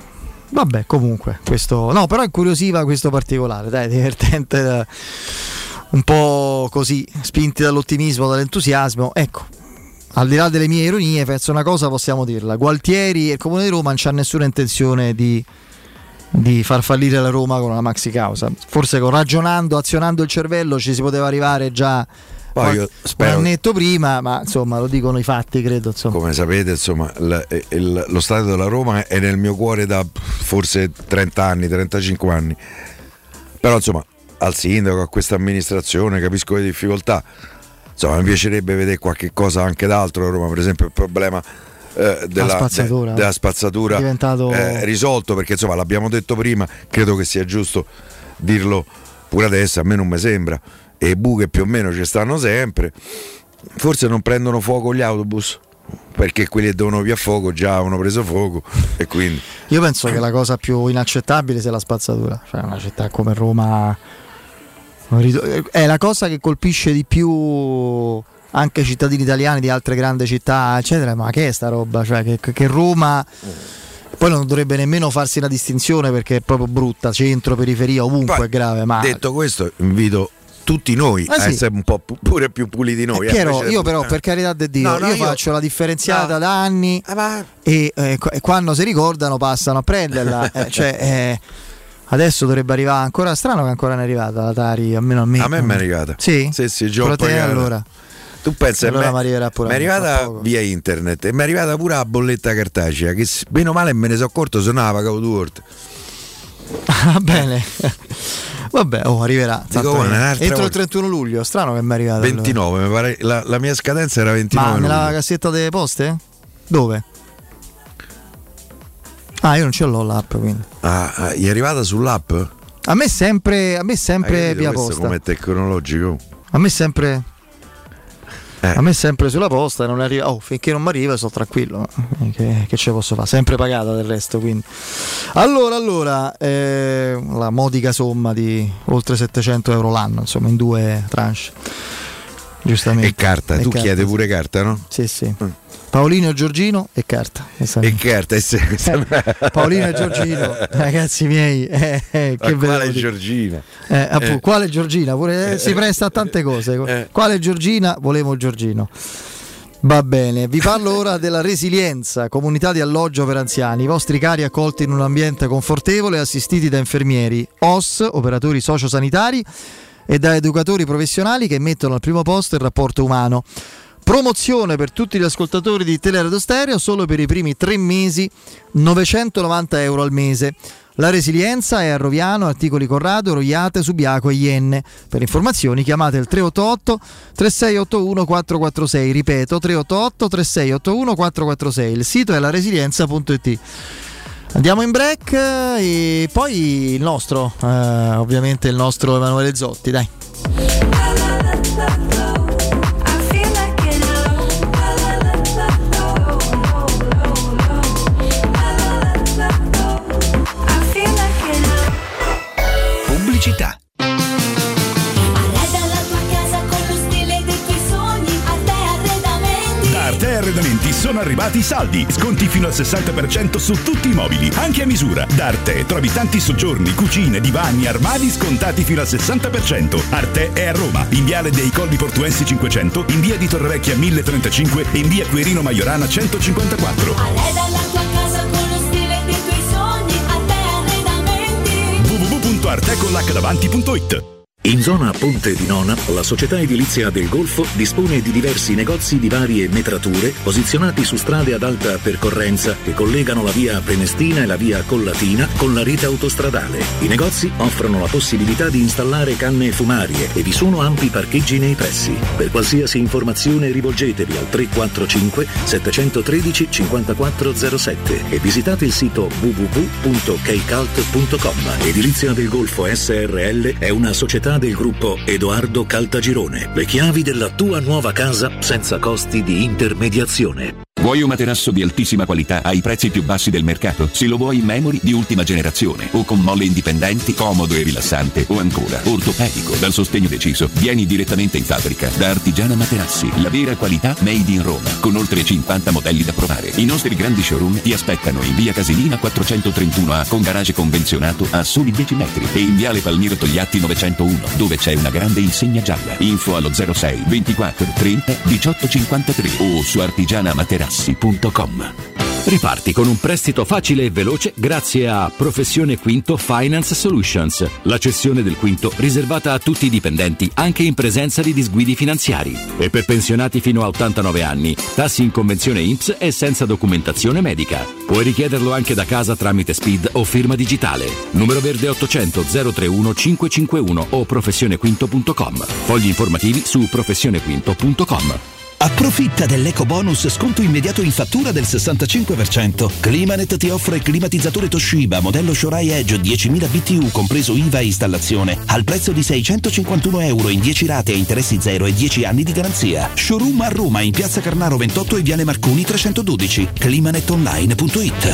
Vabbè, comunque, questo no, però incuriosiva questo particolare, dai, divertente, un po' così, spinti dall'ottimismo, dall'entusiasmo. Ecco, al di là delle mie ironie, penso una cosa possiamo dirla: Gualtieri e il Comune di Roma non c'ha nessuna intenzione di far fallire la Roma con una maxi causa. Forse ragionando, azionando il cervello ci si poteva arrivare già Poi un annetto prima, ma insomma lo dicono i fatti, credo, insomma. Come sapete, insomma, lo stadio della Roma è nel mio cuore da forse 30 anni, 35 anni. Però insomma, al sindaco, a questa amministrazione, capisco le difficoltà. Insomma, mi piacerebbe vedere qualche cosa anche d'altro a Roma, per esempio il problema della spazzatura diventato risolto, perché insomma l'abbiamo detto prima, credo che sia giusto dirlo pure adesso, a me non mi sembra, e i buche più o meno ci stanno sempre. Forse non prendono fuoco gli autobus, perché quelli che devono via fuoco già hanno preso fuoco, e quindi io penso che la cosa più inaccettabile sia la spazzatura. Cioè, una città come Roma è la cosa che colpisce di più anche cittadini italiani di altre grandi città, eccetera. Ma che è sta roba? Cioè, che Roma poi non dovrebbe nemmeno farsi una distinzione, perché è proprio brutta, centro, periferia, ovunque poi, è grave. Ma detto questo, invito tutti noi a essere un po' pure più puliti di noi. Io però, per carità di Dio, io faccio la differenziata da anni e quando si ricordano passano a prenderla. Adesso dovrebbe arrivare, ancora strano che ancora non è arrivata la Tari, almeno a me. A me mi è arrivata. Sì? Già allora. Tu pensi allora mi arriverà pure. Mi è arrivata via internet e mi è arrivata pure la bolletta cartacea, che bene o male me ne sono accorto, se no la pagavo 2 volte. Ah, bene. Vabbè, arriverà. Entro il 31 luglio, strano che mi è arrivata. 29, allora. Mi pare, la mia scadenza era 29. Ma nella cassetta delle poste? Dove? Ah, io non ce l'ho l'app, quindi. È arrivata sull'app? A me sempre via posta. Come tecnologico. A me sempre sulla posta, non arriva. Finché non mi arriva sono tranquillo. Che ce posso fare? Sempre pagata del resto, quindi. Allora, la modica somma di oltre 700 euro l'anno, insomma, in 2 tranche. Giustamente. E carta, tu chiedi pure carta, no? Sì. Paolino e Giorgino e carta. Paolino e Giorgino, ragazzi miei, che quale Giorgina? Quale Giorgina? Pure si presta a tante cose. Quale Giorgina? Volevo Giorgino. Va bene, vi parlo ora della Resilienza, comunità di alloggio per anziani, i vostri cari accolti in un ambiente confortevole, assistiti da infermieri, OS, operatori sociosanitari e da educatori professionali che mettono al primo posto il rapporto umano. Promozione per tutti gli ascoltatori di Teleradio Stereo, solo per i primi 3 mesi, 990 euro al mese. La Resilienza è a Roviano, Articoli Corrado, Roiate, Subiaco e Ienne. Per informazioni chiamate il 388 3681 446, ripeto 388 3681 446, il sito è laresilienza.it. Andiamo in break e poi il nostro, ovviamente il nostro Emanuele Zotti, dai. Pubblicità. Arte Arredamenti sono arrivati i saldi, sconti fino al 60% su tutti i mobili, anche a misura. Da Arte trovi tanti soggiorni, cucine, divani, armadi scontati fino al 60%. Arte è a Roma, in viale dei Colli Portuensi 500, in via di Torrevecchia 1035 e in via Quirino Maiorana 154. Arreda la tua casa con lo stile dei tuoi sogni, Arte Arredamenti. www.artecollacdavanti.it. In zona Ponte di Nona, la società edilizia del Golfo dispone di diversi negozi di varie metrature posizionati su strade ad alta percorrenza che collegano la via Prenestina e la via Collatina con la rete autostradale. I negozi offrono la possibilità di installare canne fumarie e vi sono ampi parcheggi nei pressi. Per qualsiasi informazione rivolgetevi al 345 713 5407 e visitate il sito www.keicalt.com. Edilizia del Golfo SRL è una società del gruppo Edoardo Caltagirone. Le chiavi della tua nuova casa senza costi di intermediazione. Vuoi un materasso di altissima qualità ai prezzi più bassi del mercato? Se lo vuoi in memory di ultima generazione o con molle indipendenti, comodo e rilassante, o ancora ortopedico dal sostegno deciso, vieni direttamente in fabbrica da Artigiana Materassi, la vera qualità made in Roma, con oltre 50 modelli da provare. I nostri grandi showroom ti aspettano in via Casilina 431A con garage convenzionato a soli 10 metri e in viale Palmiro Togliatti 901, dove c'è una grande insegna gialla. Info allo 06 24 30 18 53 o su artigianamaterassi.com. Riparti con un prestito facile e veloce grazie a Professione Quinto Finance Solutions, la cessione del quinto riservata a tutti i dipendenti anche in presenza di disguidi finanziari e per pensionati fino a 89 anni, tassi in convenzione INPS e senza documentazione medica. Puoi richiederlo anche da casa tramite SPID o firma digitale. Numero verde 800 031 551 o professionequinto.com. Fogli informativi su professionequinto.com. Approfitta dell'eco bonus sconto immediato in fattura del 65%. Climanet ti offre climatizzatore Toshiba modello Shorai Edge 10.000 BTU compreso IVA e installazione al prezzo di €651 in 10 rate a interessi zero e 10 anni di garanzia. Showroom a Roma in Piazza Carnaro 28 e Viale Marconi 312. climanetonline.it.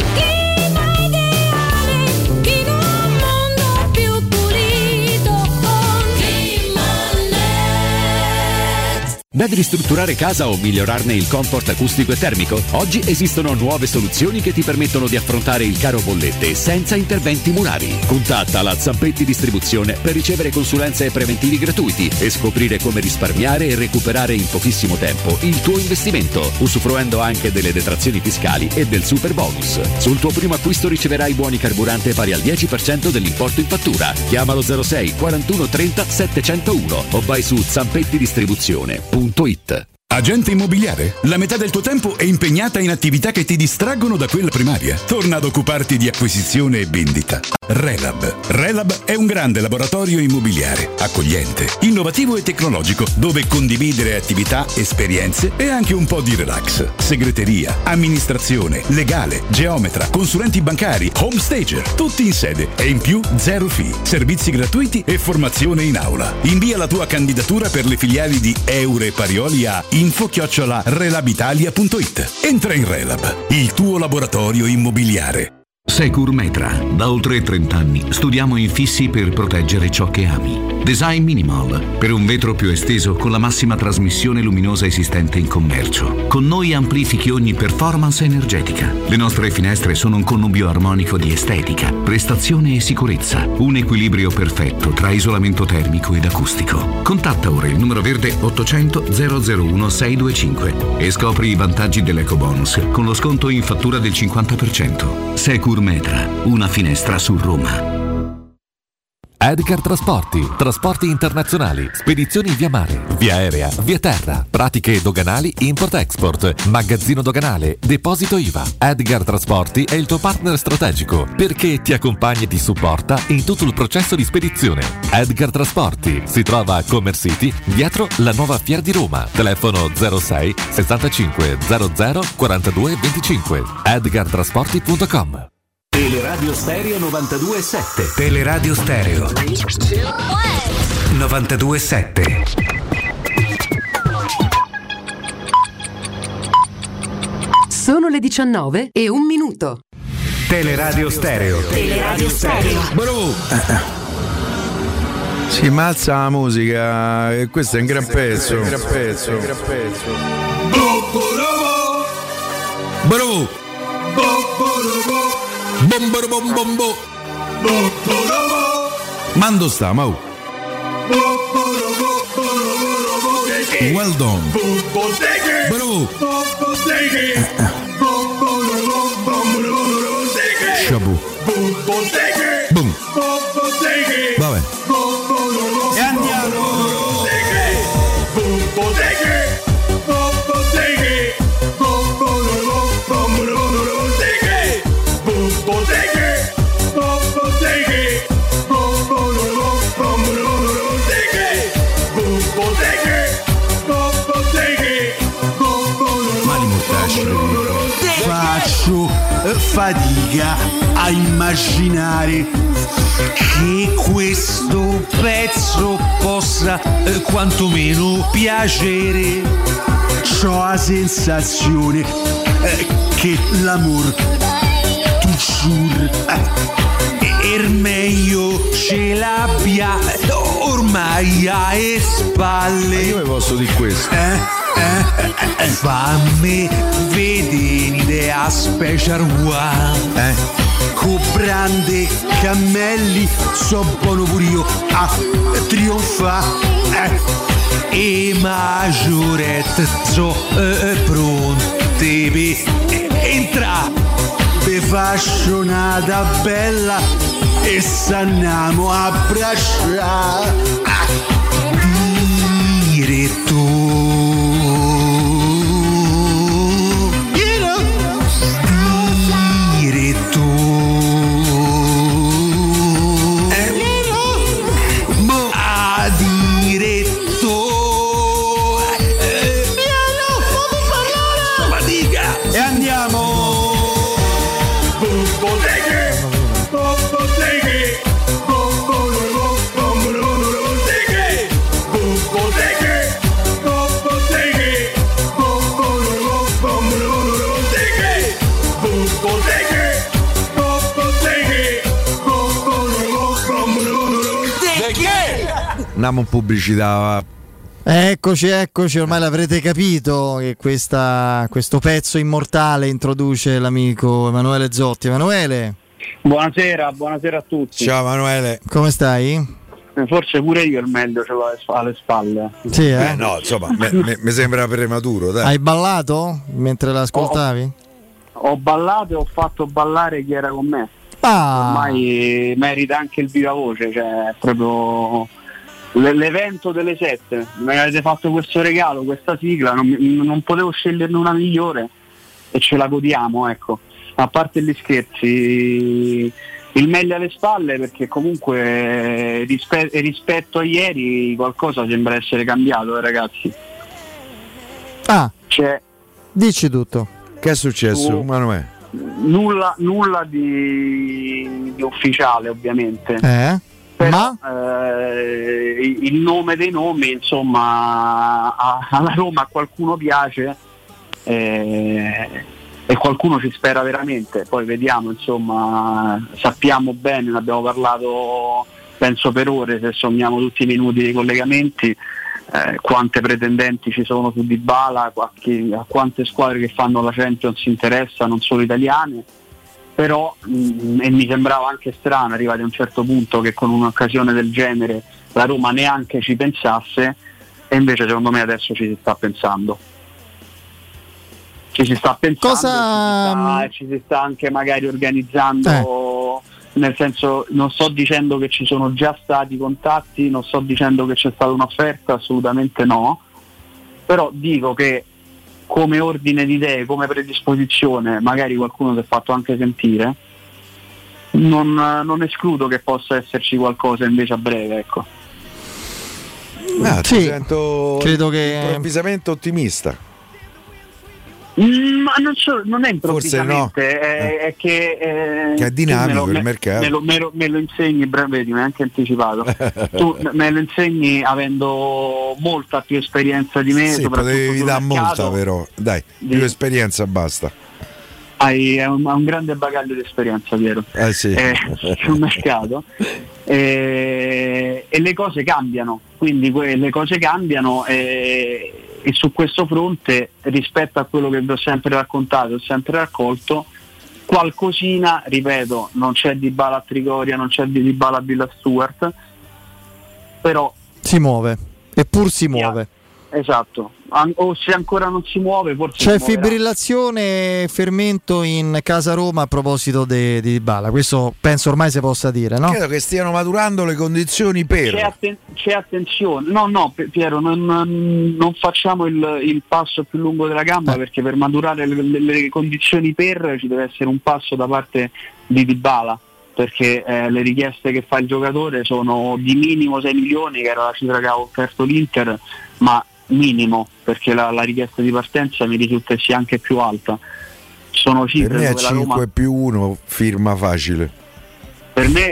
Devi ristrutturare casa o migliorarne il comfort acustico e termico? Oggi esistono nuove soluzioni che ti permettono di affrontare il caro bollette senza interventi murari. Contatta la Zampetti Distribuzione per ricevere consulenze e preventivi gratuiti e scoprire come risparmiare e recuperare in pochissimo tempo il tuo investimento, usufruendo anche delle detrazioni fiscali e del super bonus. Sul tuo primo acquisto riceverai buoni carburante pari al 10% dell'importo in fattura. Chiamalo 06 41 30 701 o vai su zampettidistribuzione.it. Agente immobiliare? La metà del tuo tempo è impegnata in attività che ti distraggono da quella primaria. Torna ad occuparti di acquisizione e vendita. Relab è un grande laboratorio immobiliare, accogliente, innovativo e tecnologico, dove condividere attività, esperienze e anche un po' di relax. Segreteria, amministrazione, legale, geometra, consulenti bancari, home stager, tutti in sede e in più zero fee, servizi gratuiti e formazione in aula. Invia la tua candidatura per le filiali di Eure e Parioli a info@relabitalia.it. Entra in Relab, il tuo laboratorio immobiliare. Securmetra. Da oltre 30 anni studiamo infissi per proteggere ciò che ami. Design minimal, per un vetro più esteso con la massima trasmissione luminosa esistente in commercio. Con noi amplifichi ogni performance energetica. Le nostre finestre sono un connubio armonico di estetica, prestazione e sicurezza. Un equilibrio perfetto tra isolamento termico ed acustico. Contatta ora il numero verde 800 001 625 e scopri i vantaggi dell'ecobonus con lo sconto in fattura del 50%. Securmetra, una finestra su Roma. Edgar Trasporti, trasporti internazionali, spedizioni via mare, via aerea, via terra, pratiche doganali import-export, magazzino doganale, deposito IVA. Edgar Trasporti è il tuo partner strategico perché ti accompagna e ti supporta in tutto il processo di spedizione. Edgar Trasporti si trova a Commerce City, dietro la nuova Fiera di Roma. Telefono 06 65 00 42 25. edgartrasporti.com. Teleradio Stereo 92.7. Teleradio Stereo 92.7. Sono le 19:01. Teleradio Stereo. Teleradio Stereo. Bravo. Si mazza la musica e questo è un gran pezzo. Bravo. Bombo. Mando sta, Mau. Well done. Bravo. Shabu. Boom. Vabbè. E andiamo. Faccio fatica a immaginare che questo pezzo possa quantomeno piacere c'ho la sensazione che l'amor tu giur il meglio ce l'abbia ormai alle spalle. Io posso dire questo. Fammi vedere l'idea special one. Con brande cammelli so buono pure io a trionfare. E maggiorette so pronte per entrare. Per fascionata bella e s'andiamo a abbracciare. E andiamo! Andiamo in pubblicità. Eccoci, ormai l'avrete capito che questo pezzo immortale introduce l'amico Emanuele Zotti. Emanuele. Buonasera a tutti. Ciao Emanuele. Come stai? Forse pure io il meglio ce l'ho alle spalle. Sì, no, insomma, mi sembra prematuro, dai. Hai ballato mentre l'ascoltavi? Ho ballato e ho fatto ballare chi era con me. Ormai merita anche il viva voce, cioè proprio l'evento delle 7. Mi avete fatto questo regalo, questa sigla, non potevo sceglierne una migliore e ce la godiamo, ecco. A parte gli scherzi, il meglio alle spalle, perché comunque rispetto a ieri qualcosa sembra essere cambiato, ragazzi. Dici tutto. Che è successo, Manuele? Nulla di ufficiale, ovviamente. Però, il nome dei nomi, insomma, alla Roma a qualcuno piace e qualcuno ci spera veramente. Poi vediamo, insomma, sappiamo bene, ne abbiamo parlato penso per ore, se sommiamo tutti i minuti dei collegamenti, quante pretendenti ci sono su Dybala, a quante squadre che fanno la Champions interessa, non solo italiane. Però e mi sembrava anche strano, arrivati a un certo punto, che con un'occasione del genere la Roma neanche ci pensasse, e invece secondo me adesso ci si sta pensando. Ci si sta pensando, ci si sta anche magari organizzando, nel senso, non sto dicendo che ci sono già stati contatti, non sto dicendo che c'è stata un'offerta, assolutamente no, però dico che come ordine di idee, come predisposizione, magari qualcuno si è fatto anche sentire, non escludo che possa esserci qualcosa invece a breve, ecco. Ti sento credo che improvvisamente ottimista. Ma non è improvvisamente, no. È che è dinamico il mercato. Me lo insegni, vedi, mi hai anche anticipato. Tu me lo insegni avendo molta più esperienza di me. Sì, potevi dare molta, però dai, più esperienza basta. Hai un grande bagaglio di esperienza, Piero, sì. sul mercato, e le cose cambiano, quindi le cose cambiano, e su questo fronte, rispetto a quello che vi ho sempre raccontato, ho sempre raccolto qualcosina, ripeto, non c'è Dybala a Trigoria, non c'è Dybala a Villa Stewart, però si muove, eppur si muove. Esatto, o se ancora non si muove forse c'è fibrillazione, fermento in casa Roma a proposito di Dybala, questo penso ormai si possa dire, no? Credo che stiano maturando le condizioni per... C'è attenzione, no Piero, non facciamo il passo più lungo della gamba, perché per maturare le condizioni per ci deve essere un passo da parte di Dybala, perché le richieste che fa il giocatore sono di minimo 6 milioni, che era la cifra che ha offerto l'Inter, ma minimo, perché la richiesta di partenza mi risulta sia anche più alta. Sono cifre per me a dove la Roma, 5+1 firma facile. Per me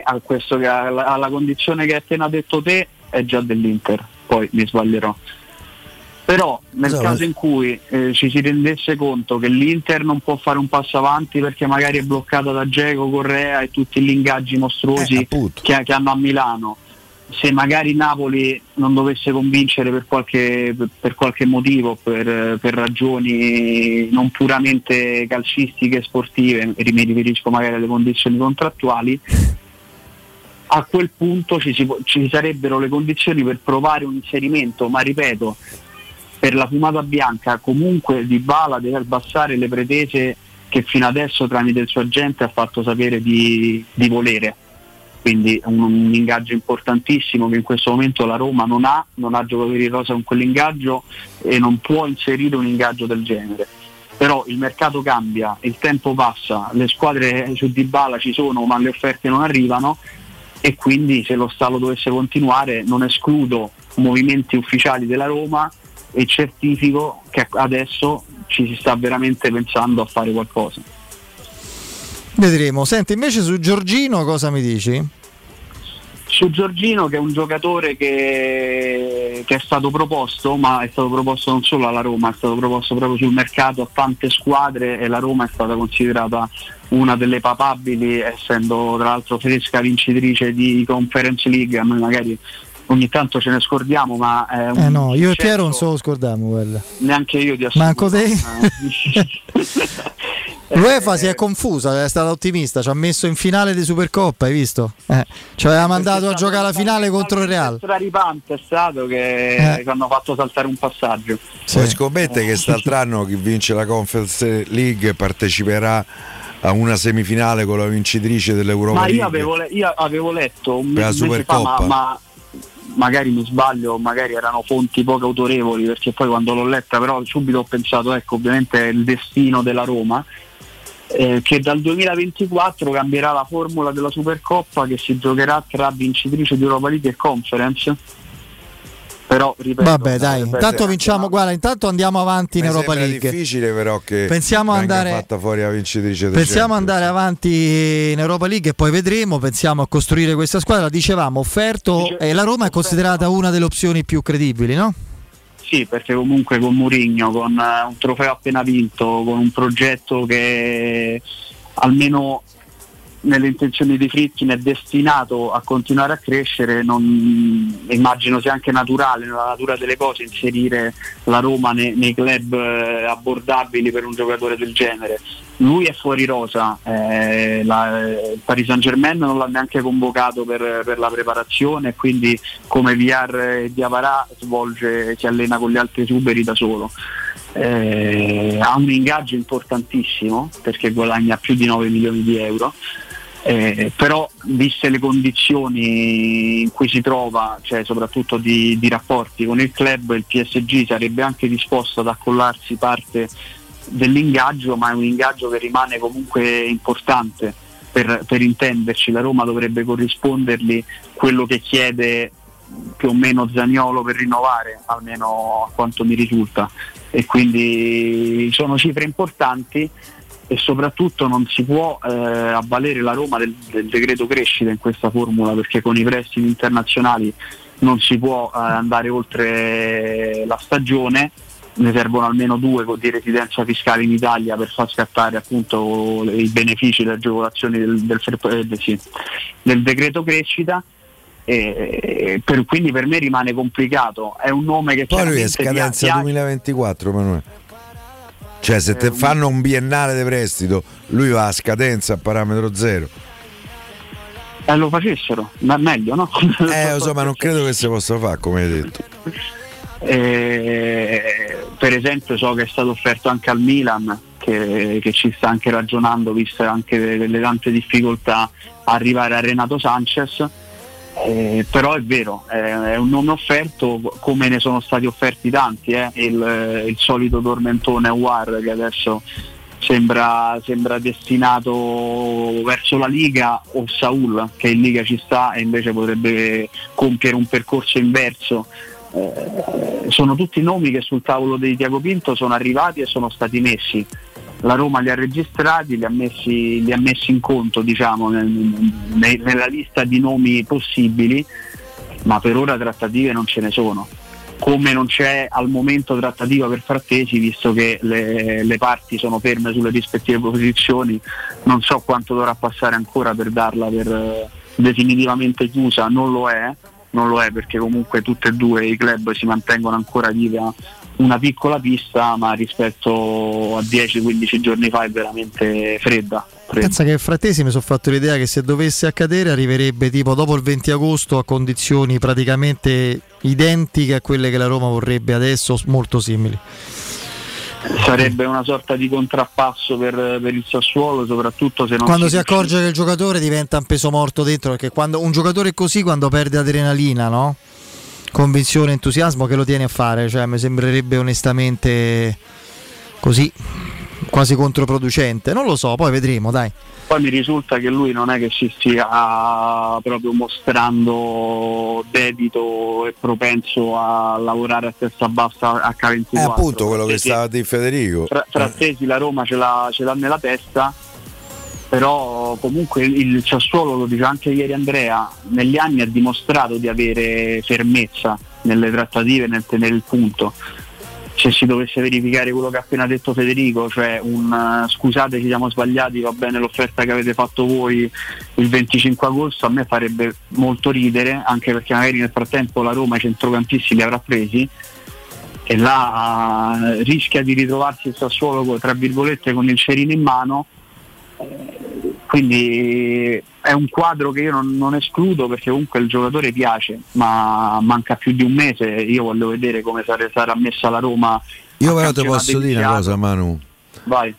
alla condizione che hai appena detto te è già dell'Inter, poi mi sbaglierò. Però nel caso in cui ci si rendesse conto che l'Inter non può fare un passo avanti perché magari è bloccata da Dzeko, Correa e tutti gli ingaggi mostruosi che hanno a Milano, se magari Napoli non dovesse convincere per qualche motivo, per ragioni non puramente calcistiche e sportive, mi riferisco magari alle condizioni contrattuali, a quel punto ci sarebbero le condizioni per provare un inserimento, ma ripeto, per la fumata bianca comunque Dybala deve abbassare le pretese che fino adesso tramite il suo agente ha fatto sapere di volere. Quindi un ingaggio importantissimo che in questo momento la Roma non ha giocatori in rosa con quell'ingaggio e non può inserire un ingaggio del genere. Però il mercato cambia, il tempo passa, le squadre su Dybala ci sono ma le offerte non arrivano, e quindi se lo stallo dovesse continuare non escludo movimenti ufficiali della Roma e certifico che adesso ci si sta veramente pensando a fare qualcosa. Vedremo. Senti, invece su Giorgino cosa mi dici? Su Giorgino, che è un giocatore che è stato proposto, ma è stato proposto non solo alla Roma, è stato proposto proprio sul mercato a tante squadre, e la Roma è stata considerata una delle papabili, essendo tra l'altro fresca vincitrice di Conference League. A noi magari ogni tanto ce ne scordiamo, ma è un no, io e Piero non se lo scordiamo quella. Neanche io di assoluto. Manco te? L'UEFA si è confusa, è stata ottimista, ci ha messo in finale di Supercoppa, hai visto? Ci aveva mandato a giocare la finale contro il Real. Straripante è stato che hanno fatto saltare un passaggio. Poi scommette che quest'altro anno chi vince la Conference League parteciperà a una semifinale con la vincitrice dell'Europa League. Ma io avevo letto un mese fa, ma magari mi sbaglio, magari erano fonti poco autorevoli, perché poi quando l'ho letta però subito ho pensato, ecco, ovviamente è il destino della Roma, che dal 2024 cambierà la formula della Supercoppa, che si giocherà tra vincitrice di Europa League e Conference. Però ripeto, vabbè dai, intanto vinciamo, guarda, intanto andiamo avanti in Europa League. È difficile però che pensiamo andare fatta fuori la vincitrice. Pensiamo andare avanti in Europa League e poi vedremo, pensiamo a costruire questa squadra. Dicevamo offerto, e la Roma è considerata una delle opzioni più credibili, no? Sì, perché comunque con Mourinho, con un trofeo appena vinto, con un progetto che almeno nelle intenzioni di Friedkin è destinato a continuare a crescere, immagino sia anche naturale nella natura delle cose inserire la Roma nei club abbordabili per un giocatore del genere. Lui è fuori rosa, il Paris Saint-Germain non l'ha neanche convocato per la preparazione, quindi come Villar e Diawara si allena con gli altri superi da solo. Ha un ingaggio importantissimo perché guadagna più di 9 milioni di euro. Però viste le condizioni in cui si trova, cioè soprattutto di rapporti con il club, il PSG sarebbe anche disposto ad accollarsi parte dell'ingaggio, ma è un ingaggio che rimane comunque importante per intenderci. La Roma dovrebbe corrispondergli quello che chiede più o meno Zaniolo per rinnovare, almeno a quanto mi risulta, e quindi sono cifre importanti. E soprattutto non si può avvalere la Roma del decreto crescita in questa formula, perché con i prestiti internazionali non si può andare oltre la stagione. Ne servono almeno 2 di residenza fiscale in Italia per far scattare appunto i benefici e le agevolazioni del decreto crescita. Quindi per me rimane complicato. È un nome che poi lui è scadenza 2024, Manuele. Cioè se te fanno un biennale di prestito, lui va a scadenza a parametro zero. Lo facessero, ma meglio, no? Lo so, ma non credo che si possa fare, come hai detto. Per esempio so che è stato offerto anche al Milan, che ci sta anche ragionando, viste anche le tante difficoltà a arrivare a Renato Sanchez. Però è vero, è un nome offerto, come ne sono stati offerti tanti, il solito tormentone War, che adesso sembra destinato verso la Liga, o Saul, che in Liga ci sta e invece potrebbe compiere un percorso inverso. Sono tutti nomi che sul tavolo di Tiago Pinto sono arrivati e sono stati messi. La Roma li ha registrati, li ha messi in conto, diciamo, nella lista di nomi possibili, ma per ora trattative non ce ne sono. come non c'è al momento trattativa per Frattesi, visto che le parti sono ferme sulle rispettive posizioni. Non so quanto dovrà passare ancora per darla per definitivamente chiusa. Non lo è perché comunque tutti e due i club si mantengono ancora viva una piccola pista, ma rispetto a 10-15 giorni fa è veramente fredda. Pensa che Frattesi mi sono fatto l'idea che se dovesse accadere arriverebbe tipo dopo il 20 agosto a condizioni praticamente identiche a quelle che la Roma vorrebbe adesso, molto simili. Sarebbe una sorta di contrappasso per il Sassuolo, soprattutto se non quando si accorge che il giocatore diventa un peso morto dentro, perché quando un giocatore è così, quando perde adrenalina, no? Convinzione, entusiasmo, che lo tiene a fare, cioè mi sembrerebbe onestamente così quasi controproducente, non lo so, poi vedremo, dai. Poi mi risulta che lui non è che si stia proprio mostrando dedito e propenso a lavorare a testa bassa H24. È appunto quello che stava di Federico. Frattesi la Roma ce l'ha nella testa, però comunque il Sassuolo, lo dice anche ieri Andrea, negli anni ha dimostrato di avere fermezza nelle trattative, nel tenere il punto. Se si dovesse verificare quello che ha appena detto Federico, cioè scusate ci siamo sbagliati, va bene l'offerta che avete fatto voi il 25 agosto, a me farebbe molto ridere, anche perché magari nel frattempo la Roma i centrocampisti li avrà presi e là rischia di ritrovarsi il Sassuolo tra virgolette con il cerino in mano. Quindi è un quadro che io non escludo, perché comunque il giocatore piace, ma manca più di un mese. Io voglio vedere come sarà messa la Roma. Io però ti posso dire una cosa, Manu. Vai.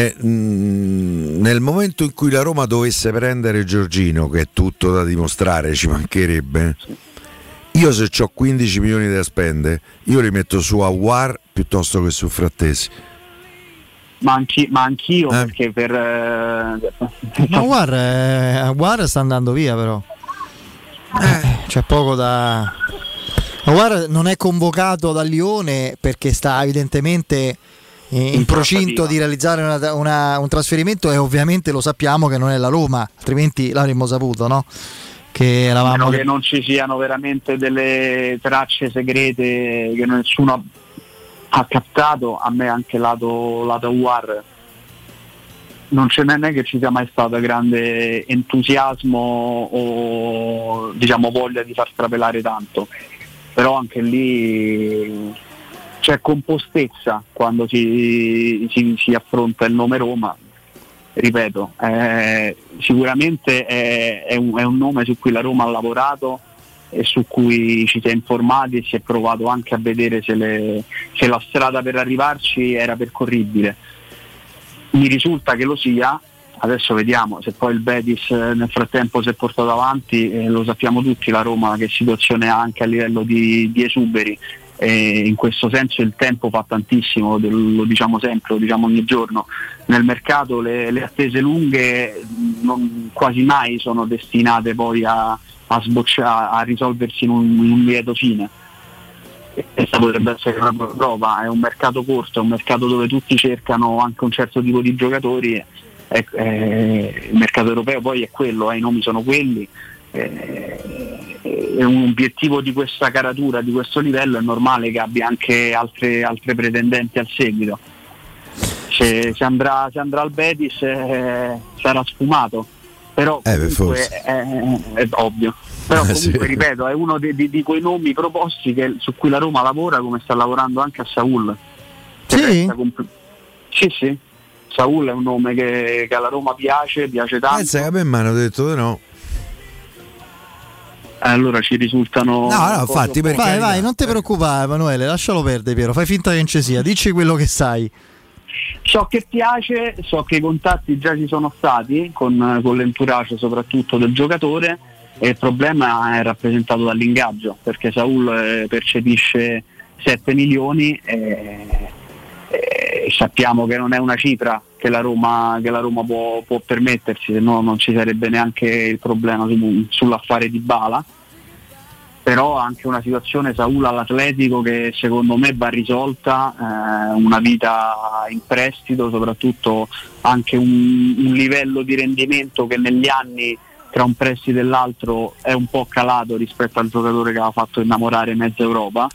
Nel momento in cui la Roma dovesse prendere Giorgino, che è tutto da dimostrare, ci mancherebbe, io se ho 15 milioni da spendere, io li metto su Aouar piuttosto che su Frattesi. Ma anch'io, perché per ma Aouar sta andando via, però c'è poco da. Aouar non è convocato dal Lione perché sta evidentemente in procinto di realizzare un trasferimento, e ovviamente lo sappiamo che non è la Roma, altrimenti l'avremmo saputo, no? Che eravamo che non ci siano veramente delle tracce segrete che nessuno ha captato. A me anche lato Aouar non è che ci sia mai stato grande entusiasmo o diciamo voglia di far strapelare tanto, però anche lì c'è compostezza quando si affronta il nome Roma. Ripeto, sicuramente è un nome su cui la Roma ha lavorato e su cui ci si è informati e si è provato anche a vedere se la strada per arrivarci era percorribile. Mi risulta che lo sia, adesso vediamo se poi il Betis nel frattempo si è portato avanti, lo sappiamo tutti la Roma che situazione ha anche a livello di esuberi, e in questo senso il tempo fa tantissimo, lo diciamo sempre, lo diciamo ogni giorno. Nel mercato le attese lunghe quasi mai sono destinate poi a risolversi in un lieto fine. E questa potrebbe essere una prova. È un mercato corto, è un mercato dove tutti cercano anche un certo tipo di giocatori, il mercato europeo poi è quello, i nomi sono quelli, è un obiettivo di questa caratura, di questo livello, è normale che abbia anche altre pretendenti al seguito. Se andrà al Betis sarà sfumato, però comunque è ovvio. Però comunque sì, ripeto, è uno di quei nomi proposti su cui la Roma lavora, come sta lavorando anche a Saul. Sì? Sì. Saul è un nome che alla Roma piace tanto. Pensa che a me mi hanno detto di no. Allora ci risultano. No, infatti, vai, non ti preoccupare, Emanuele, lascialo perdere, Piero, fai finta che non ci sia, dici quello che sai. So che piace, so che i contatti già ci sono stati con l'entourage soprattutto del giocatore, e il problema è rappresentato dall'ingaggio, perché Saul percepisce 7 milioni e sappiamo che non è una cifra che la Roma può permettersi, se no non ci sarebbe neanche il problema sull'affare di Bala. Però anche una situazione Saul all'Atletico che secondo me va risolta, una vita in prestito, soprattutto anche un livello di rendimento che negli anni tra un prestito e l'altro è un po' calato rispetto al giocatore che aveva fatto innamorare mezza Europa,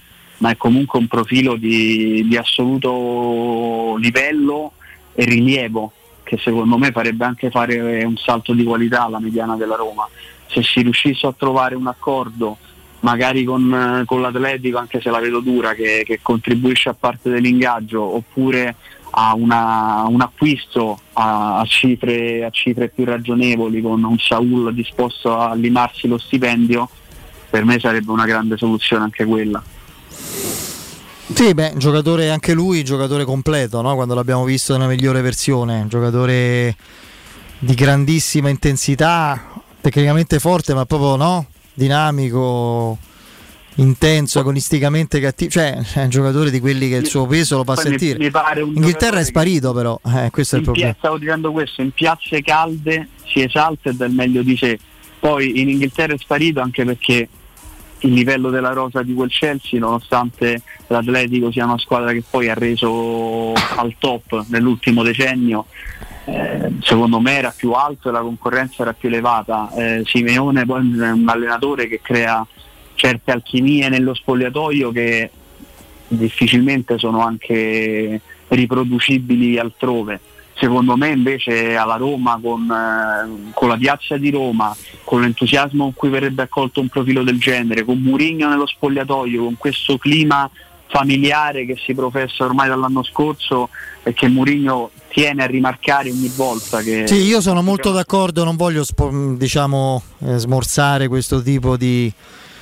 ma è comunque un profilo di assoluto livello e rilievo, che secondo me farebbe anche fare un salto di qualità alla mediana della Roma. Se si riuscisse a trovare un accordo magari con l'Atletico, anche se la vedo dura, che contribuisce a parte dell'ingaggio, oppure a un acquisto a cifre più ragionevoli, con un Saul disposto a limarsi lo stipendio, per me sarebbe una grande soluzione anche quella. Sì, beh, giocatore anche lui, giocatore completo, no? Quando l'abbiamo visto nella migliore versione, giocatore di grandissima intensità, tecnicamente forte, ma proprio no? Dinamico, intenso, agonisticamente cattivo, cioè è un giocatore di quelli che il suo peso lo fa sentire. Mi pare un Inghilterra è sparito, però questo è il problema. Stavo dicendo questo, in piazze calde si esalta e dà il meglio di sé. Poi in Inghilterra è sparito anche perché il livello della rosa di quel Chelsea, nonostante l'Atletico sia una squadra che poi ha reso al top nell'ultimo decennio, secondo me era più alto e la concorrenza era più elevata. Simeone poi è un allenatore che crea certe alchimie nello spogliatoio che difficilmente sono anche riproducibili altrove. Secondo me invece alla Roma, con la piazza di Roma, con l'entusiasmo con cui verrebbe accolto un profilo del genere, con Mourinho nello spogliatoio, con questo clima familiare che si professa ormai dall'anno scorso e che Mourinho tiene a rimarcare ogni volta che... Sì, io sono molto d'accordo, non voglio smorzare questo tipo di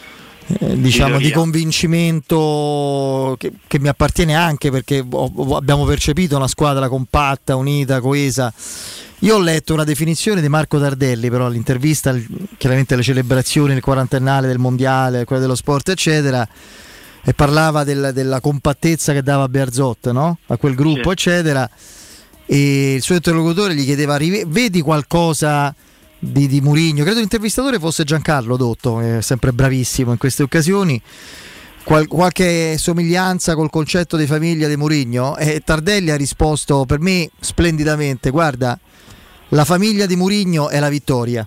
convincimento che mi appartiene, anche perché abbiamo percepito una squadra compatta, unita, coesa. Io ho letto una definizione di Marco Tardelli, però all'intervista, chiaramente le celebrazioni, il quarantennale del mondiale, quella dello sport eccetera, e parlava della compattezza che dava Bearzot, no? A quel gruppo, sì, eccetera, e il suo interlocutore gli chiedeva: vedi qualcosa di Mourinho? Credo l'intervistatore fosse Giancarlo Dotto, è sempre bravissimo in queste occasioni. Qualche somiglianza col concetto di famiglia di Mourinho? E Tardelli ha risposto per me splendidamente: guarda, la famiglia di Mourinho è la vittoria.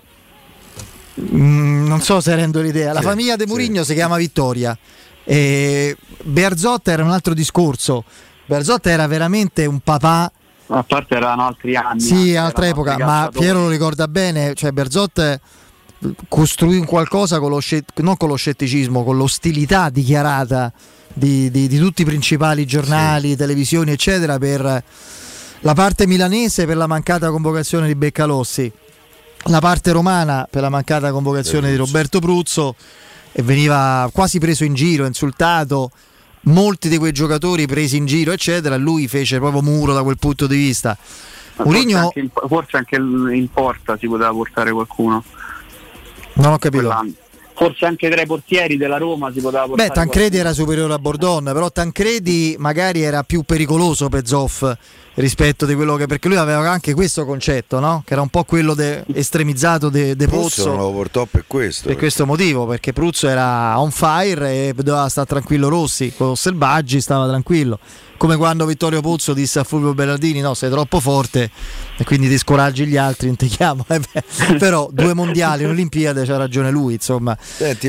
Non so se rendo l'idea. La famiglia di Mourinho si chiama Vittoria. E Bearzot era un altro discorso. Bearzot era veramente un papà. A parte erano altri anni. Sì, altra epoca, ma Piero lo ricorda bene, cioè Bearzot costruì un qualcosa non con lo scetticismo, con l'ostilità dichiarata di tutti i principali giornali, sì, televisioni eccetera, per la parte milanese per la mancata convocazione di Beccalossi, la parte romana per la mancata convocazione di Roberto Pruzzo, e veniva quasi preso in giro, insultato. Molti di quei giocatori presi in giro eccetera, lui fece proprio muro da quel punto di vista. Mourinho forse anche in porta si poteva portare qualcuno. Non ho capito. Forse anche tra i portieri della Roma si poteva portare. Beh, Tancredi era superiore a Bordon, però Tancredi magari era più pericoloso per Zoff rispetto di quello che, perché lui aveva anche questo concetto, no? Che era un po' quello estremizzato de Pozzo. Non lo portò per questo. Per questo motivo, perché Pruzzo era on fire e doveva stare tranquillo Rossi, con Selvaggi stava tranquillo. Come quando Vittorio Pozzo disse a Fulvio Berardini: no, sei troppo forte e quindi ti scoraggi gli altri, non ti chiamo. Però 2 mondiali, un'Olimpiade, c'ha ragione lui, insomma. Senti,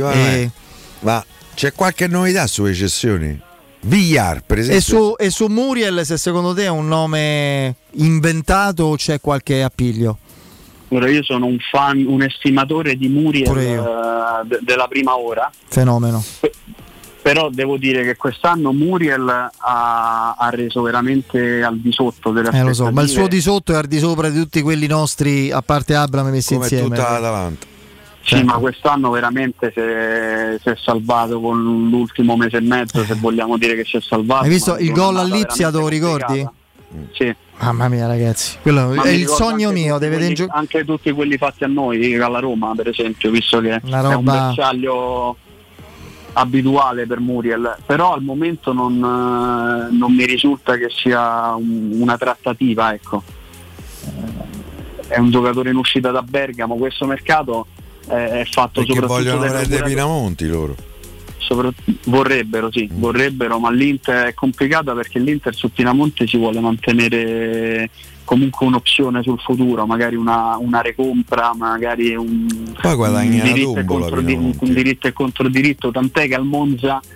ma c'è qualche novità sulle cessioni? Villar, per esempio. E su Muriel, se secondo te è un nome inventato o c'è qualche appiglio? Ora, io sono un fan, un estimatore di Muriel della prima ora. Fenomeno. Però devo dire che quest'anno Muriel ha reso veramente al di sotto delle aspettative. Lo so, ma il suo di sotto è al di sopra di tutti quelli nostri, a parte Abramo messi come insieme. Come tutta l'Atalanta. Sì, ma quest'anno veramente si è salvato con l'ultimo mese e mezzo, se vogliamo dire che si è salvato. Hai visto il gol all'Ipsia, te lo ricordi? Sì. Mamma mia, ragazzi, quello è il sogno mio. Anche tutti quelli fatti a noi, alla Roma per esempio, visto che è un bersaglio abituale per Muriel, però al momento non mi risulta che sia una trattativa, ecco. È un giocatore in uscita da Bergamo. Questo mercato è fatto perché soprattutto vogliono prendere Pinamonti loro. Vorrebbero, ma l'Inter è complicata perché l'Inter su Pinamonti si vuole mantenere comunque un'opzione sul futuro, magari una recompra, magari un diritto e controdiritto, tant'è che al Monza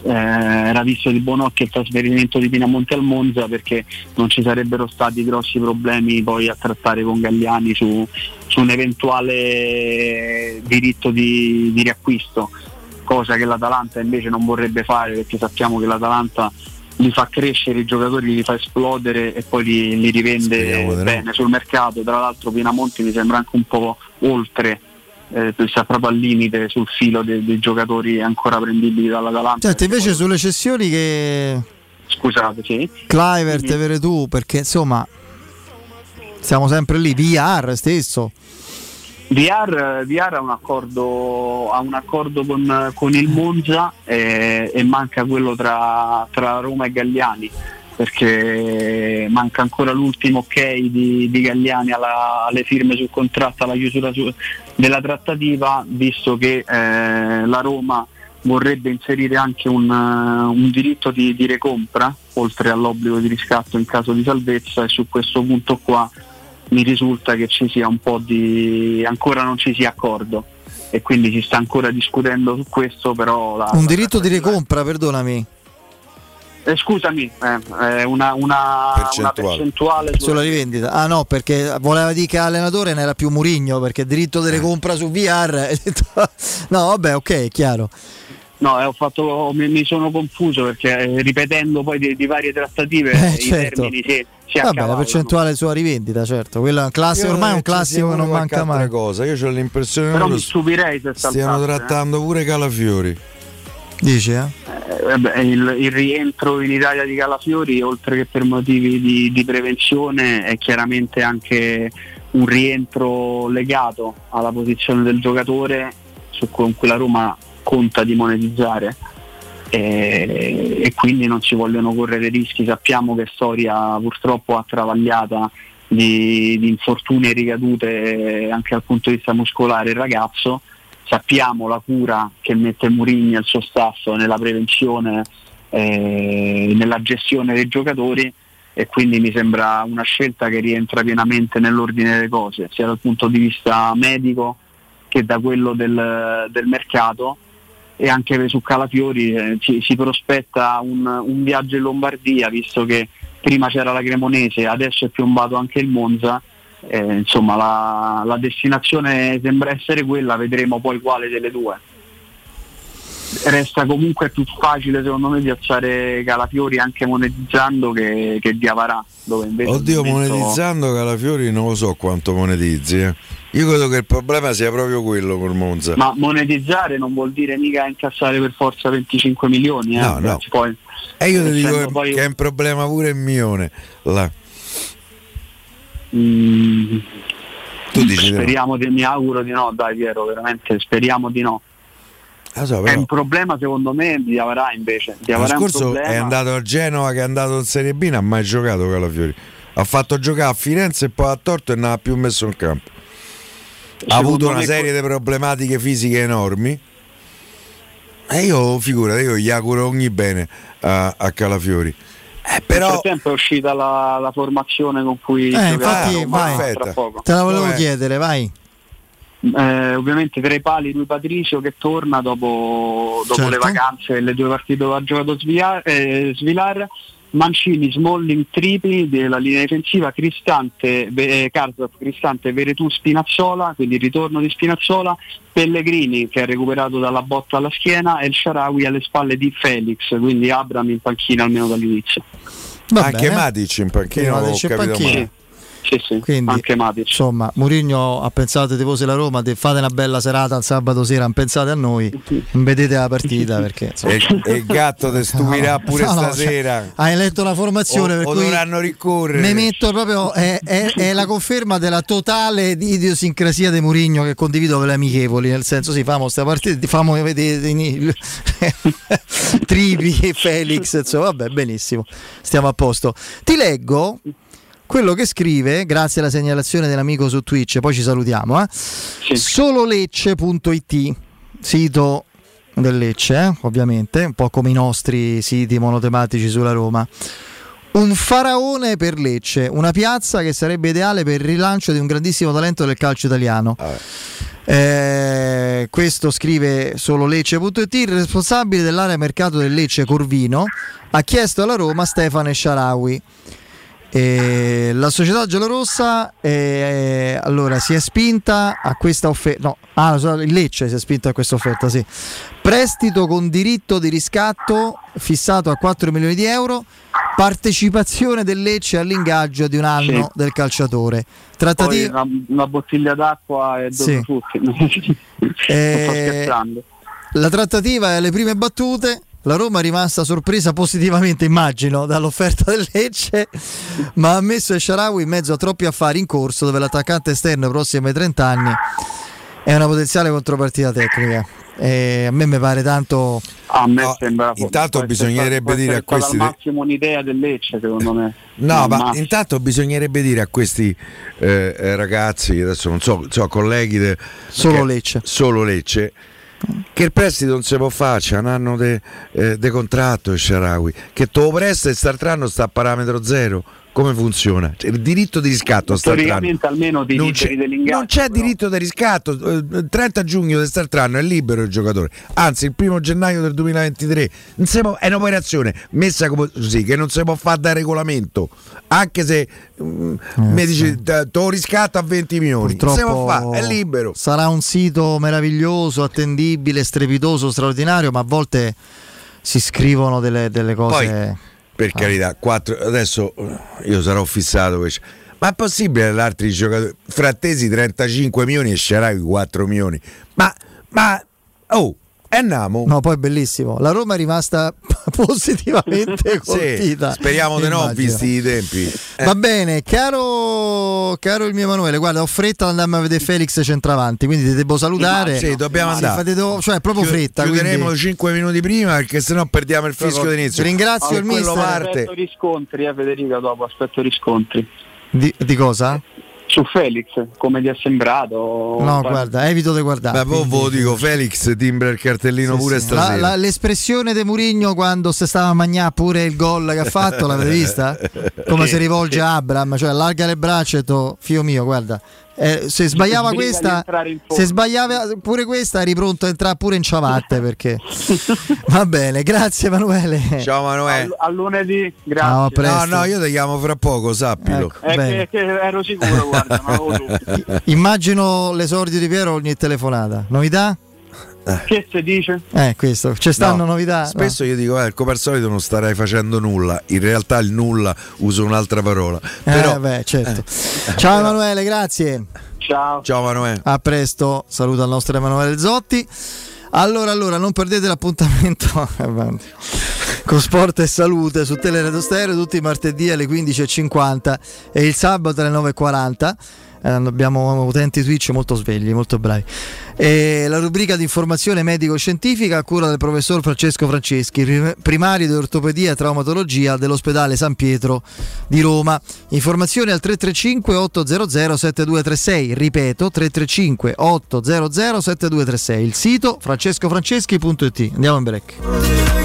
era visto di buon occhio il trasferimento di Pinamonti al Monza, perché non ci sarebbero stati grossi problemi poi a trattare con Galliani su un eventuale diritto di riacquisto, cosa che l'Atalanta invece non vorrebbe fare, perché sappiamo che l'Atalanta li fa crescere i giocatori, li fa esplodere e poi li rivende bene sul mercato. Tra l'altro Pinamonti mi sembra anche un po' oltre, sta proprio al limite, sul filo dei giocatori ancora prendibili dall'Atalanta. Certo, invece sulle cessioni che... Scusate, sì. Clivert, Veretù, perché insomma siamo sempre lì, VR stesso. VR ha un accordo con il Monza e manca quello tra Roma e Galliani, perché manca ancora l'ultimo ok di Galliani alle firme sul contratto, alla chiusura della trattativa, visto che la Roma vorrebbe inserire anche un diritto di recompra oltre all'obbligo di riscatto in caso di salvezza, e su questo punto qua mi risulta che ci sia un po' ancora non ci sia accordo, e quindi si sta ancora discutendo su questo. Però un diritto di recompra, perdonami. Scusami, una percentuale sulla rivendita. Ah no, perché voleva dire che allenatore ne era più Mourinho, perché diritto di recompra su VR. No, vabbè, ok, chiaro. No, mi sono confuso, perché ripetendo poi di varie trattative i termini si vabbè, la percentuale sulla rivendita, certo, quella classica, ormai è un classico che non manca mai. Cosa. Io ho l'impressione però mi stupirei se stiano trattando pure Calafiori. Dici, il rientro in Italia di Calafiori, oltre che per motivi di prevenzione, è chiaramente anche un rientro legato alla posizione del giocatore con cui la Roma conta di monetizzare, e quindi non si vogliono correre rischi. Sappiamo che storia purtroppo attravagliata di infortuni e ricadute anche dal punto di vista muscolare il ragazzo. Sappiamo la cura che mette Mourinho e il suo staff nella prevenzione e nella gestione dei giocatori, e quindi mi sembra una scelta che rientra pienamente nell'ordine delle cose, sia dal punto di vista medico che da quello del mercato. E anche su Calafiori si prospetta un viaggio in Lombardia, visto che prima c'era la Cremonese, adesso è piombato anche il Monza. Insomma la destinazione sembra essere quella, vedremo poi quale delle due. Resta comunque più facile secondo me piazzare Calafiori anche monetizzando che Diawara, dove invece monetizzando Calafiori non lo so quanto monetizzi. Io credo che il problema sia proprio quello col Monza. Ma monetizzare non vuol dire mica incassare per forza 25 milioni. No. Poi, e io ti dico che è un problema pure il Mione là. Tu dici speriamo mi auguro di no, dai Piero, veramente speriamo di no. È un problema secondo me di Diawara, invece. L'anno scorso è andato a Genova, che è andato in Serie B, non ha mai giocato Calafiori. Ha fatto giocare a Firenze e poi a Torto e non ha più messo in campo. Ha avuto una serie di problematiche fisiche enormi. E io gli auguro ogni bene a Calafiori. Però nel frattempo è uscita la formazione con cui infatti, vai, te la volevo chiedere, vai. Ovviamente tra i pali Rui Patricio che torna dopo certo. Le vacanze e le due partite dove ha giocato Svilar, Mancini, Smalling, Trippi della linea difensiva, Cristante, Veretù, Spinazzola, quindi il ritorno di Spinazzola, Pellegrini che ha recuperato dalla botta alla schiena e il Shaarawy alle spalle di Felix, quindi Abraham in panchina almeno dall'inizio. Anche Matic in panchina, ho capito male. Sì, quindi, anche Matic. Insomma, Mourinho ha pensato ai tifosi della Roma, fate una bella serata il sabato sera, non pensate a noi, non vedete la partita perché e il gatto ti stupirà pure stasera. Cioè, hai letto la formazione per cui dovranno ricorrere. Mi metto proprio è la conferma della totale idiosincrasia di Mourinho, che condivido con le amichevoli, nel senso famo sta partita, famo vedere Trippi e Felix, insomma, vabbè, benissimo, stiamo a posto. Ti leggo quello che scrive, grazie alla segnalazione dell'amico su Twitch, poi ci salutiamo, sì. Sololecce.it, sito del Lecce, ovviamente, un po' come i nostri siti monotematici sulla Roma. Un faraone per Lecce, una piazza che sarebbe ideale per il rilancio di un grandissimo talento del calcio italiano. questo scrive solo Lecce.it. Il responsabile dell'area mercato del Lecce, Corvino, ha chiesto alla Roma Stefano Shaarawy. La società giallorossa allora si è spinta a questa offerta. Il Lecce si è spinto a questa offerta, sì. Prestito con diritto di riscatto fissato a 4 milioni di euro, partecipazione del Lecce all'ingaggio di un anno del calciatore. Poi una bottiglia d'acqua e due frutti. Non sto scherzando. La trattativa è alle prime battute. La Roma è rimasta sorpresa positivamente, immagino, dall'offerta del Lecce, ma ha messo Shaarawy in mezzo a troppi affari in corso, dove l'attaccante esterno prossimo ai 30 anni è una potenziale contropartita tecnica. A me mi pare tanto. A me sembra. Intanto bisognerebbe dire a questi. Al massimo un'idea del Lecce, secondo me. No, ma intanto bisognerebbe dire a questi ragazzi, adesso non so, colleghi solo Lecce. Che il prestito non si può fare, c'è un anno di contratto Shaarawy, che te lo presta e quest'altro sta a parametro zero. Come funziona? Cioè, il diritto di riscatto storicamente almeno dei liberi dell'ingaggio. Non c'è diritto di riscatto. 30 giugno di quest'altro anno è libero il giocatore, anzi il 1 gennaio del 2023 è un'operazione messa così che non si può fare da regolamento, anche se mi dici te lo riscatto a 20 milioni. Non si può fare, è libero. Sarà un sito meraviglioso, attendibile, strepitoso, straordinario, ma a volte si scrivono delle cose. Poi, per carità, 4, adesso io sarò fissato, ma è possibile l'altri giocatori? Frattesi 35 milioni e Shaarawy 4 milioni, ma andiamo. No, poi è bellissimo, la Roma è rimasta positivamente colpita. Sì, speriamo di no, visti i tempi. Va bene, caro il mio Emanuele, guarda, ho fretta di andarmi a vedere Felix centravanti, quindi ti devo salutare. Sì, dobbiamo andare. Cioè, proprio fretta. Chiuderemo quindi 5 minuti prima, perché sennò perdiamo il fischio d'inizio. Ringrazio il mister. Aspetto riscontri, Federica, dopo aspetto riscontri. Di cosa? Su Felix, come ti è sembrato? No, guarda, evito di guardare. Ma poi ve lo dico, Felix timbra il cartellino pure stasera. L'espressione di Mourinho quando si stava a mangiare pure il gol che ha fatto, l'avete vista? Come si rivolge a Abram, cioè allarga le braccia e detto, figlio mio, guarda. Se sbagliava questa, se sbagliava pure questa, eri pronto a entrare pure in ciabatte, perché va bene, grazie Emanuele. Ciao Emanuele. A lunedì, grazie. No, io ti chiamo fra poco, sappilo. Che ero sicuro, guarda, immagino l'esordio di Piero ogni telefonata. Novità? Che si dice? Questo, c'è stanno novità. Spesso io dico, come al solito non starei facendo nulla. In realtà il nulla uso un'altra parola. Però certo. Ciao Emanuele, grazie. Ciao Emanuele. A presto, saluto al nostro Emanuele Zotti. Allora, non perdete l'appuntamento con Sport e Salute su Teleradio Stereo tutti i martedì alle 15.50 e il sabato alle 9.40. Abbiamo utenti Twitch molto svegli, molto bravi. E la rubrica di informazione medico-scientifica a cura del professor Francesco Franceschi, primario di ortopedia e traumatologia dell'ospedale San Pietro di Roma. Informazioni al 335 800 7236, ripeto 335 800 7236, il sito francescofranceschi.it. Andiamo in break.